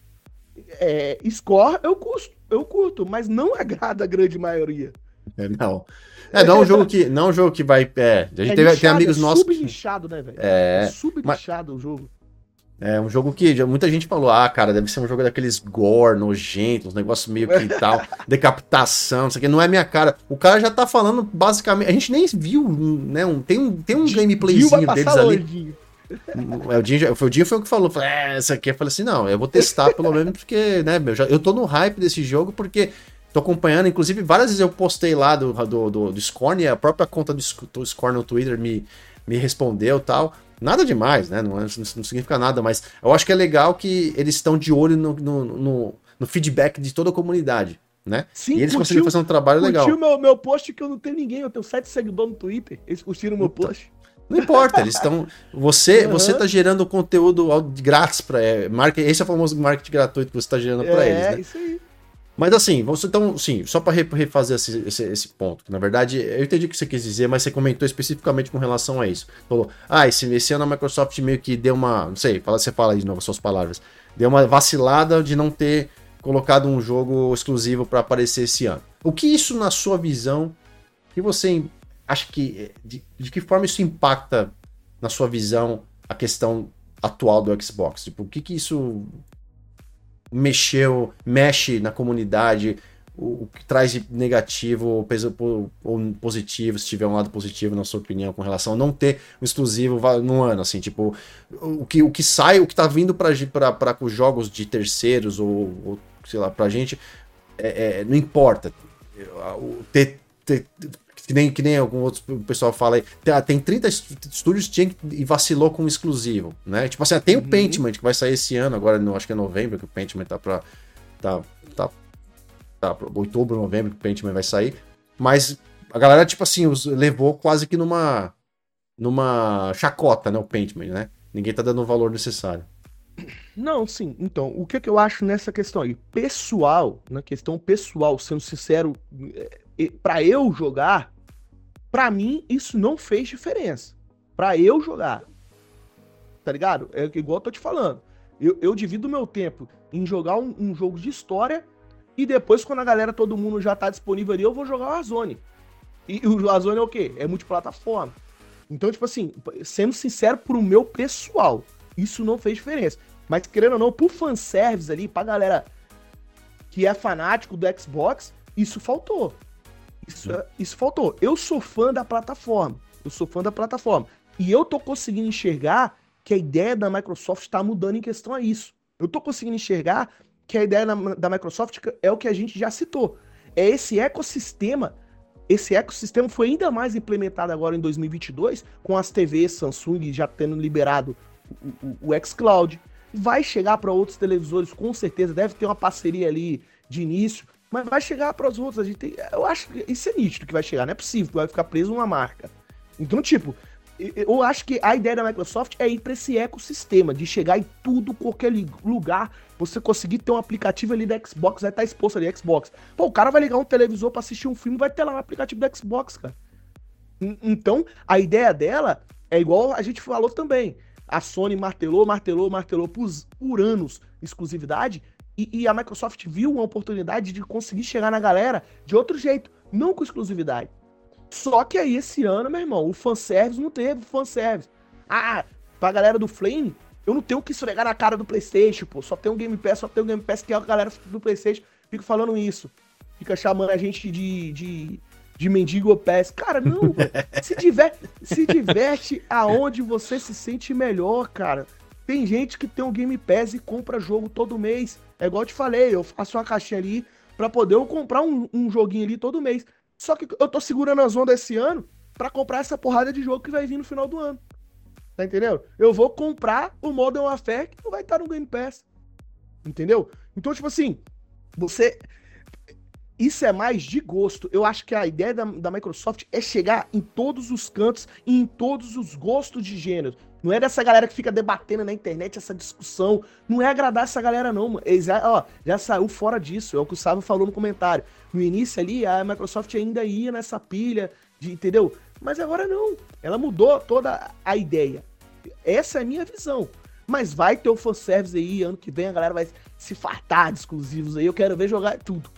[SPEAKER 3] Score eu curto, mas não agrada a grande maioria.
[SPEAKER 1] Não é um jogo que vai. A gente tem amigos nossos.
[SPEAKER 3] É sub-nichado, né, velho? Sub-nichado o jogo.
[SPEAKER 1] É um jogo que muita gente falou, cara, deve ser um jogo daqueles gore, nojentos, uns negócios meio que tal, decapitação, não sei o que, não é minha cara. O cara já tá falando basicamente, a gente nem viu, né, tem um gameplayzinho deles ali. Foi o Dinho foi o que falou, essa aqui, eu falei assim, não, eu vou testar pelo menos porque, né, eu tô no hype desse jogo porque tô acompanhando, inclusive várias vezes eu postei lá do Scorn e a própria conta do Scorn no Twitter me respondeu e tal. Nada demais, né? Não significa nada, mas eu acho que é legal que eles estão de olho no feedback de toda a comunidade, né?
[SPEAKER 3] Sim,
[SPEAKER 1] e eles conseguiram fazer um trabalho legal.
[SPEAKER 3] Curtiu meu post que eu não tenho ninguém, eu tenho 7 seguidores no Twitter, eles curtiram o meu post.
[SPEAKER 1] Não importa, eles estão... Você tá gerando conteúdo grátis para esse é o famoso marketing gratuito que você tá gerando para eles, né?
[SPEAKER 3] É, isso aí.
[SPEAKER 1] Mas assim, então, sim, só para refazer esse ponto. Na verdade, eu entendi o que você quis dizer, mas você comentou especificamente com relação a isso. Falou, esse ano a Microsoft meio que deu uma... Não sei, você fala aí de novo as suas palavras. Deu uma vacilada de não ter colocado um jogo exclusivo para aparecer esse ano. O que isso, na sua visão, que você acha que... De que forma isso impacta, na sua visão, a questão atual do Xbox? Tipo, o que isso... mexe na comunidade, o que traz de negativo ou positivo, se tiver um lado positivo na sua opinião com relação a não ter um exclusivo no ano, assim, tipo, o que sai, o que tá vindo para os jogos de terceiros ou sei lá, pra gente, não importa, que nem algum outro pessoal fala aí, tem 30 estúdios e vacilou com um exclusivo, né? Tipo assim, tem o Pentiment que vai sair esse ano, agora acho que é novembro que o Pentiment tá pra outubro, novembro que o Pentiment vai sair, mas a galera, tipo assim, levou quase que numa chacota, né, o Pentiment, né? Ninguém tá dando o valor necessário.
[SPEAKER 3] Não, sim. Então, o que eu acho nessa questão aí? Pessoal, na questão pessoal, sendo sincero, pra eu jogar, pra mim, isso não fez diferença. Pra eu jogar. Tá ligado? É igual eu tô te falando. Eu divido o meu tempo em jogar um jogo de história e depois, quando a galera, todo mundo já tá disponível ali, eu vou jogar o Warzone. E o Warzone é o quê? É multiplataforma. Então, tipo assim, sendo sincero pro meu pessoal, isso não fez diferença. Mas, querendo ou não, pro fanservice ali, pra galera que é fanático do Xbox, isso faltou. Isso faltou. Eu sou fã da plataforma. E eu tô conseguindo enxergar que a ideia da Microsoft tá mudando em questão a isso. Eu tô conseguindo enxergar que a ideia da Microsoft é o que a gente já citou. É esse ecossistema. Esse ecossistema foi ainda mais implementado agora em 2022, com as TVs Samsung já tendo liberado o xCloud. Vai chegar para outros televisores, com certeza. Deve ter uma parceria ali de início. Mas vai chegar para os outros. Eu acho que isso é nítido que vai chegar. Não é possível que vai ficar preso numa marca. Então, tipo, eu acho que a ideia da Microsoft é ir para esse ecossistema, de chegar em tudo, qualquer lugar, você conseguir ter um aplicativo ali da Xbox, vai estar exposto ali, Xbox. Pô, o cara vai ligar um televisor para assistir um filme, vai ter lá um aplicativo da Xbox, cara. Então, a ideia dela é igual a gente falou também. A Sony martelou por anos exclusividade, e a Microsoft viu uma oportunidade de conseguir chegar na galera de outro jeito, não com exclusividade. Só que aí esse ano, meu irmão, o fanservice não teve fanservice. Pra galera do Flame, eu não tenho que esfregar na cara do PlayStation, pô. Só tem um Game Pass, que a galera do PlayStation fica falando isso. Fica chamando a gente de mendigo pass. Cara, não. Se diverte aonde você se sente melhor, cara. Tem gente que tem um Game Pass e compra jogo todo mês. É igual eu te falei, eu faço uma caixinha ali pra poder eu comprar um joguinho ali todo mês. Só que eu tô segurando as ondas esse ano pra comprar essa porrada de jogo que vai vir no final do ano. Tá entendendo? Eu vou comprar o Modern Warfare que não vai estar no Game Pass. Entendeu? Então, tipo assim, isso é mais de gosto. Eu acho que a ideia da Microsoft é chegar em todos os cantos e em todos os gostos de gênero. Não é dessa galera que fica debatendo na internet essa discussão. Não é agradar essa galera, não. Mano. Já saiu fora disso. É o que o Sábio falou no comentário. No início ali, a Microsoft ainda ia nessa pilha, entendeu? Mas agora não. Ela mudou toda a ideia. Essa é a minha visão. Mas vai ter o fanservice aí. Ano que vem a galera vai se fartar de exclusivos aí. Eu quero ver jogar tudo.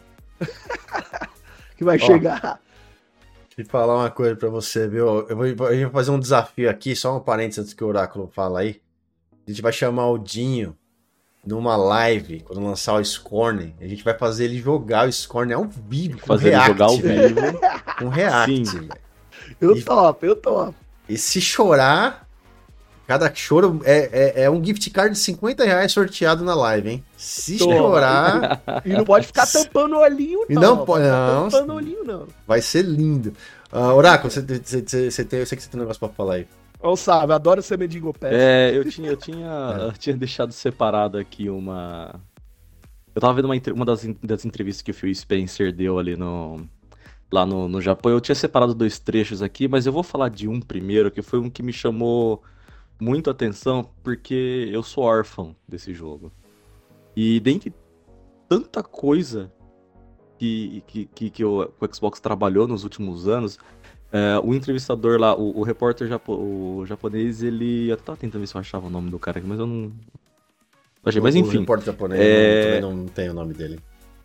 [SPEAKER 3] Que vai chegar.
[SPEAKER 1] Deixa eu falar uma coisa pra você, viu? Eu vou fazer um desafio aqui, só um parênteses antes que o Oráculo fala aí. A gente vai chamar o Dinho numa live, quando lançar o Scorn. A gente vai fazer ele jogar o Scorn ao vivo, com
[SPEAKER 2] fazer
[SPEAKER 1] react,
[SPEAKER 2] ele jogar ao vivo.
[SPEAKER 1] Com react,
[SPEAKER 2] Sim.
[SPEAKER 1] velho.
[SPEAKER 3] Eu topo.
[SPEAKER 1] E se chorar, cada choro é um gift card de R$50 sorteado na live, hein? Se chorar...
[SPEAKER 3] E não pode ficar tampando o olhinho,
[SPEAKER 1] E não pode, não.
[SPEAKER 3] Tampando o olhinho, não.
[SPEAKER 1] Vai ser lindo. Oráculo, eu sei que você tem um negócio pra falar aí.
[SPEAKER 3] Ou sabe, adoro ser mendigo pé.
[SPEAKER 2] Eu tinha deixado separado aqui uma... Eu tava vendo uma das entrevistas que o Phil Spencer deu ali lá no Japão. Eu tinha separado 2 trechos aqui, mas eu vou falar de um primeiro, que foi um que me chamou muito a atenção, porque eu sou órfão desse jogo. E dentre tanta coisa que o Xbox trabalhou nos últimos anos, o entrevistador lá, o repórter o japonês, ele... Eu tava tentando ver se eu achava o nome do cara aqui, mas eu não... Achei, mas enfim.
[SPEAKER 1] O repórter japonês, também não tem o nome dele.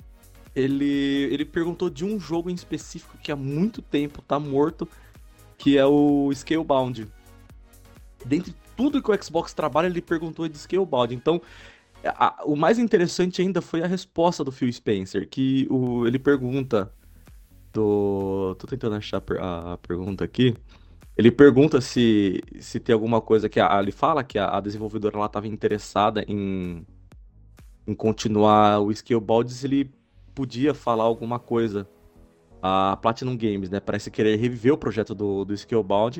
[SPEAKER 2] Ele perguntou de um jogo em específico que há muito tempo tá morto, que é o Scalebound. Dentre tudo que o Xbox trabalha, ele perguntou de Scalebound. Então, o mais interessante ainda foi a resposta do Phil Spencer, que ele pergunta... Tô tentando achar a pergunta aqui. Ele pergunta se tem alguma coisa que... Ele fala que a desenvolvedora lá estava interessada em continuar o Scalebound, se ele podia falar alguma coisa. A Platinum Games, né? Parece querer reviver o projeto do Scalebound.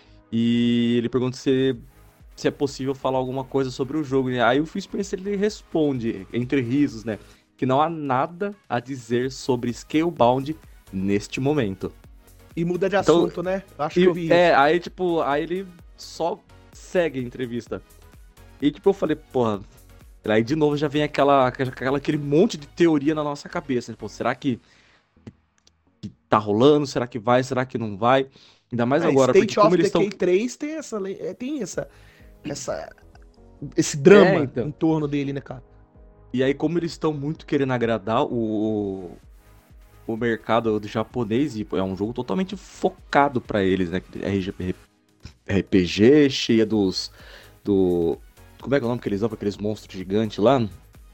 [SPEAKER 2] E ele pergunta se é possível falar alguma coisa sobre o jogo. Né? Aí o Phil Spencer ele responde, entre risos, né? Que não há nada a dizer sobre Scalebound neste momento.
[SPEAKER 3] E muda de assunto, né? Acho que eu vi isso.
[SPEAKER 2] Aí ele só segue a entrevista. E tipo, eu falei, porra... Aí de novo já vem aquele monte de teoria na nossa cabeça. Tipo, será que tá rolando? Será que vai? Será que não vai? Ainda mais agora,
[SPEAKER 3] State
[SPEAKER 2] porque como eles estão...
[SPEAKER 3] 3 tem esse drama
[SPEAKER 2] então.
[SPEAKER 3] em torno dele, né, cara?
[SPEAKER 2] E aí, como eles estão muito querendo agradar o mercado do japonês, e é um jogo totalmente focado pra eles, né? RPG, cheia como é que é o nome que eles usam? Aqueles monstros gigantes lá?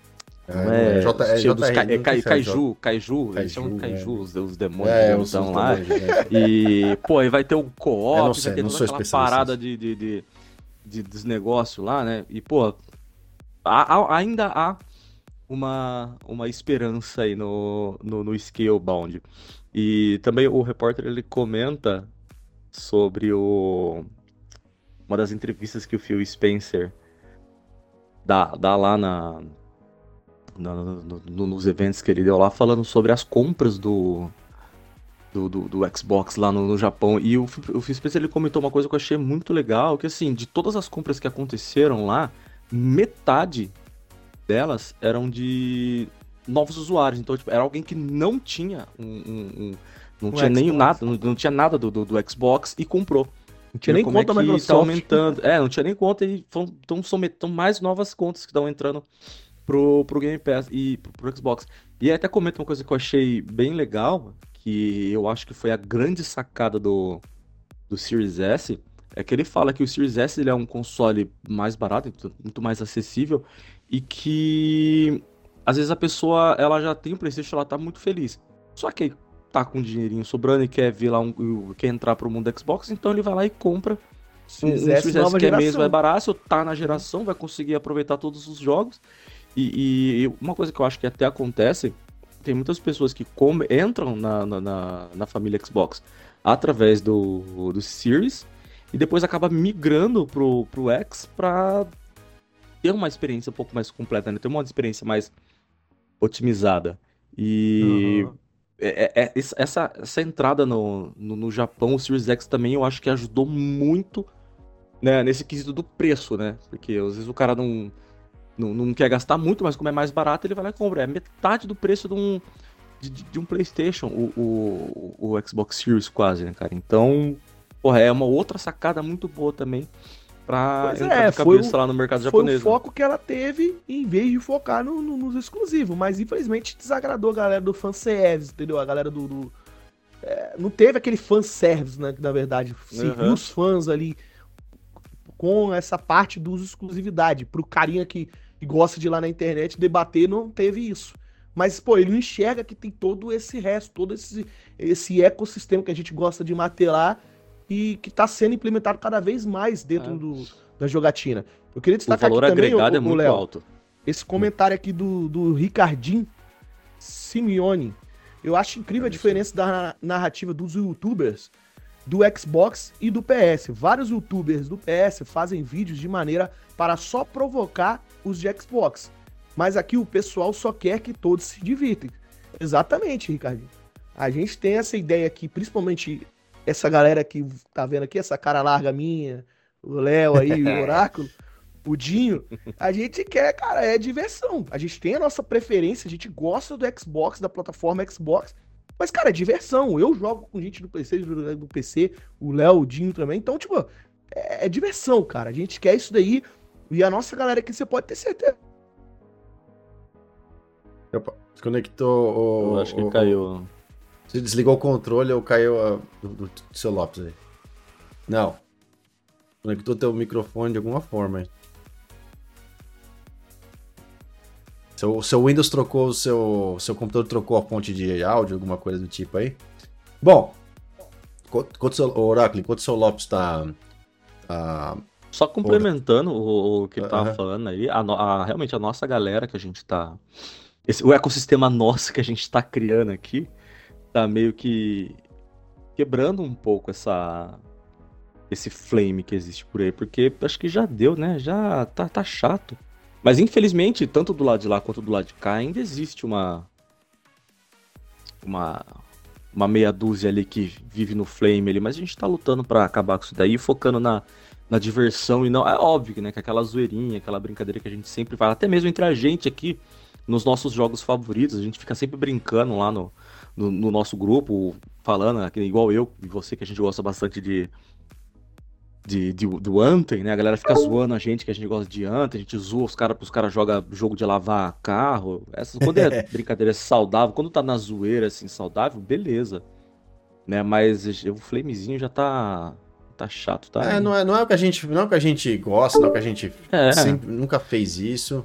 [SPEAKER 2] Kaiju, eles chamam de Kaiju, os demônios que estão lá. E, pô, aí vai ter um co-op, vai ter toda aquela parada dos negócios lá, né? E, pô, ainda há uma esperança aí no Scalebound. E também o repórter, ele comenta sobre uma das entrevistas que o Phil Spencer dá lá nos eventos que ele deu lá, falando sobre as compras do Xbox lá no Japão. E o Phil Spencer, ele comentou uma coisa que eu achei muito legal, que assim, de todas as compras que aconteceram lá, metade delas eram de novos usuários. Então, tipo, era alguém que não tinha não tinha nem nada, não tinha nada do Xbox e comprou.
[SPEAKER 3] Não tinha nem
[SPEAKER 2] como é
[SPEAKER 3] conta da
[SPEAKER 2] que tá
[SPEAKER 3] Microsoft.
[SPEAKER 2] aumentando. É, não tinha nem conta e estão mais novas contas que estão entrando pro Game Pass e pro Xbox. E aí até comenta uma coisa que eu achei bem legal, que eu acho que foi a grande sacada do Series S, é que ele fala que o Series S ele é um console mais barato, muito mais acessível, e que às vezes a pessoa ela já tem o PlayStation, ela tá muito feliz. Só que tá com um dinheirinho sobrando e quer vir lá quer entrar pro mundo Xbox, então ele vai lá e compra um
[SPEAKER 3] S
[SPEAKER 2] Series S
[SPEAKER 3] nova
[SPEAKER 2] que é mesmo,
[SPEAKER 3] geração.
[SPEAKER 2] é barato, tá na geração, vai conseguir aproveitar todos os jogos. E uma coisa que eu acho que até acontece, tem muitas pessoas que entram na família Xbox através do Series e depois acaba migrando pro X pra ter uma experiência um pouco mais completa, né? Ter uma experiência mais otimizada. E
[SPEAKER 3] Aham.
[SPEAKER 2] essa entrada no Japão, o Series X também eu acho que ajudou muito, né, nesse quesito do preço, né? Porque às vezes o cara não quer gastar muito, mas como é mais barato, ele vai lá e compra. É metade do preço de um PlayStation, o Xbox Series quase, né, cara? Então, porra, é uma outra sacada muito boa também pra
[SPEAKER 3] Pois
[SPEAKER 2] entrar
[SPEAKER 3] é,
[SPEAKER 2] de cabeça lá no mercado
[SPEAKER 3] foi o
[SPEAKER 2] japonês, né?
[SPEAKER 3] foco que ela teve em vez de focar nos exclusivos. Mas infelizmente desagradou a galera do fanservice, entendeu? A galera não teve aquele fanservice, né? Que na verdade serviu
[SPEAKER 2] Aham.
[SPEAKER 3] os fãs ali com essa parte dos exclusividade. Pro carinha que gosta de ir lá na internet debater, não teve isso. Mas, pô, ele não enxerga que tem todo esse resto, todo esse ecossistema que a gente gosta de martelar e que tá sendo implementado cada vez mais dentro
[SPEAKER 2] É.
[SPEAKER 3] da jogatina. Eu queria
[SPEAKER 2] O
[SPEAKER 3] destacar aqui
[SPEAKER 2] valor
[SPEAKER 3] também,
[SPEAKER 2] agregado é
[SPEAKER 3] ô
[SPEAKER 2] muito
[SPEAKER 3] Léo,
[SPEAKER 2] alto.
[SPEAKER 3] esse comentário aqui do Ricardinho Simeone. Eu acho incrível a diferença da narrativa dos YouTubers do Xbox e do PS. Vários YouTubers do PS fazem vídeos de maneira para só provocar os de Xbox. Mas aqui o pessoal só quer que todos se divirtem. Exatamente, Ricardinho. A gente tem essa ideia aqui, principalmente essa galera que tá vendo aqui, essa cara larga minha, o Léo aí, o Oráculo, o Dinho. A gente quer, cara, é diversão. A gente tem a nossa preferência, a gente gosta do Xbox, da plataforma Xbox. Mas, cara, é diversão. Eu jogo com gente do PlayStation, do PC, o Léo, o Dinho também. Então, tipo, é diversão, cara. A gente quer isso daí. E a nossa galera aqui, você pode ter certeza.
[SPEAKER 1] Opa, desconectou
[SPEAKER 2] Eu acho que caiu.
[SPEAKER 1] Você desligou o controle ou caiu do seu Lopes aí? Não. Conectou teu microfone de alguma forma aí. Seu Windows trocou seu computador trocou a fonte de áudio, alguma coisa do tipo aí? Bom, Oráculo, enquanto o seu Lopes tá
[SPEAKER 2] Só complementando o que ele tava
[SPEAKER 1] Aham.
[SPEAKER 2] falando aí, realmente a nossa galera que a gente tá. O ecossistema nosso que a gente tá criando aqui tá meio que quebrando um pouco esse flame que existe por aí, porque acho que já deu, né? Já tá chato. Mas infelizmente, tanto do lado de lá quanto do lado de cá, ainda existe uma, uma meia dúzia ali que vive no flame ali, mas a gente tá lutando pra acabar com isso daí, focando na diversão e não. É óbvio, né? Que aquela zoeirinha, aquela brincadeira que a gente sempre faz, até mesmo entre a gente aqui, nos nossos jogos favoritos, a gente fica sempre brincando lá no nosso grupo, falando, igual eu e você, que a gente gosta bastante do Anthem, né? A galera fica zoando a gente que a gente gosta de Anthem, a gente zoa os caras jogam jogo de lavar carro. Quando é brincadeira saudável, quando tá na zoeira assim, saudável, beleza. Né? Mas o flamezinho já tá chato, tá?
[SPEAKER 1] não é o que a gente gosta, não é o que a gente
[SPEAKER 2] É.
[SPEAKER 1] nunca fez isso.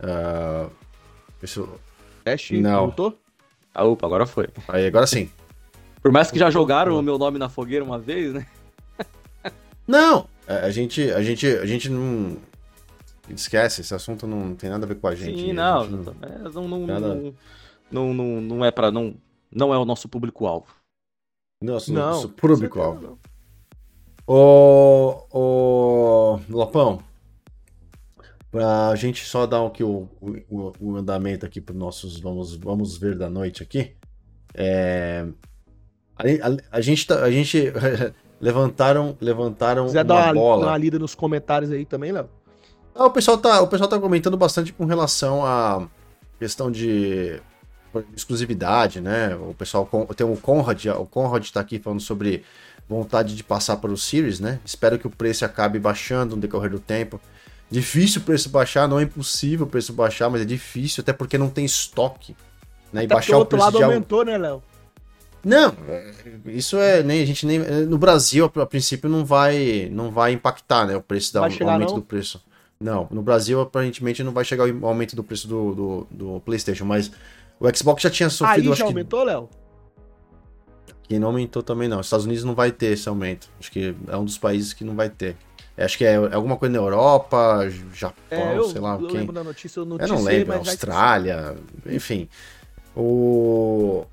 [SPEAKER 1] Isso,
[SPEAKER 3] Teste,
[SPEAKER 1] não.
[SPEAKER 3] voltou?
[SPEAKER 2] Ah, opa, agora foi.
[SPEAKER 1] Aí agora sim.
[SPEAKER 2] Por mais que já jogaram o meu nome na fogueira uma vez, né?
[SPEAKER 1] Não, a gente não esquece, esse assunto não tem nada a ver com a gente.
[SPEAKER 2] Sim,
[SPEAKER 1] A
[SPEAKER 2] não.
[SPEAKER 1] gente
[SPEAKER 2] Não, não é para não é o nosso público-alvo.
[SPEAKER 1] nosso
[SPEAKER 3] Com
[SPEAKER 1] público-alvo.
[SPEAKER 3] certeza não.
[SPEAKER 1] Ô, Lopão, pra gente só dar aqui o andamento aqui para nossos vamos ver da noite aqui. A gente levantaram
[SPEAKER 3] Quiser
[SPEAKER 1] uma
[SPEAKER 3] dar
[SPEAKER 1] bola.
[SPEAKER 3] uma lida nos comentários aí também, Léo?
[SPEAKER 1] O pessoal tá comentando bastante com relação à questão de exclusividade, né? O pessoal tem o Conrad tá aqui falando sobre vontade de passar para o Series, né? Espero que o preço acabe baixando no decorrer do tempo. Difícil o preço baixar, não é impossível o preço baixar, mas é difícil, até porque não tem estoque. Né? E baixar o preço
[SPEAKER 3] lado aumentou, né, Léo?
[SPEAKER 1] Não, isso nem a gente nem no Brasil a princípio não vai impactar, né, o preço aumento do preço. Não, no Brasil aparentemente não vai chegar o aumento do preço do PlayStation, mas o Xbox já tinha sofrido.
[SPEAKER 3] Aí já aumentou, Léo?
[SPEAKER 1] Que não aumentou também não. Os Estados Unidos não vai ter esse aumento. Acho que é um dos países que não vai ter. Acho que é alguma coisa na Europa, Japão, sei lá
[SPEAKER 3] quem.
[SPEAKER 1] Eu
[SPEAKER 3] lembro da notícia, eu
[SPEAKER 1] não lembro, Austrália, enfim. O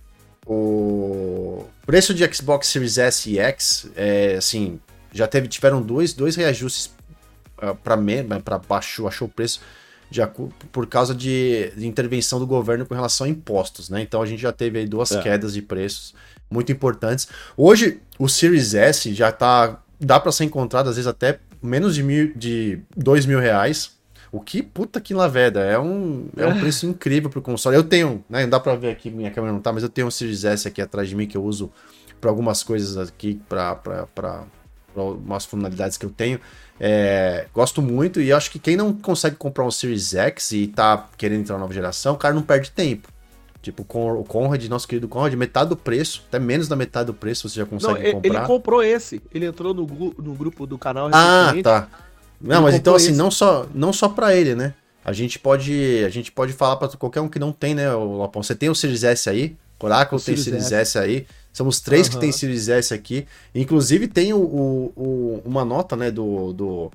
[SPEAKER 1] preço de Xbox Series S e X, assim, tiveram dois reajustes para baixo, achou o preço por causa de intervenção do governo com relação a impostos, né? Então a gente já teve aí duas quedas de preços muito importantes. Hoje o Series S já dá para ser encontrado às vezes até menos de R$2.000. O que, puta que laveda, é um preço incrível pro console. Eu tenho, né, não dá pra ver aqui, minha câmera não tá, mas eu tenho um Series S aqui atrás de mim que eu uso pra algumas coisas aqui, pra umas funcionalidades que eu tenho. Gosto muito e acho que quem não consegue comprar um Series X e tá querendo entrar na nova geração, o cara não perde tempo. Tipo, o Conrad, nosso querido Conrad, metade do preço, até menos da metade do preço você já consegue comprar.
[SPEAKER 3] Ele comprou esse, ele entrou no grupo do canal
[SPEAKER 1] recentemente. Ah, tá. Não, mas então assim, não só pra ele, né? A gente pode falar pra qualquer um que não tem, né, o Lapão? Você tem o Series S aí, Oracle tem Series S aí, somos 3 que tem Series S aqui. Inclusive tem uma nota, né, do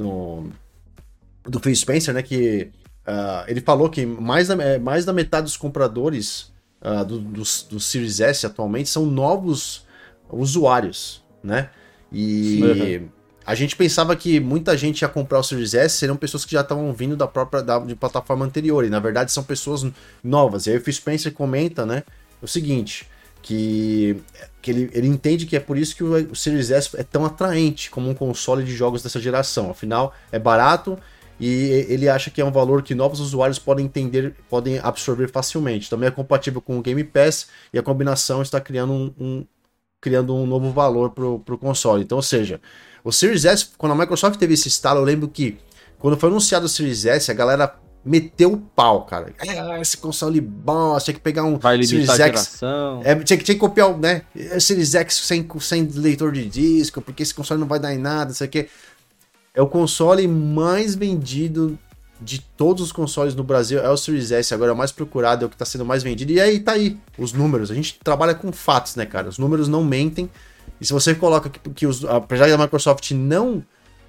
[SPEAKER 1] Phil Spencer, né, que ele falou que mais da metade dos compradores do Series S atualmente são novos usuários, né? E... A gente pensava que muita gente ia comprar o Series S, seriam pessoas que já estavam vindo de plataforma anterior, e na verdade são pessoas novas. E aí o Phil Spencer comenta, né, o seguinte, que ele entende que é por isso que o Series S é tão atraente como um console de jogos dessa geração. Afinal, é barato e ele acha que é um valor que novos usuários podem entender, podem absorver facilmente. Também é compatível com o Game Pass e a combinação está criando um novo valor pro console. Então, ou seja, o Series S, quando a Microsoft teve esse estalo, eu lembro que quando foi anunciado o Series S, a galera meteu o pau, cara. Esse console bom, tinha que pegar um
[SPEAKER 2] Series X.
[SPEAKER 1] Tinha que copiar, né? Series X sem leitor de disco, porque esse console não vai dar em nada, isso aqui. É o console mais vendido de todos os consoles no Brasil, é o Series S. Agora é o mais procurado, é o que tá sendo mais vendido. E aí tá aí, os números. A gente trabalha com fatos, né, cara? Os números não mentem. E se você coloca que apesar da Microsoft não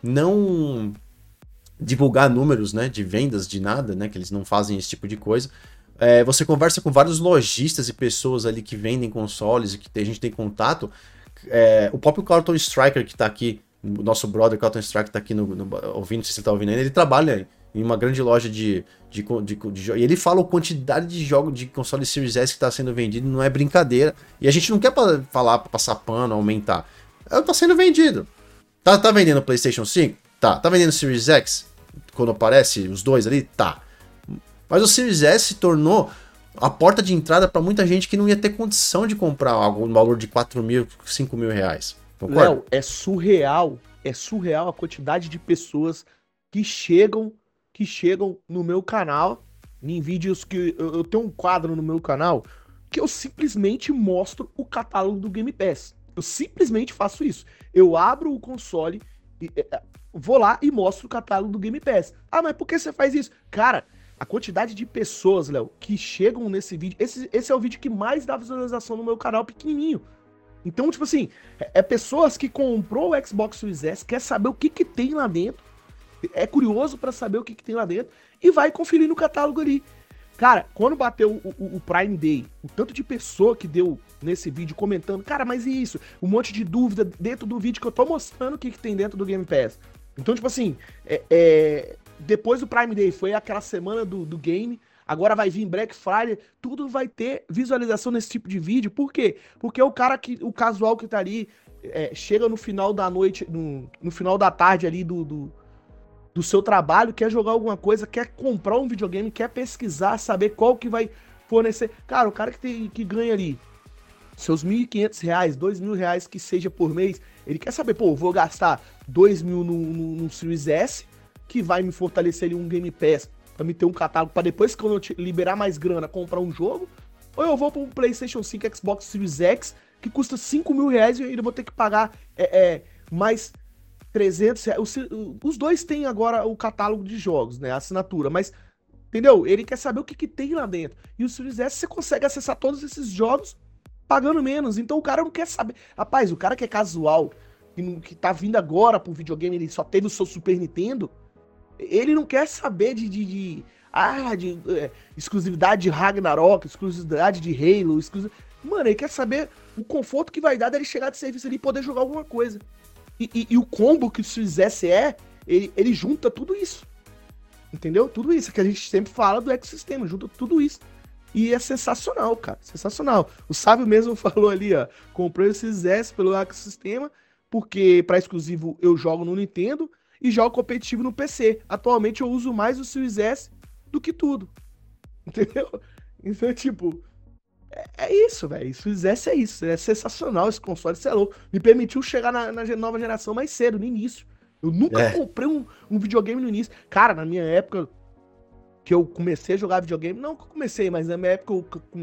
[SPEAKER 1] divulgar números, né, de vendas de nada, né, que eles não fazem esse tipo de coisa, você conversa com vários lojistas e pessoas ali que vendem consoles e que a gente tem contato. O próprio Carlton Striker, que tá aqui, o nosso brother Carlton Striker tá aqui ouvindo, se você tá ouvindo ainda, ele trabalha em uma grande loja de jogos. E ele fala a quantidade de jogos de console Series S que está sendo vendido, não é brincadeira. E a gente não quer falar, passar pano, aumentar. Tá sendo vendido. Tá vendendo PlayStation 5? Tá vendendo Series X? Quando aparece os dois ali? Tá. Mas o Series S se tornou a porta de entrada para muita gente que não ia ter condição de comprar algo no valor de 4 mil, 5 mil reais. Concorda?
[SPEAKER 3] Léo, é surreal a quantidade de pessoas que chegam no meu canal, em vídeos que eu tenho um quadro no meu canal, que eu simplesmente mostro o catálogo do Game Pass. Eu simplesmente faço isso. Eu abro o console, vou lá e mostro o catálogo do Game Pass. Ah, mas por que você faz isso? Cara, a quantidade de pessoas, Léo, que chegam nesse vídeo, esse é o vídeo que mais dá visualização no meu canal pequenininho. Então, tipo assim, pessoas que comprou o Xbox Series S, quer saber o que tem lá dentro, é curioso pra saber o que tem lá dentro e vai conferir no catálogo ali. Cara, quando bateu o Prime Day, o tanto de pessoa que deu nesse vídeo comentando, cara, mas e isso? Um monte de dúvida dentro do vídeo que eu tô mostrando o que tem dentro do Game Pass. Então, tipo assim, depois do Prime Day foi aquela semana do game, agora vai vir Black Friday, tudo vai ter visualização nesse tipo de vídeo. Por quê? Porque o casual que tá ali, chega no final da noite, no final da tarde ali do seu trabalho, quer jogar alguma coisa, quer comprar um videogame, quer pesquisar, saber qual que vai fornecer. Cara, o cara que ganha ali seus R$ 1.500, R$ 2.000 que seja por mês, ele quer saber, pô, eu vou gastar R$ 2.000 no Series S, que vai me fortalecer ali um Game Pass, pra me ter um catálogo, pra depois, quando eu liberar mais grana, comprar um jogo, ou eu vou pro PlayStation 5, Xbox Series X, que custa R$ 5.000 e eu ainda vou ter que pagar mais R$ 300. Os dois têm agora o catálogo de jogos, né, a assinatura, mas, entendeu? Ele quer saber o que tem lá dentro. E o Series S, você consegue acessar todos esses jogos pagando menos. Então o cara não quer saber. Rapaz, o cara que é casual, que tá vindo agora pro videogame, ele só teve o seu Super Nintendo, ele não quer saber de exclusividade de Ragnarok, exclusividade de Halo, Mano, ele quer saber o conforto que vai dar dele chegar de serviço ali e poder jogar alguma coisa. E o combo que o Series S ele junta tudo isso. Entendeu? Tudo isso que a gente sempre fala do ecossistema, junta tudo isso. E é sensacional, cara. Sensacional. O Sábio mesmo falou ali, ó. Comprei o Series S pelo ecossistema, porque para exclusivo eu jogo no Nintendo e jogo competitivo no PC. Atualmente eu uso mais o Series S do que tudo. Entendeu? Então, tipo, é isso, velho. O Series S é isso. É sensacional esse console, isso é louco. Me permitiu chegar na nova geração mais cedo, no início. Eu nunca comprei um videogame no início. Cara, na minha época que eu comecei a jogar videogame, não que eu comecei, mas na minha época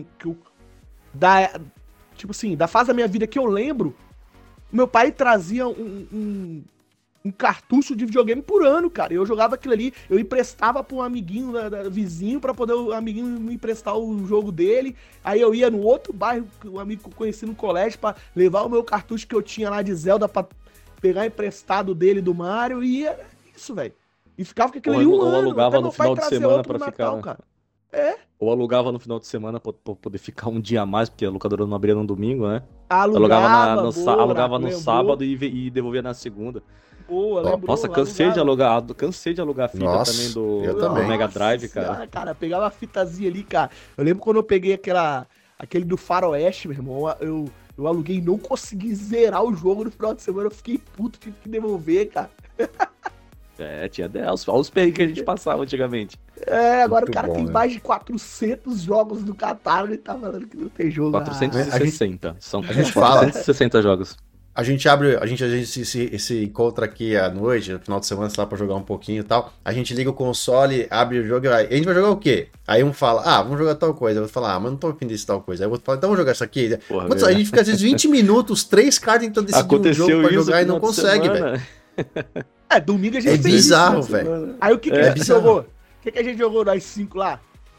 [SPEAKER 3] tipo assim, da fase da minha vida que eu lembro, meu pai trazia um cartucho de videogame por ano, cara. Eu jogava aquilo ali, eu emprestava pra um amiguinho vizinho pra poder o amiguinho me emprestar o jogo dele. Aí eu ia no outro bairro, um amigo que eu conheci no colégio, pra levar o meu cartucho que eu tinha lá de Zelda pra pegar emprestado dele do Mario, e era isso, velho. E ficava com aquilo ali
[SPEAKER 2] ou alugava no final de semana pra
[SPEAKER 3] Natal,
[SPEAKER 2] ficar.
[SPEAKER 3] Cara.
[SPEAKER 2] Ou alugava no final de semana pra poder ficar um dia a mais, porque a locadora não abria no domingo, né?
[SPEAKER 3] Alugava
[SPEAKER 2] no sábado e devolvia na segunda.
[SPEAKER 3] Boa, lembrou,
[SPEAKER 2] nossa, cansei de alugar fita.
[SPEAKER 1] Nossa,
[SPEAKER 2] também
[SPEAKER 1] eu também.
[SPEAKER 2] do Mega Drive, cara.
[SPEAKER 3] Cara, pegava a fitazinha ali, cara. Eu lembro quando eu peguei aquele do Faroeste, meu irmão, eu aluguei e não consegui zerar o jogo no final de semana. Eu fiquei puto, tive que devolver, cara.
[SPEAKER 2] Tinha 10. Olha os perrengues que a gente passava antigamente.
[SPEAKER 3] Agora
[SPEAKER 1] Muito
[SPEAKER 3] o cara
[SPEAKER 1] bom,
[SPEAKER 3] tem
[SPEAKER 1] né?
[SPEAKER 3] mais de 400 jogos no catálogo e tá falando que não tem jogo.
[SPEAKER 2] 460. São
[SPEAKER 1] a gente fala.
[SPEAKER 2] 460 jogos.
[SPEAKER 1] A gente se encontra aqui à noite, no final de semana, sei lá, pra jogar um pouquinho e tal. A gente liga o console, abre o jogo e vai. A gente vai jogar o quê? Aí um fala, vamos jogar tal coisa. Eu vou falar, mas não tô afim desse tal coisa. Aí o outro fala, então vamos jogar isso aqui.
[SPEAKER 2] Porra,
[SPEAKER 1] a gente fica às vezes 20 minutos, 3 caras tentando decidir um jogo pra jogar e não consegue, velho.
[SPEAKER 3] Domingo a gente
[SPEAKER 1] É bizarro, velho.
[SPEAKER 3] Aí o que a gente jogou? O que a gente jogou nós 5 lá?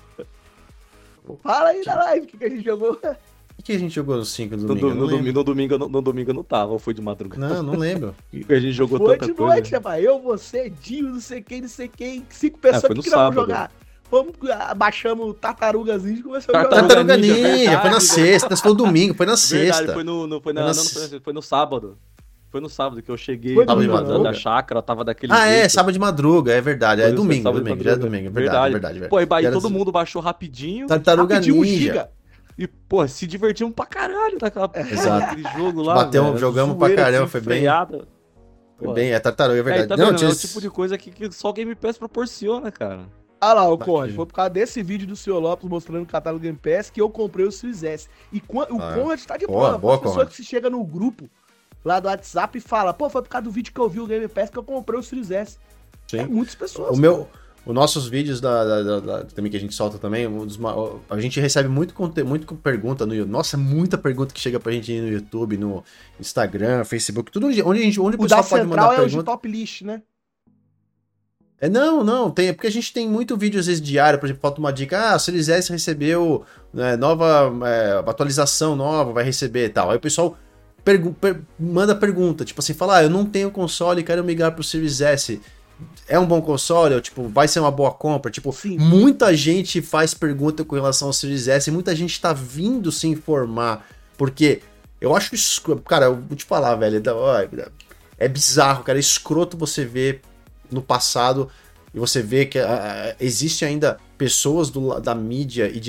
[SPEAKER 3] Fala aí na live, o que a gente jogou?
[SPEAKER 1] O que a gente jogou no 5 no domingo?
[SPEAKER 2] No domingo eu não tava, ou foi de madrugada?
[SPEAKER 1] Não lembro.
[SPEAKER 2] A gente jogou
[SPEAKER 3] foi
[SPEAKER 2] tanta
[SPEAKER 3] de
[SPEAKER 2] coisa.
[SPEAKER 3] noite, rapaz. Eu, você, Dinho, não sei quem. 5 pessoas que não vão jogar. Baixamos Tartarugas Ninja e começamos a jogar.
[SPEAKER 1] Tartaruga Ninja, foi na sexta, foi no domingo, foi na sexta.
[SPEAKER 2] Verdade, foi no sábado. Foi no sábado que eu cheguei
[SPEAKER 1] da
[SPEAKER 2] chácara, tava daquele
[SPEAKER 1] jeito. Sábado de madruga, é verdade. É domingo, já é domingo, verdade.
[SPEAKER 2] Pô, e todo mundo baixou rapidinho.
[SPEAKER 1] Tartaruga Ninja.
[SPEAKER 2] E, pô, se divertimos pra caralho
[SPEAKER 1] naquele
[SPEAKER 2] jogo lá.
[SPEAKER 1] Jogamos pra caramba, foi bem. Foi bem, tartaruga, é verdade.
[SPEAKER 2] Tá vendo? É o tipo de coisa que só o Game Pass proporciona, cara.
[SPEAKER 3] Ah lá, o Conrad, foi por causa desse vídeo do Sr. Lopes mostrando o catálogo Game Pass que eu comprei o Series S. E o Conrad tá de prova. Boa, pessoa que se chega no grupo lá do WhatsApp e fala, pô, foi por causa do vídeo que eu vi o Game Pass que eu comprei o Series S.
[SPEAKER 1] Sim.
[SPEAKER 3] É muitas pessoas.
[SPEAKER 1] Os nossos vídeos também que a gente solta também, a gente recebe muito pergunta no YouTube. Nossa, muita pergunta que chega pra gente no YouTube, no Instagram, Facebook, tudo onde o pessoal pode mandar pergunta.
[SPEAKER 3] É o de top list, né?
[SPEAKER 1] Não, porque a gente tem muito vídeo às vezes diário, por exemplo, falta uma dica, o Series S recebeu nova atualização nova, vai receber e tal. Aí o pessoal manda pergunta, tipo assim, fala, eu não tenho console, quero migrar pro Series S. É um bom console? Ou, tipo, vai ser uma boa compra? Tipo,
[SPEAKER 3] sim,
[SPEAKER 1] muita gente faz pergunta com relação ao Series S e muita gente tá vindo se informar, porque eu acho isso, cara, eu vou te falar, velho, é bizarro, cara, é escroto você ver no passado e você vê que existe ainda pessoas da mídia e de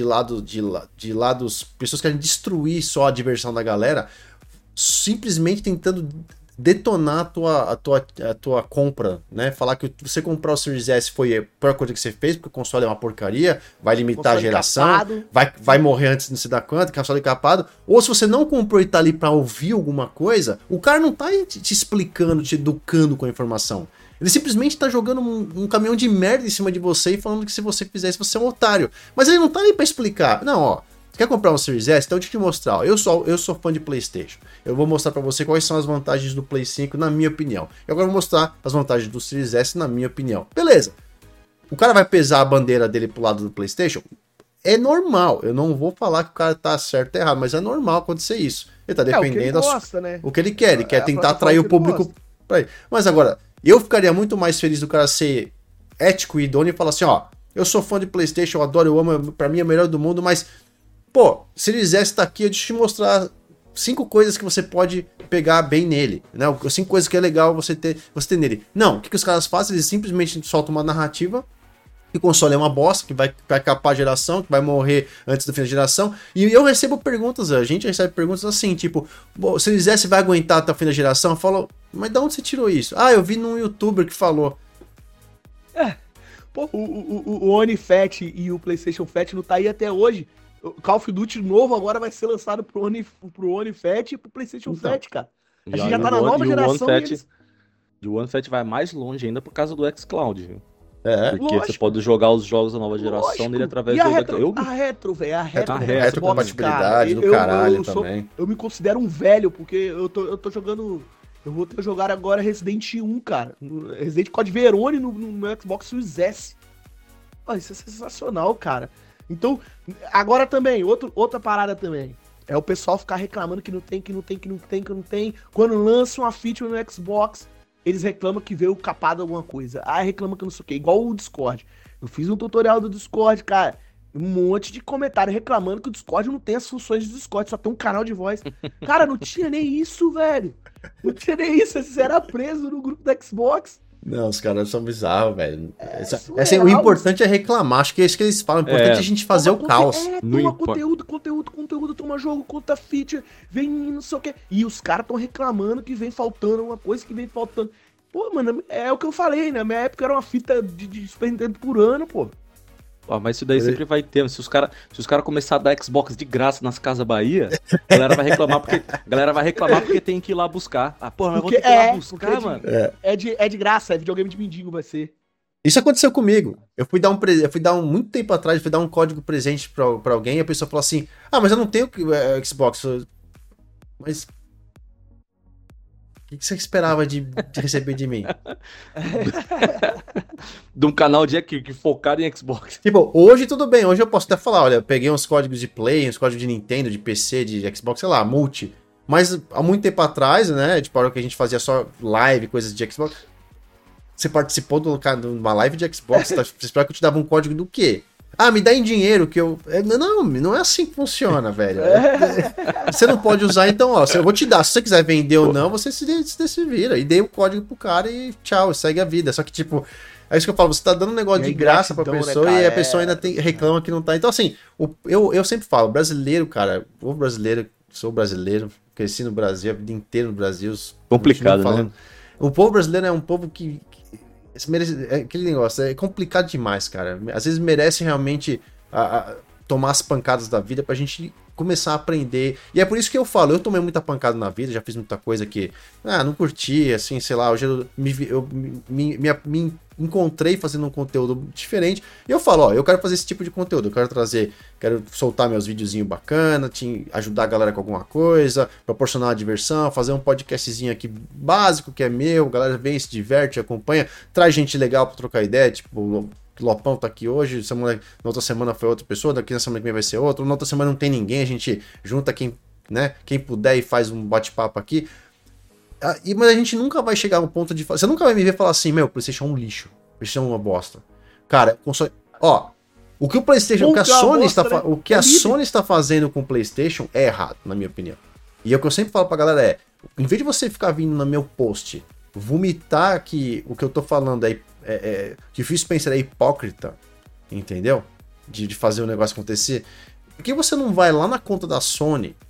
[SPEAKER 1] lados, pessoas que querem destruir só a diversão da galera, simplesmente tentando detonar a tua compra, né? Falar que você comprar o Series S foi a pior coisa que você fez, porque o console é uma porcaria, vai limitar a geração, vai morrer antes de não se dar conta, console capado. Ou se você não comprou e tá ali pra ouvir alguma coisa, o cara não tá te explicando, te educando com a informação. Ele simplesmente tá jogando um caminhão de merda em cima de você e falando que se você fizer isso, você é um otário. Mas ele não tá ali pra explicar. Não, ó. Você quer comprar um Series S? Então deixa eu te mostrar. Ó, eu sou fã de PlayStation. Eu vou mostrar pra você quais são as vantagens do Play 5, na minha opinião. E agora eu vou mostrar as vantagens do Series S, na minha opinião. Beleza. O cara vai pesar a bandeira dele pro lado do PlayStation? É normal. Eu não vou falar que o cara tá certo ou errado, mas é normal acontecer isso. Ele tá defendendo
[SPEAKER 3] o
[SPEAKER 1] que ele quer. Ele quer tentar atrair o público pra ele. Mas agora, eu ficaria muito mais feliz do cara ser ético e idôneo e falar assim, ó, eu sou fã de PlayStation, eu adoro, eu amo, pra mim é o melhor do mundo, mas pô, Series S tá aqui, deixa eu te mostrar 5 coisas que você pode pegar bem nele, né? 5 coisas que é legal você ter nele. Não, o que os caras fazem? Eles simplesmente soltam uma narrativa que o console é uma bosta, que vai capar a geração, que vai morrer antes do fim da geração. E eu recebo perguntas, a gente recebe perguntas assim, tipo, o Series S vai aguentar até o fim da geração? Eu falo, mas de onde você tirou isso? Ah, eu vi num youtuber que falou.
[SPEAKER 3] Pô, o One Fat e o PlayStation Fat não tá aí até hoje. O Call of Duty novo agora vai ser lançado pro One Fat e pro PlayStation
[SPEAKER 1] Então,
[SPEAKER 3] Fat, cara. A gente já tá na nova geração
[SPEAKER 2] E o One Fat vai mais longe ainda por causa do xCloud, viu?
[SPEAKER 1] É,
[SPEAKER 2] porque você pode jogar os jogos da nova geração dele através
[SPEAKER 3] A retro, velho. A
[SPEAKER 1] retrocompatibilidade do caralho também.
[SPEAKER 3] Eu me considero um velho, porque eu tô jogando. Eu vou jogar agora Resident 1, cara. Resident Code Verone no Xbox Series S. Pô, isso é sensacional, cara. Então, agora também, outra parada também. É o pessoal ficar reclamando que não tem. Quando lança uma feature no Xbox, eles reclamam que veio capado alguma coisa. Ah, reclama que não sei o que. Igual o Discord. Eu fiz um tutorial do Discord, cara. Um monte de comentário reclamando que o Discord não tem as funções do Discord, só tem um canal de voz. Cara, não tinha nem isso, velho. Não tinha nem isso. Você era preso no grupo da Xbox.
[SPEAKER 1] Não, os caras são bizarros, velho. Assim, o importante é reclamar. Acho que é isso que eles falam. O importante é a gente fazer o caos.
[SPEAKER 3] Toma conteúdo, toma jogo, conta feature, vem não sei o que. E os caras estão reclamando que vem faltando alguma coisa, que vem faltando. Pô, mano, é o que eu falei, né? Na minha época era uma fita de Super Nintendo por ano, pô.
[SPEAKER 2] Mas isso daí sempre vai ter. Se os caras começarem a dar Xbox de graça nas Casas Bahia, a galera vai reclamar porque tem que ir lá buscar. Ah, porra, mas vou ter que ir lá buscar, mano.
[SPEAKER 3] É de graça, é videogame de mendigo, vai ser.
[SPEAKER 1] Isso aconteceu comigo. Eu fui dar muito tempo atrás, fui dar um código presente pra alguém e a pessoa falou assim, mas eu não tenho Xbox. Mas o que você esperava de receber de mim?
[SPEAKER 2] De um canal que focado em Xbox.
[SPEAKER 1] Tipo, hoje tudo bem, hoje eu posso até falar, olha, eu peguei uns códigos de Play, uns códigos de Nintendo, de PC, de Xbox, sei lá, multi. Mas há muito tempo atrás, né, tipo, a hora que a gente fazia só live, coisas de Xbox, você participou de uma live de Xbox, você espera que eu te dava um código do quê? Ah, me dá em dinheiro que eu... Não é assim que funciona, velho. Você não pode usar, então, ó, eu vou te dar. Se você quiser vender ou não, você se vira. E dei o código pro cara e tchau, segue a vida. Sou que, tipo, é isso que eu falo, você tá dando um negócio de graça pra pessoa, né, e a pessoa ainda reclama que não tá. Então, assim, eu sempre falo, brasileiro, cara, o brasileiro, sou brasileiro, cresci no Brasil, a vida inteira no Brasil.
[SPEAKER 2] Complicado, né?
[SPEAKER 1] O povo brasileiro é um povo que aquele negócio, é complicado demais, cara. Às vezes merece realmente tomar as pancadas da vida pra gente começar a aprender. E é por isso que eu falo, eu tomei muita pancada na vida, já fiz muita coisa que não curti, assim, sei lá, hoje eu me encontrei fazendo um conteúdo diferente, e eu falo, eu quero fazer esse tipo de conteúdo, eu quero soltar meus videozinhos bacana, ajudar a galera com alguma coisa, proporcionar uma diversão, fazer um podcastzinho aqui básico, que é meu, a galera vem, se diverte, acompanha, traz gente legal pra trocar ideia, tipo, o Lopão tá aqui hoje, na outra semana foi outra pessoa, daqui na semana que vem vai ser outra, na outra semana não tem ninguém, a gente junta quem puder e faz um bate-papo aqui. Mas a gente nunca vai chegar ao ponto de... Você nunca vai me ver falar assim, meu, PlayStation é um lixo, PlayStation é uma bosta. Cara, console... o que o PlayStation, o que a Sony está fazendo com o PlayStation é errado, na minha opinião. E o que eu sempre falo pra galera em vez de você ficar vindo no meu post vomitar que o que eu tô falando que o Phil Spencer é hipócrita, entendeu? De fazer o negócio acontecer. Por que você não vai lá na conta da Sony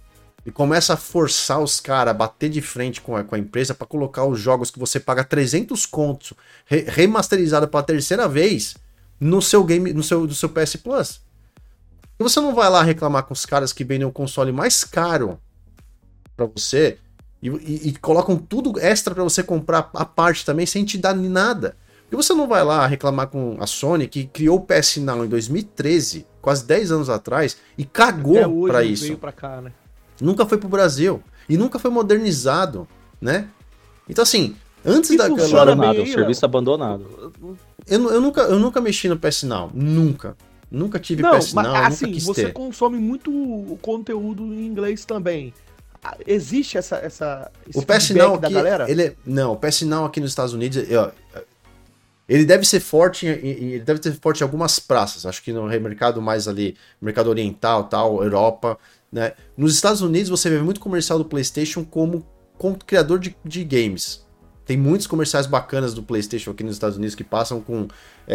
[SPEAKER 1] e começa a forçar os caras a bater de frente com a empresa para colocar os jogos que você paga 300 contos remasterizado pela terceira vez no seu game, no seu PS Plus. E você não vai lá reclamar com os caras que vendem um console mais caro para você e colocam tudo extra para você comprar a parte também sem te dar nada. E você não vai lá reclamar com a Sony, que criou o PS Now em 2013, quase 10 anos atrás, e cagou para isso.
[SPEAKER 3] Veio pra cá, né?
[SPEAKER 1] Nunca foi pro Brasil. E nunca foi modernizado, né? Então, assim, antes
[SPEAKER 3] E
[SPEAKER 1] daquela...
[SPEAKER 3] funciona
[SPEAKER 2] Abandonado,
[SPEAKER 3] bem aí,
[SPEAKER 2] o serviço
[SPEAKER 3] Léo?
[SPEAKER 2] abandonado.
[SPEAKER 1] Eu nunca mexi no PS Now. Nunca. Nunca tive
[SPEAKER 3] Não,
[SPEAKER 1] PS
[SPEAKER 3] mas
[SPEAKER 1] Now,
[SPEAKER 3] assim,
[SPEAKER 1] nunca quis
[SPEAKER 3] você
[SPEAKER 1] ter.
[SPEAKER 3] consome muito conteúdo em inglês também. Existe esse
[SPEAKER 1] O PS
[SPEAKER 3] feedback
[SPEAKER 1] Now
[SPEAKER 3] da
[SPEAKER 1] aqui,
[SPEAKER 3] galera?
[SPEAKER 1] não, o PS Now aqui nos Estados Unidos, ele deve ser forte, ele deve ser forte em algumas praças. Acho que no mercado mais ali, mercado oriental, tal, Europa, né? Nos Estados Unidos você vê muito comercial do PlayStation como criador de games. Tem muitos comerciais bacanas do PlayStation aqui nos Estados Unidos que passam com,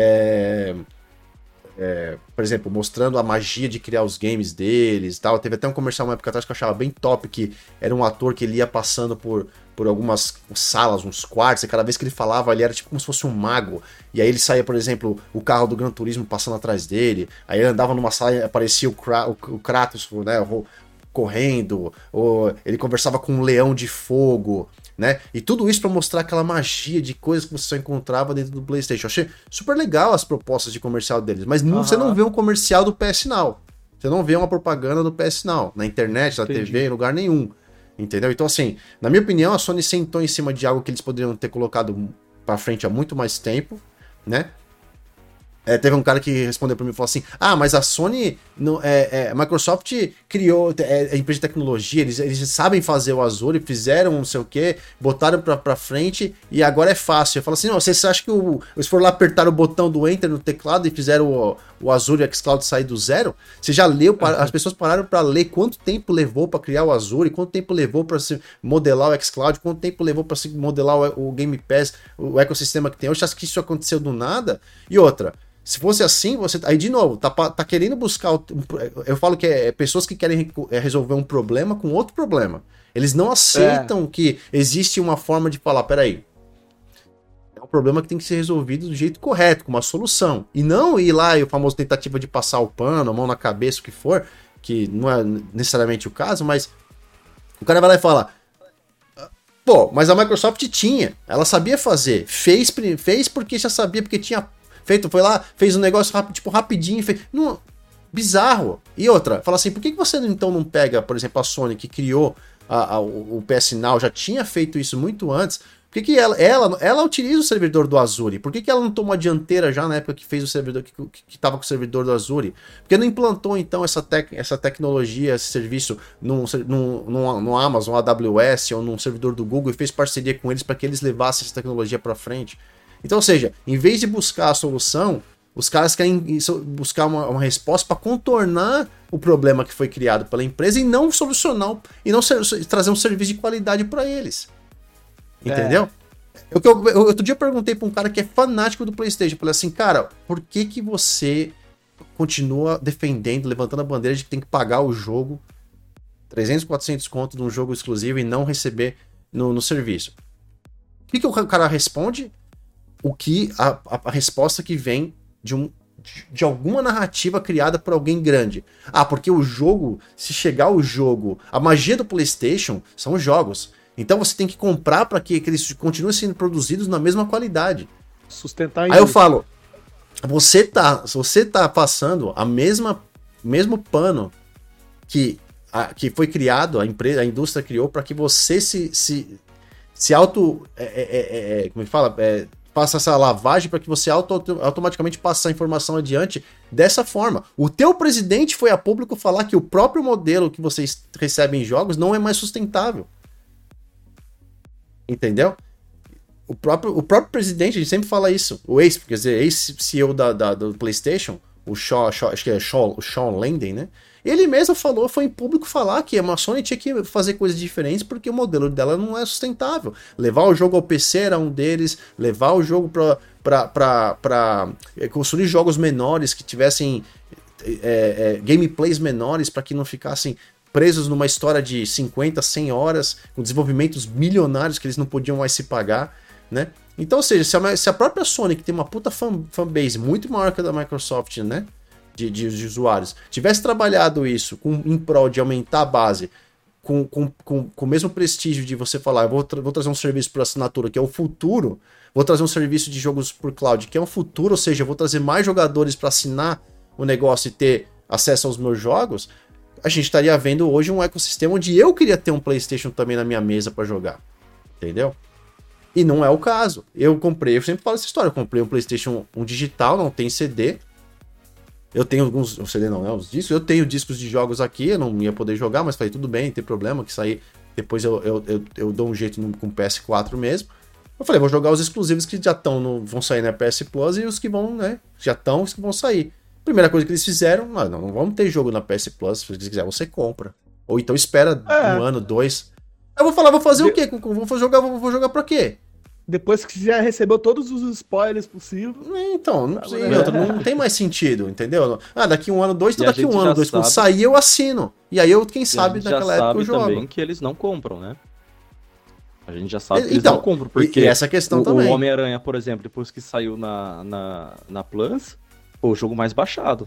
[SPEAKER 1] por exemplo, mostrando a magia de criar os games deles e tal. Teve até um comercial uma época atrás que eu achava bem top, que era um ator que ele ia passando por algumas salas, uns quartos, e cada vez que ele falava, ele era tipo como se fosse um mago. E aí ele saía, por exemplo, o carro do Gran Turismo passando atrás dele, aí ele andava numa sala e aparecia o Kratos, né, correndo, ou ele conversava com um leão de fogo, né? E tudo isso para mostrar aquela magia de coisas que você só encontrava dentro do PlayStation. Eu achei super legal as propostas de comercial deles, mas você não vê um comercial do PS Now. Você não vê uma propaganda do PS Now na internet, na TV, em lugar nenhum. Entendeu? Então, assim, na minha opinião, a Sony sentou em cima de algo que eles poderiam ter colocado pra frente há muito mais tempo, né? Teve um cara que respondeu pra mim e falou assim: mas a Sony, a Microsoft criou, é empresa de tecnologia, eles sabem fazer o Azure, fizeram não sei o que, botaram pra frente e agora é fácil. Eu falo assim: não, você acha que eles foram lá apertar o botão do Enter no teclado e fizeram o Azure e o xCloud sair do zero? Você já leu, as pessoas pararam pra ler quanto tempo levou pra criar o Azure, quanto tempo levou pra se modelar o xCloud, quanto tempo levou pra se modelar o Game Pass, o ecossistema que tem hoje. Você acha que isso aconteceu do nada? E outra, se fosse assim, você. Aí, de novo, tá querendo buscar. Eu falo que pessoas que querem resolver um problema com outro problema. Eles não aceitam que existe uma forma de falar: peraí, é um problema que tem que ser resolvido do jeito correto, com uma solução. E não ir lá e o famoso tentativa de passar o pano, a mão na cabeça, o que for, que não é necessariamente o caso, mas o cara vai lá e fala: pô, mas a Microsoft tinha, ela sabia fazer, fez porque já sabia, porque tinha feito, foi lá, fez um negócio rapidinho, fez. Não, bizarro. E outra, fala assim, por que você então não pega, por exemplo, a Sony, que criou o PS Now, já tinha feito isso muito antes, por que ela utiliza o servidor do Azure? Por que ela não tomou a dianteira já na época que fez o servidor, que tava com o servidor do Azure? Por que não implantou então essa tecnologia, esse serviço no Amazon, AWS ou num servidor do Google e fez parceria com eles para que eles levassem essa tecnologia para frente? Então, ou seja, em vez de buscar a solução, os caras querem buscar uma resposta para contornar o problema que foi criado pela empresa e não solucionar, e não trazer um serviço de qualidade para eles. Entendeu? Outro dia eu perguntei para um cara que é fanático do PlayStation, eu falei assim, cara, por que você continua defendendo, levantando a bandeira de que tem que pagar o jogo 300, 400 conto de um jogo exclusivo e não receber no serviço? O que o cara responde? A resposta que vem de alguma narrativa criada por alguém grande. Porque o jogo, se chegar o jogo, a magia do PlayStation são os jogos. Então você tem que comprar para que eles continuem sendo produzidos na mesma qualidade.
[SPEAKER 3] Sustentar.
[SPEAKER 1] Aí eu falo, você tá passando mesmo pano que foi criado, a indústria criou para que você se auto como é que fala? Passa essa lavagem para que você automaticamente passe essa informação adiante dessa forma. O teu presidente foi a público falar que o próprio modelo que vocês recebem em jogos não é mais sustentável. Entendeu? O próprio presidente, a gente sempre fala isso. O ex-CEO do PlayStation, acho que é o Sean Landon, né? Ele mesmo foi em público falar que a Sony tinha que fazer coisas diferentes porque o modelo dela não é sustentável. Levar o jogo ao PC era um deles, levar o jogo para construir jogos menores que tivessem gameplays menores para que não ficassem presos numa história de 50, 100 horas, com desenvolvimentos milionários que eles não podiam mais se pagar, né? Então, ou seja, se a própria Sony, que tem uma puta fanbase muito maior que a da Microsoft, né? De usuários, tivesse trabalhado isso em prol de aumentar a base, com o mesmo prestígio de você falar, eu vou trazer um serviço por assinatura, que é o futuro, vou trazer um serviço de jogos por cloud, que é um futuro, ou seja, eu vou trazer mais jogadores para assinar o negócio e ter acesso aos meus jogos, a gente estaria vendo hoje um ecossistema onde eu queria ter um PlayStation também na minha mesa para jogar, entendeu? E não é o caso. Eu sempre falo essa história, eu comprei um PlayStation 1 digital, não tem CD. Eu tenho alguns, CD não, né, os discos, eu tenho discos de jogos aqui, eu não ia poder jogar, mas falei, tudo bem, não tem problema, que sair, depois eu dou um jeito com o PS4 mesmo. Eu falei, vou jogar os exclusivos que já vão sair na PS Plus e os que vão, né, já estão, os que vão sair. Primeira coisa que eles fizeram, não vamos ter jogo na PS Plus, se você quiser, você compra. Ou então espera um ano, 2. Eu vou falar, vou fazer o quê? Vou jogar pra quê?
[SPEAKER 3] Depois que já recebeu todos os spoilers possíveis.
[SPEAKER 1] Então, não tem mais sentido, entendeu? Daqui um ano, 2, então daqui um ano, 2, quando sair eu assino. E aí eu, quem sabe, naquela época eu jogo.
[SPEAKER 2] Também que eles não compram, né? A gente já sabe que eles não compram, porque
[SPEAKER 1] e essa questão também.
[SPEAKER 2] O Homem-Aranha, por exemplo, depois que saiu na Plus, o jogo mais baixado.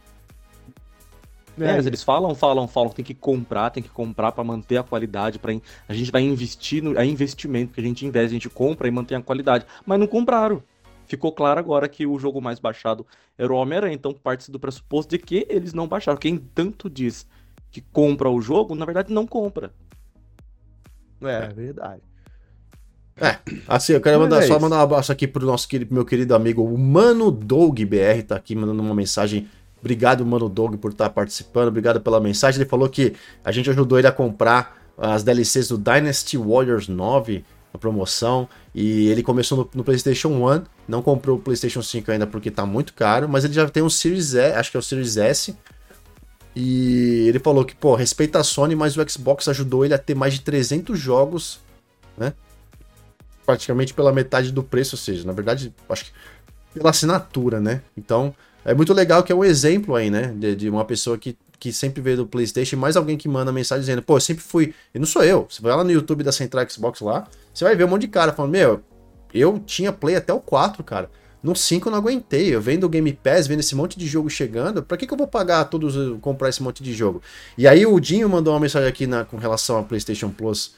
[SPEAKER 2] Mas eles falam, tem que comprar pra manter a qualidade, a gente vai investir, é investimento que a gente investe, a gente compra e mantém a qualidade, mas não compraram. Ficou claro agora que o jogo mais baixado era o Homem-Aranha, então parte do pressuposto de que eles não baixaram. Quem tanto diz que compra o jogo, na verdade não compra.
[SPEAKER 3] É verdade.
[SPEAKER 1] Assim, eu quero mandar um abraço aqui pro meu querido amigo, o Mano Doug BR, tá aqui mandando uma mensagem. Obrigado, Mano Doug, por estar participando. Obrigado pela mensagem. Ele falou que a gente ajudou ele a comprar as DLCs do Dynasty Warriors 9 na promoção. E ele começou no PlayStation 1. Não comprou o PlayStation 5 ainda porque tá muito caro. Mas ele já tem um Series S, acho que é o Series S. E ele falou que, respeita a Sony, mas o Xbox ajudou ele a ter mais de 300 jogos, né? Praticamente pela metade do preço. Ou seja, na verdade, acho que pela assinatura, né? Então... é muito legal que é um exemplo aí, né? De uma pessoa que sempre veio do PlayStation, mais alguém que manda mensagem dizendo, eu sempre fui. E não sou eu. Você vai lá no YouTube da Central Xbox lá, você vai ver um monte de cara falando, eu tinha Play até o 4, cara. No 5 eu não aguentei. Eu vendo o Game Pass, vendo esse monte de jogo chegando, pra que eu vou pagar comprar esse monte de jogo? E aí o Dinho mandou uma mensagem aqui com relação ao PlayStation Plus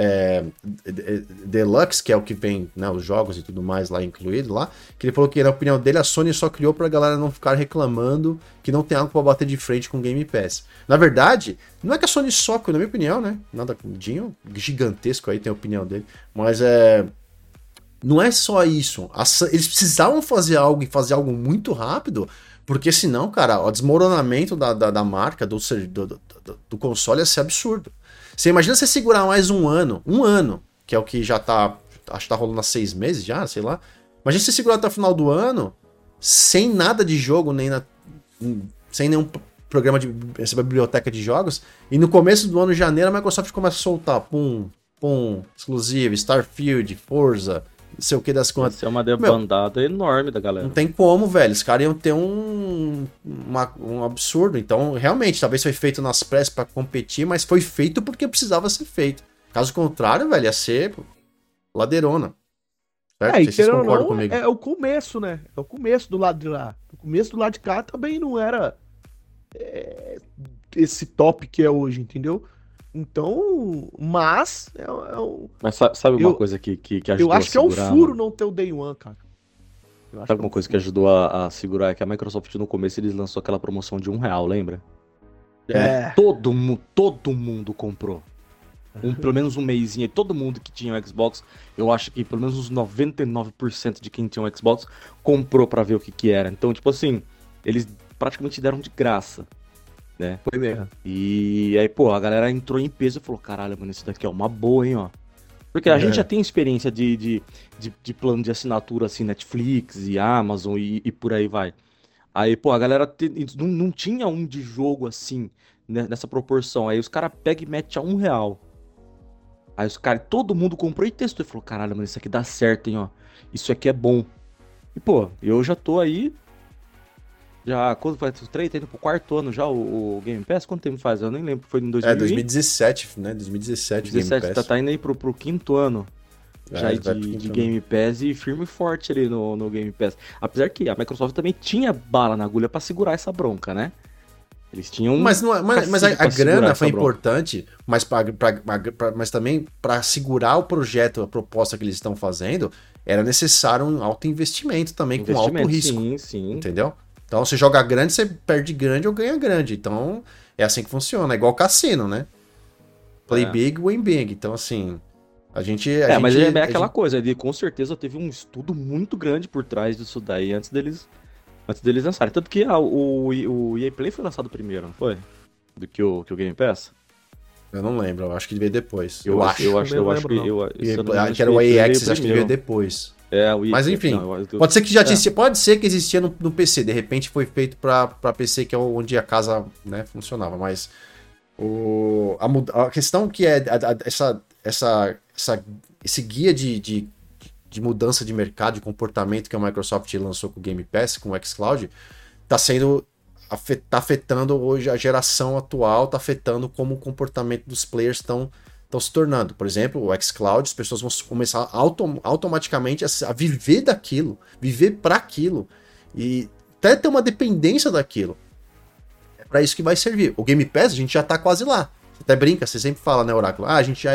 [SPEAKER 1] Deluxe, que é o que vem, né, os jogos e tudo mais lá incluído lá, que ele falou que na opinião dele a Sony só criou pra galera não ficar reclamando que não tem algo pra bater de frente com o Game Pass. Na verdade, não é que a Sony só, na minha opinião, né, nada com o Dinho, gigantesco aí, tem a opinião dele, mas não é só isso, eles precisavam fazer algo e fazer algo muito rápido, porque senão, cara, o desmoronamento da marca, do console ia ser absurdo. Você imagina você segurar mais um ano, que é o que já tá, acho que tá rolando há 6 meses já, sei lá. Imagina você segurar até o final do ano, sem nada de jogo, sem nenhum programa essa biblioteca de jogos, e no começo do ano, janeiro, a Microsoft começa a soltar, exclusivo, Starfield, Forza, não sei o que das contas.
[SPEAKER 2] Isso é uma debandada enorme da galera.
[SPEAKER 1] Não tem como, velho. Os caras iam ter um absurdo. Então, realmente, talvez foi feito nas pressas pra competir, mas foi feito porque precisava ser feito. Caso contrário, velho, ia ser ladeirona.
[SPEAKER 3] Certo? E vocês concordam comigo? É o começo, né? É o começo do lado de lá. O começo do lado de cá também não era esse top que é hoje, entendeu? Então, mas...
[SPEAKER 2] Mas sabe uma coisa que ajudou
[SPEAKER 3] a segurar? Eu acho que é um furo não ter o Day One, cara.
[SPEAKER 2] Sabe uma coisa que ajudou a segurar? É que a Microsoft, no começo, eles lançou aquela promoção de R$1, lembra? Todo mundo comprou. Pelo menos um mêsinho. Todo mundo que tinha o Xbox, eu acho que pelo menos uns 99% de quem tinha o Xbox comprou pra ver o que era. Então, tipo assim, eles praticamente deram de graça. Né?
[SPEAKER 3] Foi mesmo.
[SPEAKER 2] E aí, a galera entrou em peso e falou, caralho, mano, isso daqui é uma boa, hein, ó. Porque a gente já tem experiência de plano de assinatura, assim, Netflix e Amazon e por aí vai. Aí, a galera não tinha um de jogo, assim, né, nessa proporção. Aí os caras pegam e metem a R$1. Aí todo mundo comprou e testou e falou, caralho, mano, isso aqui dá certo, hein, ó. Isso aqui é bom. E, eu já tô aí Já, quando faz o 3, tá indo pro 4º ano já o Game Pass? Quanto tempo faz? Eu nem lembro, foi em
[SPEAKER 1] 2017, né? 2017 o Game
[SPEAKER 2] 2017,
[SPEAKER 1] Pass.
[SPEAKER 2] tá indo aí pro 5º ano já aí
[SPEAKER 1] vai pro
[SPEAKER 2] de
[SPEAKER 1] quinto
[SPEAKER 2] Game Pass e firme e forte ali no Game Pass. Apesar que a Microsoft também tinha bala na agulha pra segurar essa bronca, né? Eles tinham
[SPEAKER 1] Mas, mas a
[SPEAKER 2] pra segurar
[SPEAKER 1] grana
[SPEAKER 2] essa
[SPEAKER 1] foi
[SPEAKER 2] bronca.
[SPEAKER 1] importante, mas, mas também para segurar o projeto, a proposta que eles estão fazendo, era necessário um alto investimento também, com alto risco.
[SPEAKER 2] Sim, sim.
[SPEAKER 1] Entendeu? Então, você joga grande, você perde grande ou ganha grande. Então, é assim que funciona. É igual cassino, né? Play big, win big. Então, assim,
[SPEAKER 2] mas é aquela coisa, ele com certeza teve um estudo muito grande por trás disso daí antes deles lançarem. Tanto que o EA Play foi lançado primeiro, não foi? Do que o Game Pass?
[SPEAKER 1] Eu não lembro, eu acho que veio depois.
[SPEAKER 2] Eu acho que
[SPEAKER 1] que era o EA Access, acho que veio depois. Mas enfim, pode ser que já existia, pode ser que existia no PC, de repente foi feito para PC, que é onde a casa, né, funcionava, mas a questão que é esse guia de mudança de mercado, de comportamento que a Microsoft lançou com o Game Pass, com o xCloud, tá afetando hoje a geração atual, tá afetando como o comportamento dos players estão se tornando. Por exemplo, o xCloud, as pessoas vão começar automaticamente a viver daquilo, viver para aquilo, e até ter uma dependência daquilo. É para isso que vai servir. O Game Pass, a gente já tá quase lá. Você até brinca, você sempre fala, né, Oráculo? A gente já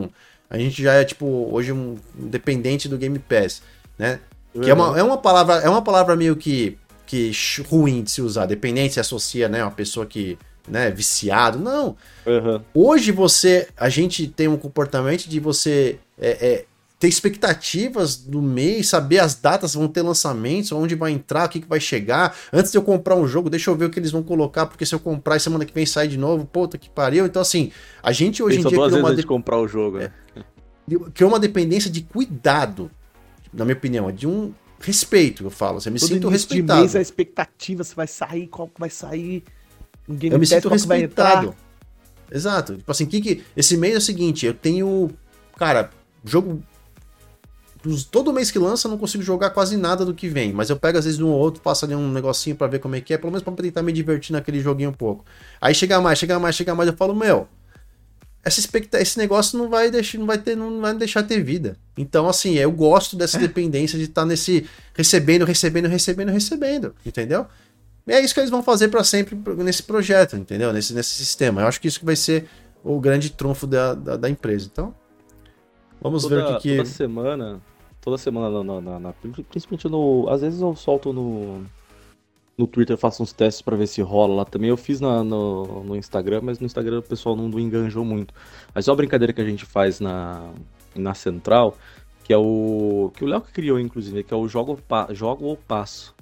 [SPEAKER 1] é tipo, hoje um dependente do Game Pass, né? Que é uma palavra meio que ruim de se usar. Dependente se associa, né, uma pessoa que, né, viciado. Não. Hoje a gente tem um comportamento de você ter expectativas do mês, saber as datas, vão ter lançamentos, onde vai entrar, o que vai chegar. Antes de eu comprar um jogo, deixa eu ver o que eles vão colocar, porque se eu comprar e semana que vem sai de novo, puta que pariu. Então, assim, a gente hoje em dia
[SPEAKER 2] criou de comprar o jogo,
[SPEAKER 1] criou uma dependência de cuidado, na minha opinião, de um respeito, eu falo. Você me sinto respeitado.
[SPEAKER 3] Mês, a expectativa, se vai sair, qual que vai sair.
[SPEAKER 1] Eu me sinto respeitado. Exato. Tipo assim, esse mês é o seguinte, eu tenho, cara, jogo todo mês que lança eu não consigo jogar quase nada do que vem, mas eu pego às vezes um ou outro, passo ali um negocinho pra ver como é que é, pelo menos pra tentar me divertir naquele joguinho um pouco. Aí chega mais, eu falo, esse negócio não vai deixar ter vida. Então, assim, eu gosto dessa dependência de estar nesse recebendo, entendeu? E é isso que eles vão fazer para sempre nesse projeto, entendeu? Nesse sistema. Eu acho que isso que vai ser o grande trunfo da empresa. Então, vamos ver o que...
[SPEAKER 2] Toda semana, principalmente às vezes eu solto no Twitter, faço uns testes pra ver se rola lá também. Eu fiz no Instagram, mas no Instagram o pessoal não enganjou muito. Mas é uma brincadeira que a gente faz na Central, que é o Léo que criou, inclusive, que é o Jogo ou Passo.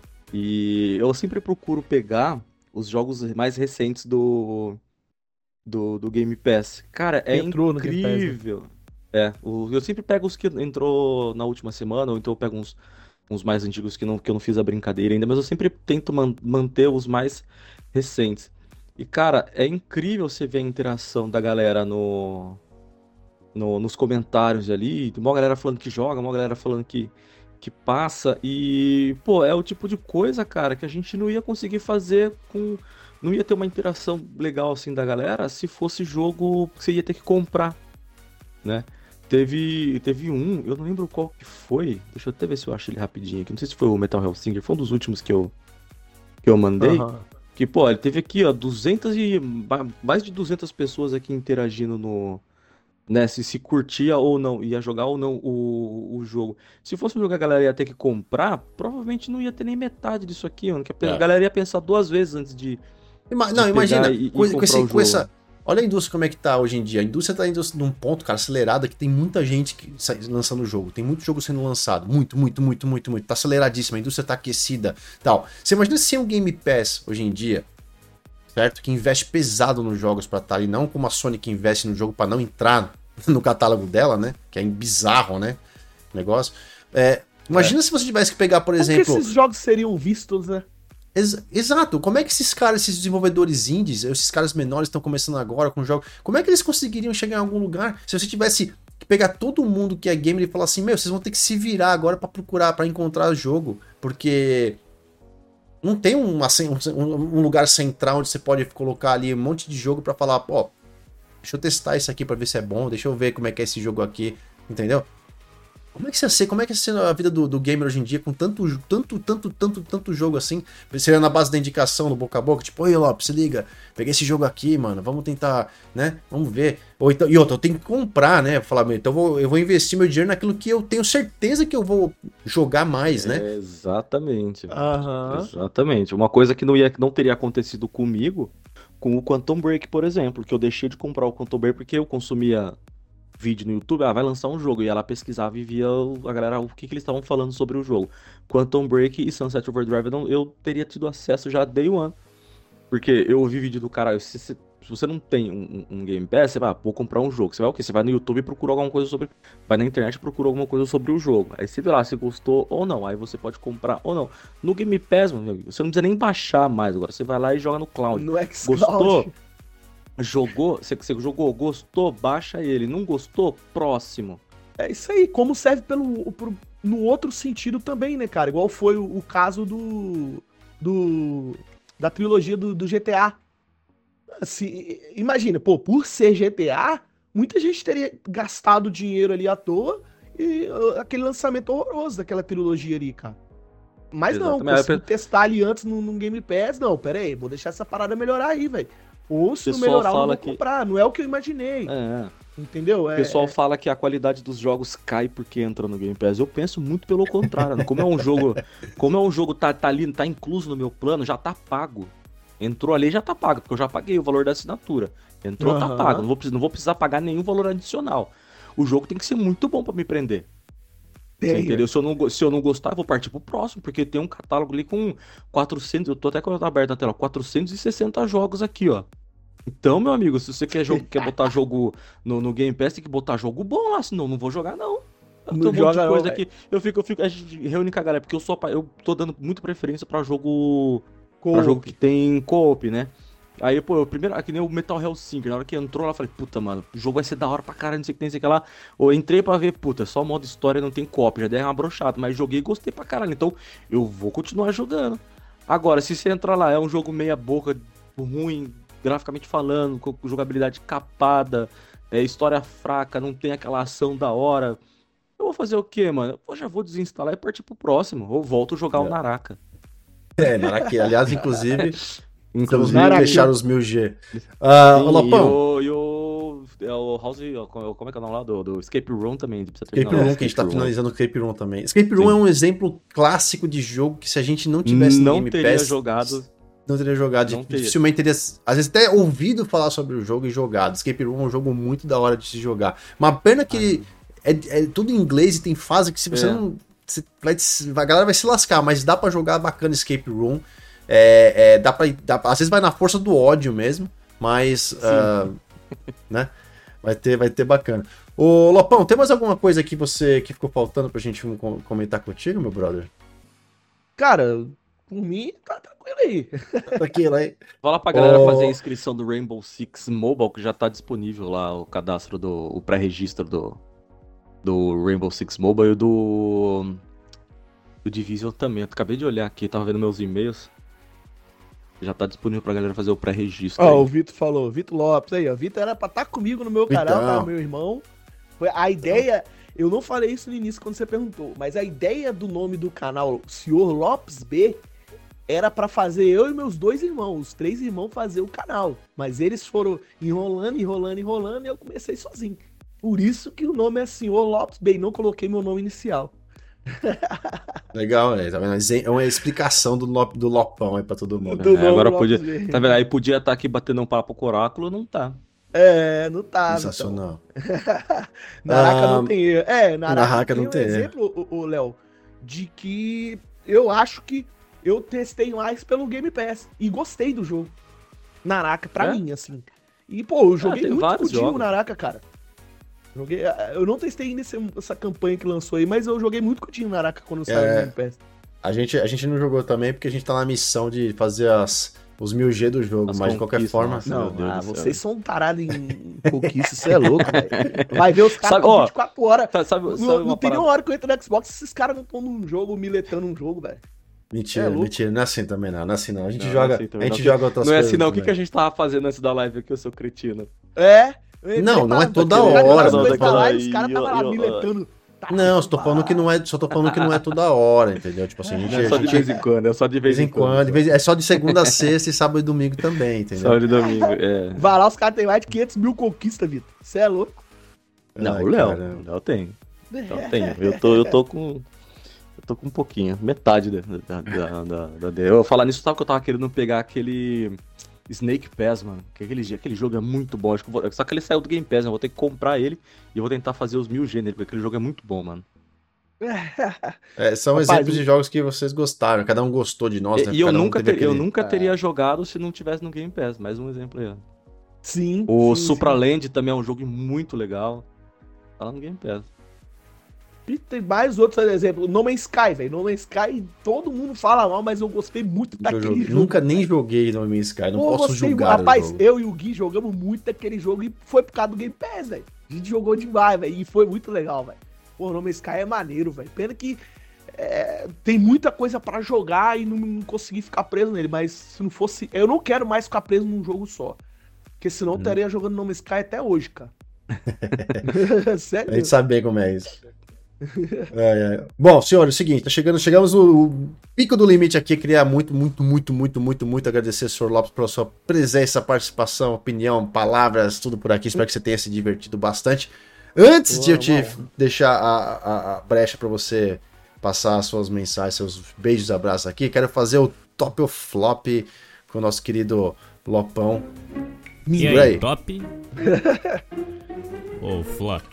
[SPEAKER 2] E eu sempre procuro pegar os jogos mais recentes do Game Pass. Cara, é incrível. Eu sempre pego os que entrou na última semana, ou então eu pego uns mais antigos que eu não fiz a brincadeira ainda, mas eu sempre tento manter os mais recentes. E, cara, é incrível você ver a interação da galera nos comentários ali, uma galera falando que joga, uma galera falando que passa, e, pô, é o tipo de coisa, cara, que a gente não ia conseguir fazer não ia ter uma interação legal, assim, da galera se fosse jogo que você ia ter que comprar, né? Teve eu não lembro qual que foi, deixa eu até ver se eu acho ele rapidinho aqui, não sei se foi o Metal Hellsinger, foi um dos últimos que eu mandei, que, pô, ele teve aqui, ó, mais de 200 pessoas aqui interagindo né, se curtia ou não, ia jogar ou não o jogo. Se fosse um jogo que a galera ia ter que comprar, provavelmente não ia ter nem metade disso aqui, mano, que a galera ia pensar duas vezes antes de
[SPEAKER 1] imagina,
[SPEAKER 2] com
[SPEAKER 1] essa... Olha a indústria como é que tá hoje em dia. A indústria tá indo num ponto, cara, acelerada, que tem muita gente lançando o jogo. Tem muito jogo sendo lançado. Muito. Tá aceleradíssima. A indústria tá aquecida, tal. Você imagina se um Game Pass hoje em dia, certo? Que investe pesado nos jogos pra estar ali, não como a Sony que investe no jogo pra não entrar no catálogo dela, né? Que é bizarro, né? O negócio. Imagina se você tivesse que pegar, por exemplo...
[SPEAKER 3] Como que esses jogos seriam vistos, né?
[SPEAKER 1] Exato, como é que esses desenvolvedores indies, esses caras menores estão começando agora com jogos, como é que eles conseguiriam chegar em algum lugar se você tivesse que pegar todo mundo que é gamer e falar assim, vocês vão ter que se virar agora pra procurar, pra encontrar o jogo, porque não tem um lugar central onde você pode colocar ali um monte de jogo pra falar, pô, deixa eu testar isso aqui pra ver se é bom, deixa eu ver como é que é esse jogo aqui, entendeu? Como é que ia ser a vida do gamer hoje em dia com tanto jogo assim? Seria na base da indicação, no boca a boca, tipo, oi Lopes, se liga, peguei esse jogo aqui, mano, vamos tentar, né? Vamos ver. Ou então, e outra, eu tenho que comprar, né? Falar, então eu vou investir meu dinheiro naquilo que eu tenho certeza que eu vou jogar mais, né?
[SPEAKER 2] Exatamente.
[SPEAKER 3] Aham.
[SPEAKER 2] Exatamente. Uma coisa que não teria acontecido comigo com o Quantum Break, por exemplo, que eu deixei de comprar o Quantum Break porque eu consumia vídeo no YouTube, vai lançar um jogo, e ela pesquisava e via a galera, o que eles estavam falando sobre o jogo. Quantum Break e Sunset Overdrive eu teria tido acesso já day one, porque eu ouvi vídeo do cara, se você não tem um Game Pass, você vai, vou comprar um jogo, você vai o quê? Você vai no YouTube e procura alguma coisa sobre, vai na internet e procura alguma coisa sobre o jogo, aí você vê lá se gostou ou não, aí você pode comprar ou não. No Game Pass, meu amigo, você não precisa nem baixar mais agora, você vai lá e joga no cloud.
[SPEAKER 3] No xCloud.
[SPEAKER 2] Gostou? Jogou, você jogou, gostou, baixa ele. Não gostou, próximo.
[SPEAKER 3] É isso aí, como serve no outro sentido também, né, cara? Igual foi o caso da trilogia do GTA. Assim, imagina, pô, por ser GTA, muita gente teria gastado dinheiro ali à toa e aquele lançamento horroroso daquela trilogia ali, cara. Mas não,
[SPEAKER 2] Exatamente.
[SPEAKER 3] consegui testar ali antes no Game Pass. Não, pera aí, vou deixar essa parada melhorar aí, velho. Ou se não
[SPEAKER 2] Pessoal
[SPEAKER 3] melhorar, eu não
[SPEAKER 2] fala
[SPEAKER 3] vou
[SPEAKER 2] que-
[SPEAKER 3] comprar. Não é o que eu imaginei.
[SPEAKER 2] É.
[SPEAKER 3] Entendeu?
[SPEAKER 2] O pessoal fala que a qualidade dos jogos cai porque entra no Game Pass. Eu penso muito pelo contrário, né? Como é um jogo tá ali, tá incluso no meu plano, já tá pago. Entrou ali, já tá pago, porque eu já paguei o valor da assinatura. Entrou, tá
[SPEAKER 3] Aham.
[SPEAKER 2] pago. Não vou precisar pagar nenhum valor adicional. O jogo tem que ser muito bom pra me prender. Você
[SPEAKER 3] Tem,
[SPEAKER 2] entendeu? Se eu não gostar, eu vou partir pro próximo, porque tem um catálogo ali com 400, eu tô até com a aberta na tela, 460 jogos aqui, ó. Então, meu amigo, se você quer botar jogo no Game Pass, tem que botar jogo bom lá, senão eu não vou jogar, não. Eu
[SPEAKER 3] Não
[SPEAKER 2] tenho um monte
[SPEAKER 3] joga
[SPEAKER 2] de coisa
[SPEAKER 3] não,
[SPEAKER 2] aqui. A gente reúne com a galera, porque eu tô dando muita preferência pra jogo que tem co-op, né? Aí, pô, aqui nem o Metal Hellsinger, na hora que entrou lá, eu falei, puta, mano, o jogo vai ser da hora pra caralho, não sei o que tem, não sei o que lá. Eu entrei pra ver, puta, só modo história, não tem co-op, já dei uma brochada, mas joguei e gostei pra caralho, então eu vou continuar jogando. Agora, se você entrar lá, é um jogo meia boca, ruim, graficamente falando, com jogabilidade capada, história fraca, não tem aquela ação da hora. Eu vou fazer o quê, mano? Eu já vou desinstalar e partir pro próximo. Ou volto a jogar o Naraka.
[SPEAKER 1] Naraki, aliás, inclusive, estamos
[SPEAKER 2] Inclusive,
[SPEAKER 1] vendo
[SPEAKER 3] Naraki.
[SPEAKER 1] fechar os 1000G.
[SPEAKER 2] sim,
[SPEAKER 1] Ô Lopão,
[SPEAKER 2] o House, como é que é o nome lá? Do Escape Room também. Precisa
[SPEAKER 1] Escape
[SPEAKER 2] terminar.
[SPEAKER 1] Room, que a gente tá finalizando o Escape Room também. Escape Room
[SPEAKER 2] Sim.
[SPEAKER 1] é um exemplo clássico de jogo que se a gente não tivesse no
[SPEAKER 2] Não
[SPEAKER 1] Game
[SPEAKER 2] teria
[SPEAKER 1] Pass,
[SPEAKER 2] jogado.
[SPEAKER 1] não teria jogado.
[SPEAKER 2] Não teria.
[SPEAKER 1] Dificilmente teria, às vezes, até ouvido falar sobre o jogo e jogado. Escape Room é um jogo muito da hora de se jogar. Uma pena que é tudo em inglês e tem fase que se você não... a galera vai se lascar, mas dá pra jogar bacana Escape Room. Às vezes vai na força do ódio mesmo, mas... né? Vai ter bacana. Ô, Lopão, tem mais alguma coisa que que ficou faltando pra gente comentar contigo, meu brother?
[SPEAKER 3] Cara, por mim, tá tranquilo aí.
[SPEAKER 1] Aquilo aí.
[SPEAKER 2] Fala pra galera fazer a inscrição do Rainbow Six Mobile, que já tá disponível lá o cadastro o pré-registro do Rainbow Six Mobile e do Division também. Eu acabei de olhar aqui, tava vendo meus e-mails. Já tá disponível pra galera fazer o pré-registro.
[SPEAKER 3] Ó,
[SPEAKER 2] aí.
[SPEAKER 3] o Vitor falou, Vitor Lopes aí, ó. Vitor era pra estar comigo no meu canal, tá? Meu irmão. Foi a ideia, eu não falei isso no início quando você perguntou, mas a ideia do nome do canal, Senhor Lopes B, era pra fazer eu e meus dois irmãos, os três irmãos, fazer o canal. Mas eles foram enrolando e eu comecei sozinho. Por isso que o nome é Senhor Lopes B, e não coloquei meu nome inicial.
[SPEAKER 1] Legal, tá vendo? É uma explicação do Lopão aí pra todo mundo.
[SPEAKER 3] Do
[SPEAKER 1] Né?
[SPEAKER 3] nome
[SPEAKER 2] Agora
[SPEAKER 3] Lopes
[SPEAKER 2] podia.
[SPEAKER 3] B.
[SPEAKER 2] Tá vendo? Aí podia estar aqui batendo um papo com o oráculo, não tá.
[SPEAKER 3] Não tá.
[SPEAKER 1] Sensacional.
[SPEAKER 3] Naraka não tem erro.
[SPEAKER 1] Naraka não
[SPEAKER 3] um
[SPEAKER 1] tem erro.
[SPEAKER 3] exemplo, o Léo, de que eu acho que eu testei mais pelo Game Pass e gostei do jogo. Naraka, pra mim, assim. E, pô, eu joguei
[SPEAKER 2] tem
[SPEAKER 3] muito
[SPEAKER 2] vários
[SPEAKER 3] contigo
[SPEAKER 2] jogos.
[SPEAKER 3] Naraka, cara. Eu não testei ainda essa campanha que lançou aí, mas eu joguei muito contigo Naraka quando saiu no Game Pass.
[SPEAKER 1] A gente não jogou também porque a gente tá na missão de fazer os 1000G do jogo,
[SPEAKER 2] As
[SPEAKER 1] mas de qualquer
[SPEAKER 2] conquistas,
[SPEAKER 1] forma...
[SPEAKER 2] nossa.
[SPEAKER 3] Não,
[SPEAKER 2] Meu Deus do céu.
[SPEAKER 3] vocês são tarados em conquista, isso é louco, velho. Vai ver os caras
[SPEAKER 2] Sabe,
[SPEAKER 3] com
[SPEAKER 2] ó,
[SPEAKER 3] 24 horas.
[SPEAKER 2] Sabe
[SPEAKER 3] Não
[SPEAKER 2] uma
[SPEAKER 3] tem
[SPEAKER 2] parada?
[SPEAKER 3] nenhuma hora que eu entro no Xbox, esses caras não estão num jogo, miletando um jogo, velho.
[SPEAKER 1] Mentira, mentira. Não é assim também, não. Não é assim, não. A gente
[SPEAKER 2] Não,
[SPEAKER 1] joga,
[SPEAKER 2] não é assim também,
[SPEAKER 1] a gente
[SPEAKER 2] não.
[SPEAKER 1] joga outras
[SPEAKER 2] Não é
[SPEAKER 1] coisas
[SPEAKER 2] assim não, o que
[SPEAKER 1] também.
[SPEAKER 2] a gente tava fazendo antes da live aqui, eu sou cretino?
[SPEAKER 3] Eu entrei
[SPEAKER 1] Não, não é
[SPEAKER 3] pra
[SPEAKER 1] toda
[SPEAKER 3] jogar
[SPEAKER 1] hora,
[SPEAKER 3] as
[SPEAKER 1] não,
[SPEAKER 3] coisas
[SPEAKER 1] tô
[SPEAKER 3] da
[SPEAKER 1] falando-
[SPEAKER 3] live, os caras estavam lá miletando.
[SPEAKER 1] Não, só tô falando que não é, só tô falando que não é toda hora, entendeu? Tipo assim,
[SPEAKER 2] É só de vez em quando, é só de
[SPEAKER 1] de vez em quando, é só de segunda a sexta e sábado e domingo também, entendeu?
[SPEAKER 2] Só de domingo, é.
[SPEAKER 3] Vai lá, os caras têm mais de 500 mil conquistas, Vitor. Você é louco.
[SPEAKER 2] Não,
[SPEAKER 1] Ai,
[SPEAKER 2] o Léo,
[SPEAKER 1] caramba.
[SPEAKER 2] o Léo tem. Eu tenho. Eu tô com um pouquinho, metade da dele. Eu falar nisso, sabe que eu tava querendo pegar aquele Snake Pass, mano. Que aquele jogo é muito bom. Acho que só que ele saiu do Game Pass, né? Eu vou ter que comprar ele e eu vou tentar fazer os 1000 gêneros, porque aquele jogo é muito bom, mano.
[SPEAKER 1] São
[SPEAKER 3] Rapaz,
[SPEAKER 1] exemplos de jogos que vocês gostaram, cada um gostou de nós, né?
[SPEAKER 2] E eu
[SPEAKER 1] Cada um
[SPEAKER 2] nunca,
[SPEAKER 1] teve
[SPEAKER 2] eu
[SPEAKER 1] aquele-
[SPEAKER 2] nunca teria jogado se não tivesse no Game Pass. Mais um exemplo aí, ó.
[SPEAKER 3] Sim.
[SPEAKER 2] O
[SPEAKER 3] sim,
[SPEAKER 2] Supraland também é um jogo muito legal. Tá lá no Game Pass.
[SPEAKER 3] E tem mais outros exemplos. No Man's Sky, velho. No Man's Sky, todo mundo fala mal, mas eu gostei muito
[SPEAKER 1] eu
[SPEAKER 3] daquele
[SPEAKER 1] joguei.
[SPEAKER 3] jogo.
[SPEAKER 1] Nunca nem joguei no Man's Sky, não
[SPEAKER 3] Pô,
[SPEAKER 1] posso
[SPEAKER 3] gostei
[SPEAKER 1] julgar
[SPEAKER 3] Rapaz,
[SPEAKER 1] o jogo.
[SPEAKER 3] eu e o Gui jogamos muito daquele jogo e foi por causa do Game Pass, velho. A gente jogou demais, velho. E foi muito legal, velho. Pô, o No Man's Sky é maneiro, velho. Pena que tem muita coisa pra jogar e não consegui ficar preso nele. Mas se não fosse... Eu não quero mais ficar preso num jogo só. Porque senão eu estaria jogando No Man's Sky até hoje, cara. Sério?
[SPEAKER 1] A gente sabe bem como é isso. Bom, senhores, é o seguinte, chegamos no pico do limite aqui. Queria muito agradecer ao Sr. Lopes pela sua presença, participação, opinião, palavras, tudo por aqui. Espero que você tenha se divertido bastante. Antes de eu te deixar a brecha para você passar as suas mensagens, seus beijos e abraços aqui, quero fazer o top ou flop com o nosso querido Lopão.
[SPEAKER 4] E
[SPEAKER 1] Por
[SPEAKER 4] aí, top ou flop?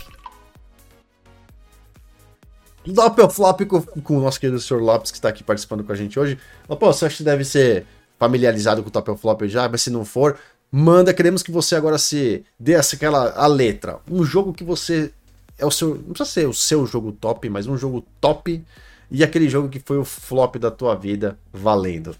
[SPEAKER 1] Top ou flop com o nosso querido Sr. Lopes, que está aqui participando com a gente hoje. Lopão, você acha que deve ser familiarizado com o top ou flop já, mas se não for, manda, queremos que você agora se dê a letra. Um jogo que você é o seu, não precisa ser o seu jogo top, mas um jogo top e aquele jogo que foi o flop da tua vida, valendo.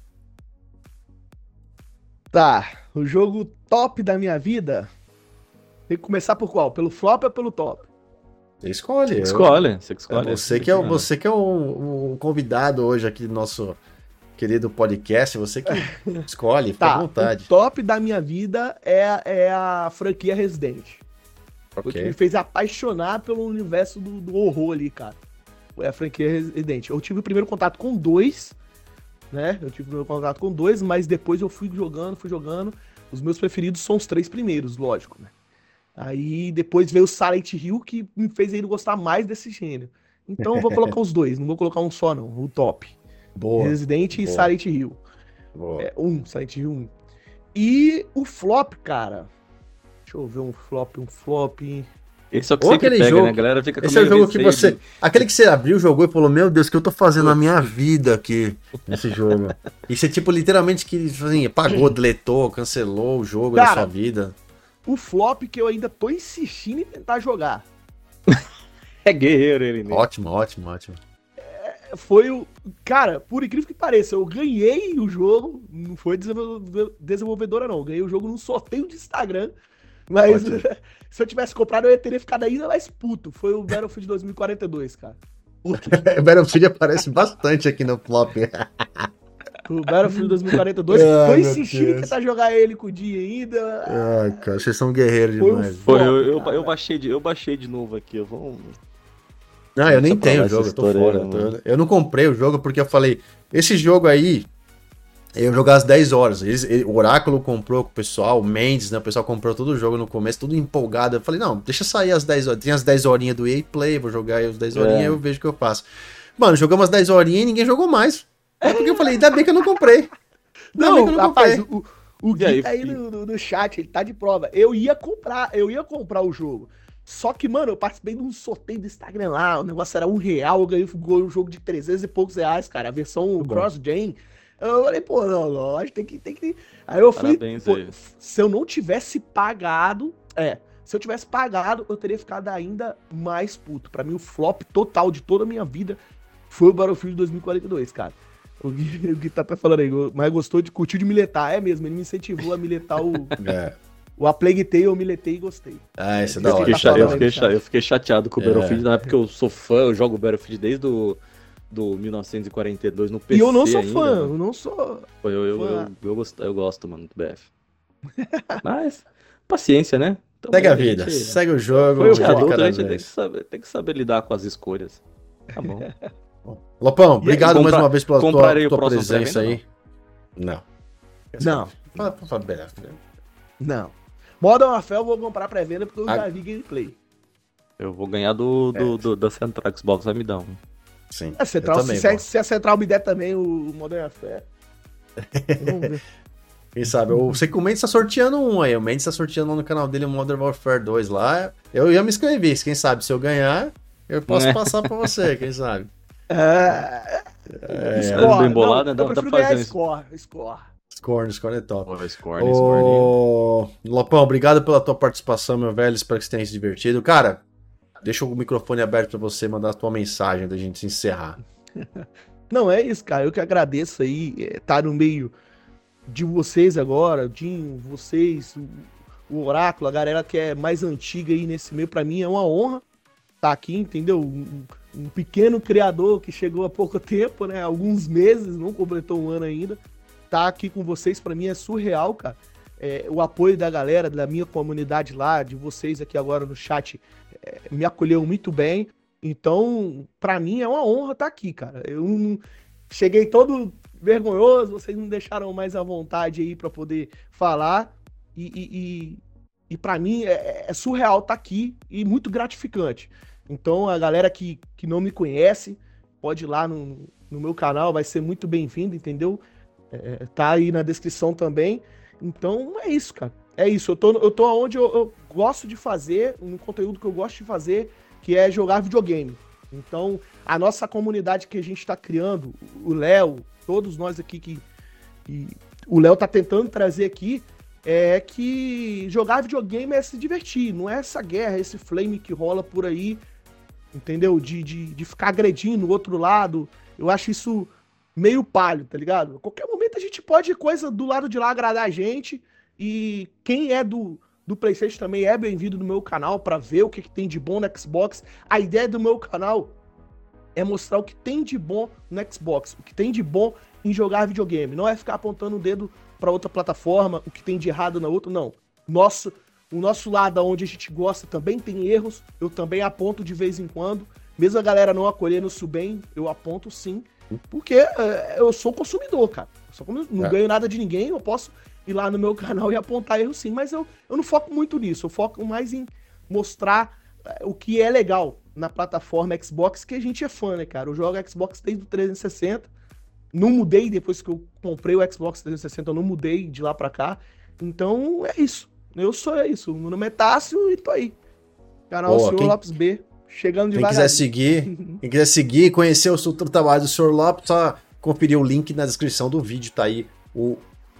[SPEAKER 3] Tá, o jogo top da minha vida. Tem que começar por qual? Pelo flop ou pelo top?
[SPEAKER 1] Você escolhe.
[SPEAKER 2] Você que escolhe.
[SPEAKER 1] Você que é o convidado hoje aqui do nosso querido podcast, você que escolhe, fica à vontade.
[SPEAKER 3] O top da minha vida é a franquia Resident. O que me fez apaixonar pelo universo do horror ali, cara. É a franquia Resident. Eu tive o primeiro contato com 2, né? Mas depois eu fui jogando. Os meus preferidos são os 3 primeiros, lógico, né? Aí depois veio o Silent Hill, que me fez ainda gostar mais desse gênero. Então eu vou colocar os 2, não vou colocar um só não, o top.
[SPEAKER 1] Boa.
[SPEAKER 3] Resident e Silent Hill.
[SPEAKER 1] Boa.
[SPEAKER 3] Silent Hill 1. E o flop, cara. Deixa eu ver um flop.
[SPEAKER 2] Esse é o que
[SPEAKER 1] Ou
[SPEAKER 2] sempre
[SPEAKER 1] aquele
[SPEAKER 2] pega,
[SPEAKER 1] jogo,
[SPEAKER 2] né? A galera fica com
[SPEAKER 1] esse é o
[SPEAKER 2] meio
[SPEAKER 1] jogo que
[SPEAKER 2] receio
[SPEAKER 1] você...
[SPEAKER 2] de-
[SPEAKER 1] Aquele que você abriu, jogou e falou, meu Deus, o que eu tô fazendo na minha vida aqui, nesse jogo? E você, tipo, literalmente, que assim, apagou, deletou, cancelou o jogo da
[SPEAKER 3] Cara,
[SPEAKER 1] sua vida.
[SPEAKER 3] O flop que eu ainda tô insistindo em tentar jogar
[SPEAKER 2] É guerreiro ele, né?
[SPEAKER 1] Ótimo.
[SPEAKER 3] foi o... Cara, por incrível que pareça, eu ganhei o jogo, não foi desenvolvedora não, eu ganhei o jogo num sorteio de Instagram, mas se eu tivesse comprado eu teria ficado ainda mais puto. Foi o Battlefield 2042, cara.
[SPEAKER 1] Battlefield aparece bastante aqui no flop.
[SPEAKER 3] O Battlefield 2042,
[SPEAKER 1] Ai,
[SPEAKER 3] tô
[SPEAKER 1] meu
[SPEAKER 3] insistindo em
[SPEAKER 1] Deus.
[SPEAKER 3] tentar jogar ele com o dia ainda.
[SPEAKER 1] Ai, cara, vocês são guerreiros
[SPEAKER 3] Foi
[SPEAKER 1] demais.
[SPEAKER 3] um
[SPEAKER 2] Pô,
[SPEAKER 3] flop, cara.
[SPEAKER 2] eu baixei de novo aqui, eu vou...
[SPEAKER 1] Não, eu nem
[SPEAKER 2] Só pra
[SPEAKER 1] tenho
[SPEAKER 2] lá
[SPEAKER 1] o jogo,
[SPEAKER 2] essa
[SPEAKER 1] eu tô
[SPEAKER 2] história
[SPEAKER 1] fora.
[SPEAKER 2] aí, mano.
[SPEAKER 1] Eu não comprei o jogo porque eu falei, esse jogo aí, eu ia jogar às 10 horas. O Oráculo comprou com o pessoal, o Mendes, né? O pessoal comprou todo o jogo no começo, tudo empolgado. Eu falei, não, deixa sair às 10 horas. Tem as 10 horinhas do EA Play, vou jogar aí as 10 horinhas e eu vejo o que eu faço. Mano, jogamos as 10 horinhas e ninguém jogou mais. É porque eu falei, ainda bem que eu não comprei.
[SPEAKER 3] Não,
[SPEAKER 1] que eu
[SPEAKER 3] rapaz,
[SPEAKER 1] comprei.
[SPEAKER 3] o
[SPEAKER 2] E
[SPEAKER 3] Gui
[SPEAKER 2] aí,
[SPEAKER 3] tá aí no chat, ele tá de prova. Eu ia comprar o jogo. Só que, mano, eu participei de um sorteio do Instagram lá, o negócio era R$1, eu ganhei um jogo de 300 e poucos reais, cara, a versão cross-gen. Eu falei, pô, não, acho que tem que... Aí eu fui,
[SPEAKER 2] Parabéns
[SPEAKER 3] pô,
[SPEAKER 2] aí.
[SPEAKER 3] se eu não tivesse pagado, eu teria ficado ainda mais puto. Pra mim, o flop total de toda a minha vida foi o Battlefield 2042, cara. O Gui tá até falando aí, mas curtiu de miletar. É mesmo, ele me incentivou a miletar o A Plague Tale, eu miletei e gostei.
[SPEAKER 1] Ah, isso é
[SPEAKER 2] Eu
[SPEAKER 1] da hora.
[SPEAKER 2] fiquei,
[SPEAKER 3] tá falando aí no
[SPEAKER 2] eu fiquei chateado com o Battlefield, na época eu sou fã, eu jogo o Battlefield desde o do 1942 no PC.
[SPEAKER 3] E eu não sou
[SPEAKER 2] ainda,
[SPEAKER 3] fã,
[SPEAKER 2] mano.
[SPEAKER 3] eu não sou.
[SPEAKER 2] Pô,
[SPEAKER 3] fã.
[SPEAKER 2] eu gosto, mano, do BF. Mas, paciência, né? Então,
[SPEAKER 1] Segue a
[SPEAKER 2] a
[SPEAKER 1] vida,
[SPEAKER 2] gente-
[SPEAKER 1] segue o jogo.
[SPEAKER 2] Foi
[SPEAKER 1] um
[SPEAKER 2] o
[SPEAKER 1] dia de
[SPEAKER 2] adulto,
[SPEAKER 1] cada
[SPEAKER 2] a gente
[SPEAKER 1] vez.
[SPEAKER 2] tem que saber lidar com as escolhas. Tá bom.
[SPEAKER 1] Lopão,
[SPEAKER 3] E aí,
[SPEAKER 1] obrigado mais uma vez pela
[SPEAKER 2] comprarei o
[SPEAKER 1] tua
[SPEAKER 2] próximo
[SPEAKER 1] presença
[SPEAKER 2] pré-venda,
[SPEAKER 1] aí. Não.
[SPEAKER 3] Não,
[SPEAKER 1] Fala, BF.
[SPEAKER 3] não. Modern Warfare eu vou comprar pré-venda porque eu já vi gameplay.
[SPEAKER 2] Eu vou ganhar da Central Xbox, vai me dar um.
[SPEAKER 1] Sim.
[SPEAKER 3] A Central,
[SPEAKER 1] eu também,
[SPEAKER 3] se a Central me der também o Modern Warfare. Vamos ver.
[SPEAKER 1] Quem sabe? Eu sei que o Mendes tá sorteando um aí. O Mendes tá sorteando lá no canal dele o Modern Warfare 2 lá. Eu ia me inscrever. Quem sabe se eu ganhar, eu posso passar pra você, quem sabe?
[SPEAKER 2] Score, bem bolado,
[SPEAKER 3] não,
[SPEAKER 2] né?
[SPEAKER 3] eu
[SPEAKER 2] Dá
[SPEAKER 3] prefiro
[SPEAKER 2] pra
[SPEAKER 3] ganhar
[SPEAKER 2] fazer
[SPEAKER 3] score.
[SPEAKER 1] Score é top.
[SPEAKER 2] Score.
[SPEAKER 1] Ô, Lopão, obrigado pela tua participação, meu velho. Espero que você tenha se divertido. Cara, deixa o microfone aberto pra você mandar a tua mensagem da gente se encerrar.
[SPEAKER 3] Não, é isso, cara. Eu que agradeço aí estar no meio de vocês agora, o Dinho, vocês, o Oráculo, a galera que é mais antiga aí nesse meio. Pra mim é uma honra estar aqui, entendeu? Um pequeno criador que chegou há pouco tempo, né? Alguns meses, não completou um ano ainda. Tá aqui com vocês, pra mim é surreal, cara. O apoio da galera, da minha comunidade lá, de vocês aqui agora no chat, me acolheu muito bem. Então, pra mim é uma honra estar aqui, cara. Eu não cheguei todo vergonhoso, vocês me deixaram mais à vontade aí pra poder falar. E pra mim é surreal estar aqui e muito gratificante. Então, a galera que não me conhece, pode ir lá no meu canal, vai ser muito bem-vindo, entendeu? Tá aí na descrição também. Então é isso, cara. É isso. Eu tô onde eu gosto de fazer, um conteúdo que eu gosto de fazer, que é jogar videogame. Então, a nossa comunidade que a gente tá criando, o Léo, todos nós aqui que o Léo tá tentando trazer aqui, é que jogar videogame é se divertir, não é essa guerra, esse flame que rola por aí, entendeu? De ficar agredindo o outro lado. Eu acho isso meio palho, tá ligado? A qualquer momento a gente pode coisa do lado de lá agradar a gente, e quem é do PlayStation também é bem-vindo no meu canal pra ver o que tem de bom no Xbox. A ideia do meu canal é mostrar o que tem de bom no Xbox, o que tem de bom em jogar videogame. Não é ficar apontando o dedo pra outra plataforma, o que tem de errado na outra, não. O nosso lado onde a gente gosta também tem erros, eu também aponto de vez em quando. Mesmo a galera não acolhendo isso bem, eu aponto sim. Porque eu sou consumidor, cara. Não ganho nada de ninguém, eu posso ir lá no meu canal e apontar erro sim, mas eu não foco muito nisso, eu foco mais em mostrar o que é legal na plataforma Xbox, que a gente é fã, né, cara? Eu jogo Xbox desde o 360, não mudei depois que eu comprei o Xbox 360, eu não mudei de lá pra cá, então é isso. Eu sou isso, meu nome é Tássio e tô aí. Canal Senhor Lopes B. Chegando devagar.
[SPEAKER 1] Quem quiser seguir e conhecer o trabalho do Sr. Lopes, só conferir o link na descrição do vídeo, tá aí o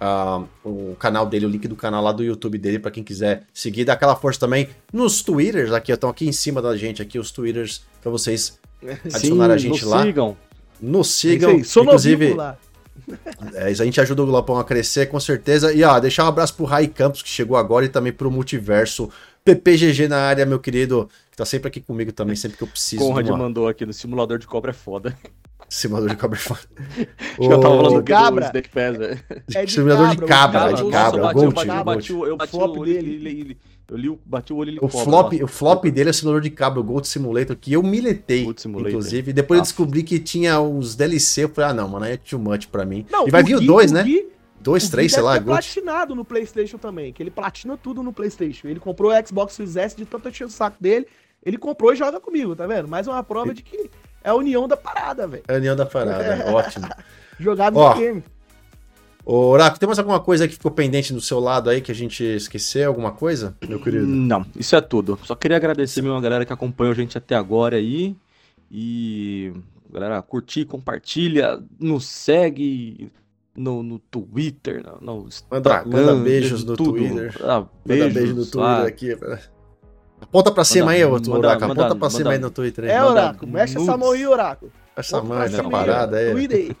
[SPEAKER 1] canal dele, o link do canal lá do YouTube dele, pra quem quiser seguir, dá aquela força também nos Twitters, aqui, estão aqui em cima da gente, aqui os Twitters, pra vocês adicionarem a gente lá. Nos sigam, inclusive,
[SPEAKER 3] lá.
[SPEAKER 1] Isso a gente ajuda o Lopão a crescer, com certeza. E deixar um abraço pro Rai Campos, que chegou agora, e também pro Multiverso. PPGG na área, meu querido, que tá sempre aqui comigo também, sempre que eu preciso.
[SPEAKER 2] Conrad mandou aqui no simulador de cobra é foda.
[SPEAKER 1] Simulador de cobra é foda.
[SPEAKER 2] Eu tava falando
[SPEAKER 3] de cabra.
[SPEAKER 2] Snake Pass,
[SPEAKER 1] simulador de cabra, de cabra.
[SPEAKER 2] Eu bati o olho dele. Bati o olho
[SPEAKER 1] o flop dele é o simulador de cabra, o Gold Simulator, que eu miletei, inclusive. Depois eu descobri que tinha os DLC, eu falei, não, mano, aí é too much pra mim.
[SPEAKER 3] Não,
[SPEAKER 1] e vai vir o 2, né? 2, 3, sei lá.
[SPEAKER 3] Ele platinado no PlayStation também, que ele platina tudo no PlayStation. Ele comprou o Xbox Series S de tanto encher o saco dele, ele comprou e joga comigo, tá vendo? Mais uma prova de que é a união da parada, velho.
[SPEAKER 1] É a união da parada, ótimo.
[SPEAKER 3] Jogar videogame.
[SPEAKER 1] Ô, Oráculo, tem mais alguma coisa que ficou pendente do seu lado aí que a gente esqueceu? Alguma coisa, meu querido?
[SPEAKER 2] Não, isso é tudo. Só queria agradecer mesmo a galera que acompanhou a gente até agora aí. E, galera, curtir, compartilha, nos segue no Twitter, no Instagram.
[SPEAKER 1] Manda beijos no
[SPEAKER 2] tudo.
[SPEAKER 1] Twitter.
[SPEAKER 2] Manda
[SPEAKER 1] beijo no Twitter aqui. Aponta pra cima aí, Oráculo. Aponta pra cima aí no Twitter. Aí.
[SPEAKER 3] Oráculo. Mexe essa mão aí, Oráculo.
[SPEAKER 1] Essa mão, essa parada aí.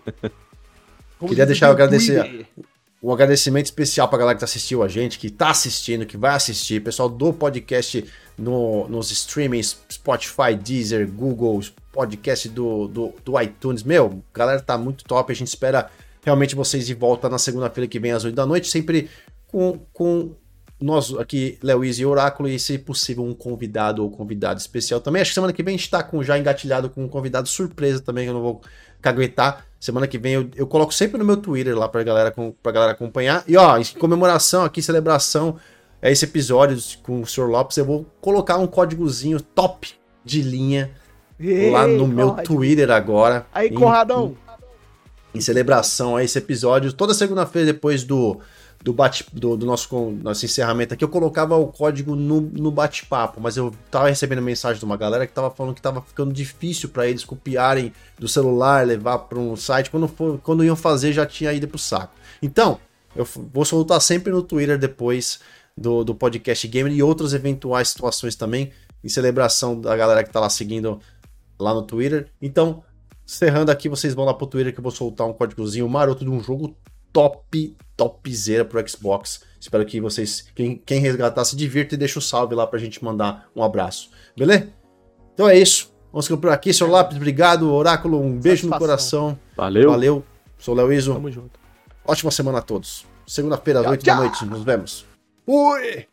[SPEAKER 3] Como
[SPEAKER 1] queria deixar um agradecimento especial pra galera que assistiu a gente, que tá assistindo, que vai assistir, pessoal do podcast nos streamings, Spotify, Deezer, Google, podcast do iTunes. Meu, galera, tá muito top. A gente espera realmente vocês de volta na segunda-feira que vem às 8 da noite, sempre com nós aqui, Léo Easy e Oráculo, e se possível um convidado ou convidado especial também. Acho que semana que vem a gente tá já engatilhado com um convidado surpresa também, que eu não vou caguetar. Semana que vem eu coloco sempre no meu Twitter lá pra galera acompanhar. E ó, em comemoração aqui, celebração a esse episódio com o Sr. Lopes, eu vou colocar um códigozinho top de linha lá no meu Twitter agora.
[SPEAKER 3] Aí, Conradão!
[SPEAKER 1] Em celebração a esse episódio, toda segunda-feira depois do nosso encerramento aqui, eu colocava o código no bate-papo, mas eu tava recebendo mensagem de uma galera que tava falando que tava ficando difícil para eles copiarem do celular, levar para um site, quando iam fazer já tinha ido pro saco. Então, eu vou soltar sempre no Twitter depois do podcast Gamer e outras eventuais situações também, em celebração da galera que tá lá seguindo lá no Twitter. Então, encerrando aqui, vocês vão lá pro Twitter que eu vou soltar um códigozinho maroto de um jogo topzera pro Xbox. Espero que vocês, quem resgatar, se divirta e deixa o salve lá pra gente mandar um abraço. Beleza? Então é isso. Vamos ficando por aqui. Sr. Lápis, obrigado. Oráculo, um beijo no coração.
[SPEAKER 2] Valeu.
[SPEAKER 1] Sou o Léo Iso.
[SPEAKER 3] Tamo junto.
[SPEAKER 1] Ótima semana a todos. Segunda-feira às 8 da noite. Nos vemos. Fui!